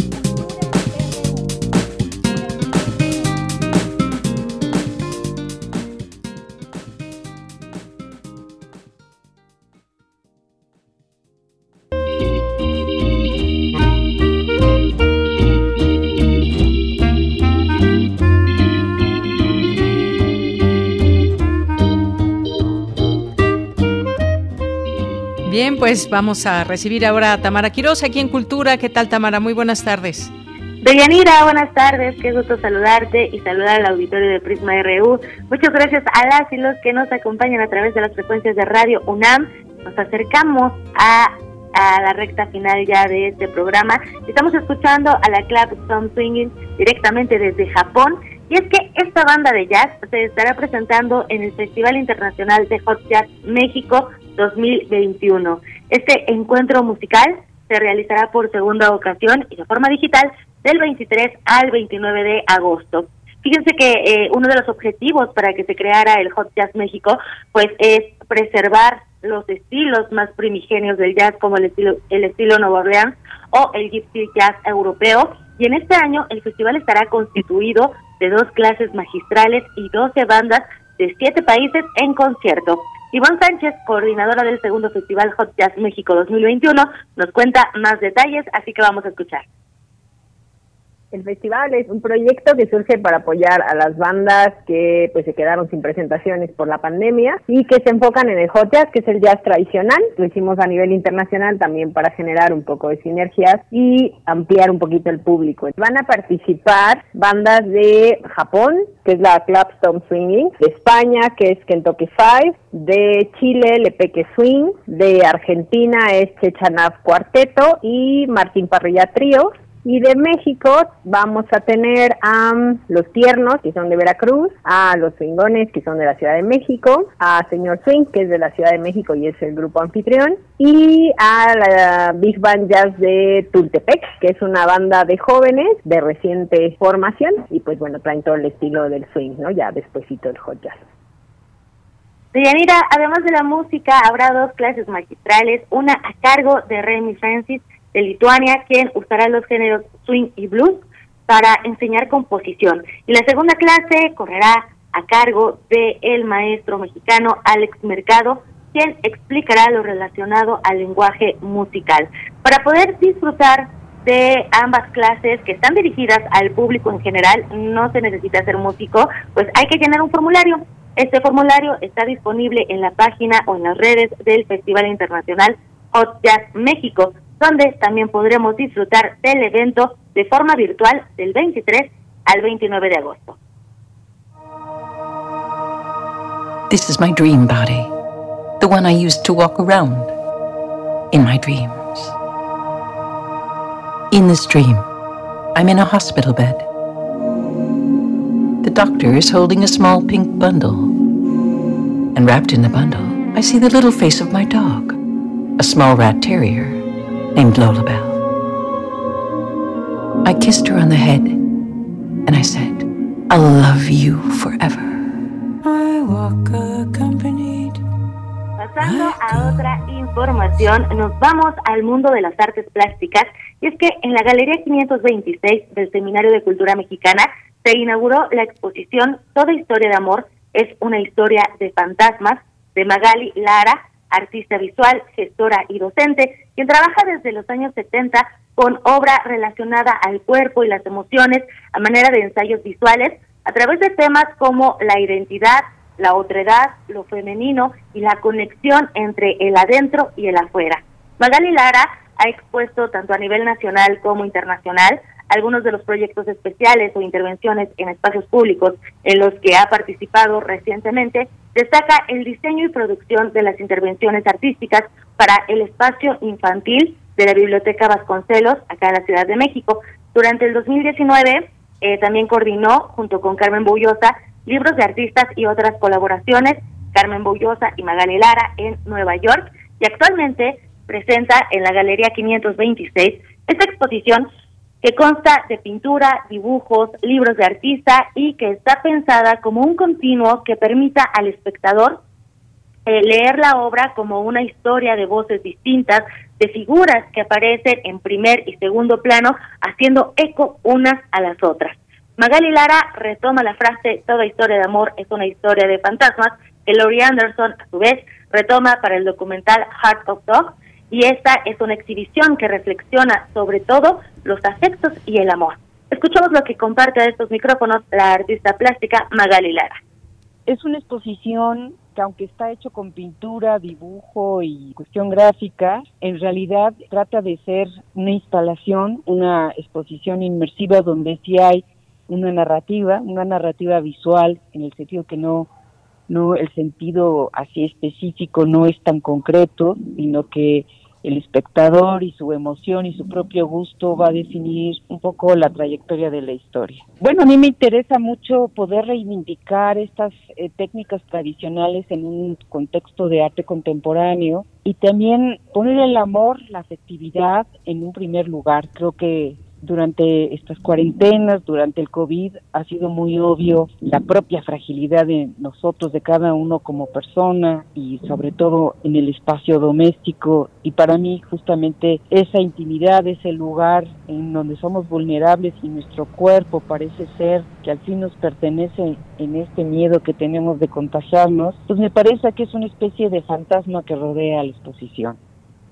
Bien, pues vamos a recibir ahora a Tamara Quirós aquí en Cultura. ¿Qué tal, Tamara? Muy buenas tardes. Deyanira, buenas tardes, qué gusto saludarte y saludar al auditorio de Prisma R U. Muchas gracias a las y los que nos acompañan a través de las frecuencias de Radio UNAM. Nos acercamos a, a la recta final ya de este programa. Estamos escuchando a la Club Storm Swinging directamente desde Japón. Y es que esta banda de jazz se estará presentando en el Festival Internacional de Hot Jazz México dos mil veintiuno. Este encuentro musical se realizará por segunda ocasión y de forma digital del veintitrés al veintinueve de agosto. Fíjense que eh, uno de los objetivos para que se creara el Hot Jazz México pues es preservar los estilos más primigenios del jazz, como el estilo el estilo Nueva Orleans o el Gypsy Jazz europeo. Y en este año el festival estará constituido de dos clases magistrales y doce bandas de siete países en concierto. Ivonne Sánchez, coordinadora del segundo Festival Hot Jazz México dos mil veintiuno, nos cuenta más detalles, así que vamos a escuchar. El festival es un proyecto que surge para apoyar a las bandas que pues se quedaron sin presentaciones por la pandemia y que se enfocan en el hot jazz, que es el jazz tradicional. Lo hicimos a nivel internacional también para generar un poco de sinergias y ampliar un poquito el público. Van a participar bandas de Japón, que es la Clapstone Swinging, de España, que es Kentucky Five, de Chile, Lepeque Swing, de Argentina es Chechanaf Cuarteto y Martín Parrilla Trío. Y de México vamos a tener a um, Los Tiernos, que son de Veracruz, a Los Swingones, que son de la Ciudad de México, a Señor Swing, que es de la Ciudad de México y es el grupo anfitrión, y a la Big Band Jazz de Tultepec, que es una banda de jóvenes de reciente formación, y pues bueno, traen todo el estilo del swing, ¿no? Ya despuesito el hot jazz. Deyanira, además de la música, habrá dos clases magistrales, una a cargo de Remy Francis, de Lituania, quien usará los géneros swing y blues para enseñar composición. Y la segunda clase correrá a cargo de el maestro mexicano Alex Mercado, quien explicará lo relacionado al lenguaje musical. Para poder disfrutar de ambas clases, que están dirigidas al público en general, no se necesita ser músico, pues hay que llenar un formulario. Este formulario está disponible en la página o en las redes del Festival Internacional Hot Jazz México, donde también podremos disfrutar del evento de forma virtual del veintitrés al veintinueve de agosto. This is my dream body, the one I used to walk around in my dreams. In this dream, I'm in a hospital bed. The doctor is holding a small pink bundle, and wrapped in the bundle, I see the little face of my dog, a small rat terrier named Lolabelle. I kissed her on the head, and I said, I'll love you forever. I walk accompanied. Pasando a otra información, nos vamos al mundo de las artes plásticas, y es que en la Galería quinientos veintiséis del Seminario de Cultura Mexicana se inauguró la exposición Toda historia de amor es una historia de fantasmas, de Magali Lara, artista visual, gestora y docente, quien trabaja desde los años setenta con obra relacionada al cuerpo y las emociones a manera de ensayos visuales a través de temas como la identidad, la otredad, lo femenino y la conexión entre el adentro y el afuera. Magali Lara ha expuesto tanto a nivel nacional como internacional algunos de los proyectos especiales o intervenciones en espacios públicos en los que ha participado recientemente. Destaca el diseño y producción de las intervenciones artísticas para el espacio infantil de la Biblioteca Vasconcelos, acá en la Ciudad de México. Durante el dos mil diecinueve eh, también coordinó, junto con Carmen Bullosa, libros de artistas y otras colaboraciones, Carmen Bullosa y Magali Lara en Nueva York, y actualmente presenta en la Galería quinientos veintiséis esta exposición que consta de pintura, dibujos, libros de artista y que está pensada como un continuo que permita al espectador eh, leer la obra como una historia de voces distintas, de figuras que aparecen en primer y segundo plano, haciendo eco unas a las otras. Magali Lara retoma la frase Toda historia de amor es una historia de fantasmas, que Laurie Anderson, a su vez, retoma para el documental Heart of Dog, y esta es una exhibición que reflexiona sobre todo los afectos y el amor. Escuchamos lo que comparte a estos micrófonos la artista plástica Magali Lara. Es una exposición que, aunque está hecho con pintura, dibujo y cuestión gráfica, en realidad trata de ser una instalación, una exposición inmersiva donde sí hay una narrativa, una narrativa visual, en el sentido que no no el sentido así específico no es tan concreto, sino que el espectador y su emoción y su propio gusto va a definir un poco la trayectoria de la historia. Bueno, a mí me interesa mucho poder reivindicar estas eh, técnicas tradicionales en un contexto de arte contemporáneo y también poner el amor, la afectividad en un primer lugar. Creo que durante estas cuarentenas, durante el COVID, ha sido muy obvio la propia fragilidad de nosotros, de cada uno como persona y sobre todo en el espacio doméstico. Y para mí justamente esa intimidad, ese lugar en donde somos vulnerables y nuestro cuerpo parece ser que al fin nos pertenece en este miedo que tenemos de contagiarnos, pues me parece que es una especie de fantasma que rodea la exposición.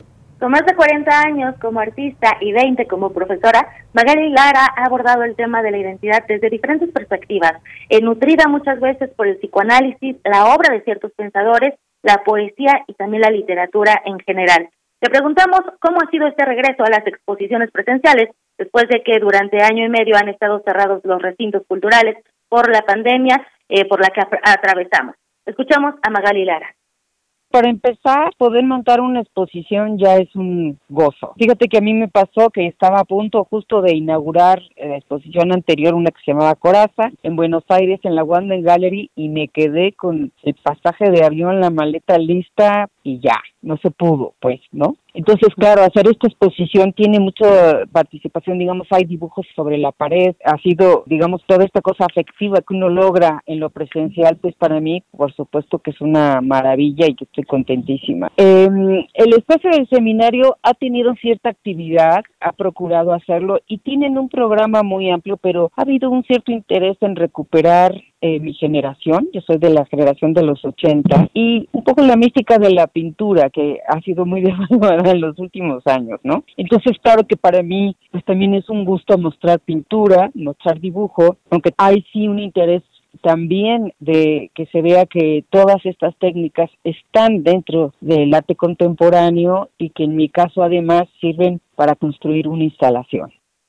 Con más de cuarenta años como artista y veinte como profesora, Magali Lara ha abordado el tema de la identidad desde diferentes perspectivas, eh, nutrida muchas veces por el psicoanálisis, la obra de ciertos pensadores, la poesía y también la literatura en general. Le preguntamos cómo ha sido este regreso a las exposiciones presenciales después de que durante año y medio han estado cerrados los recintos culturales por la pandemia eh, por la que atravesamos. Escuchamos a Magali Lara. Para empezar, poder montar una exposición ya es un gozo. Fíjate que a mí me pasó que estaba a punto justo de inaugurar la exposición anterior, una que se llamaba Coraza, en Buenos Aires, en la Wanda Gallery, y me quedé con el pasaje de avión, la maleta lista, y ya, no se pudo, pues, ¿no? Entonces, claro, hacer esta exposición tiene mucha participación, digamos, hay dibujos sobre la pared, ha sido, digamos, toda esta cosa afectiva que uno logra en lo presencial, pues para mí, por supuesto que es una maravilla y que estoy contentísima. Eh, el espacio del seminario ha tenido cierta actividad, ha procurado hacerlo y tienen un programa muy amplio, pero ha habido un cierto interés en recuperar Eh, mi generación, yo soy de la generación de los ochenta, y un poco la mística de la pintura que ha sido muy devaluada en los últimos años, ¿no? Entonces, claro que para mí, pues también es un gusto mostrar pintura, mostrar dibujo, aunque hay sí un interés también de que se vea que todas estas técnicas están dentro del arte contemporáneo y que en mi caso además sirven para construir una instalación.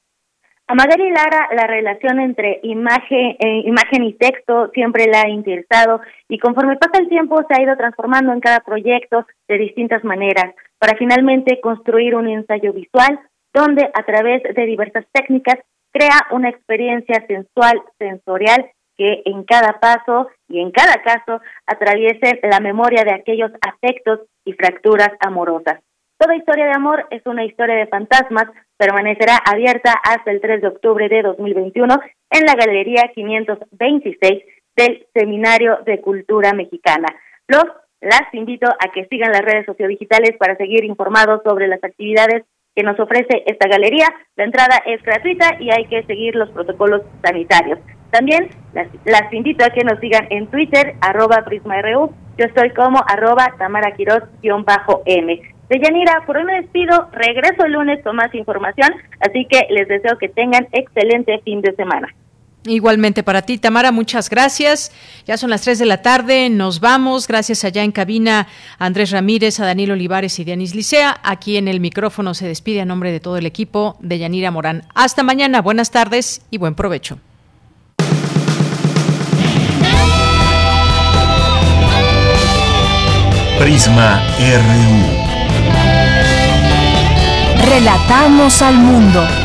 A Magali Lara, la relación entre imagen, eh, imagen y texto siempre la ha interesado y conforme pasa el tiempo se ha ido transformando en cada proyecto de distintas maneras para finalmente construir un ensayo visual donde a través de diversas técnicas crea una experiencia sensual, sensorial que en cada paso y en cada caso atraviese la memoria de aquellos afectos y fracturas amorosas. Toda historia de amor es una historia de fantasmas, permanecerá abierta hasta el tres de octubre de dos mil veintiuno en la Galería quinientos veintiséis del Seminario de Cultura Mexicana. Los las invito a que sigan las redes sociodigitales para seguir informados sobre las actividades que nos ofrece esta galería. La entrada es gratuita y hay que seguir los protocolos sanitarios. También las, las invito a que nos sigan en Twitter, arroba PrismaRU. Yo estoy como arroba Tamara Quiroz-M. De Yanira, por hoy me despido, regreso el lunes con más información, así que les deseo que tengan excelente fin de semana. Igualmente para ti, Tamara, muchas gracias. Ya son las tres de la tarde, nos vamos. Gracias allá en cabina a Andrés Ramírez, a Daniel Olivares y Dianis Licea. Aquí en el micrófono se despide a nombre de todo el equipo de Yanira Morán. Hasta mañana, buenas tardes y buen provecho. Prisma R U. Relatamos al mundo.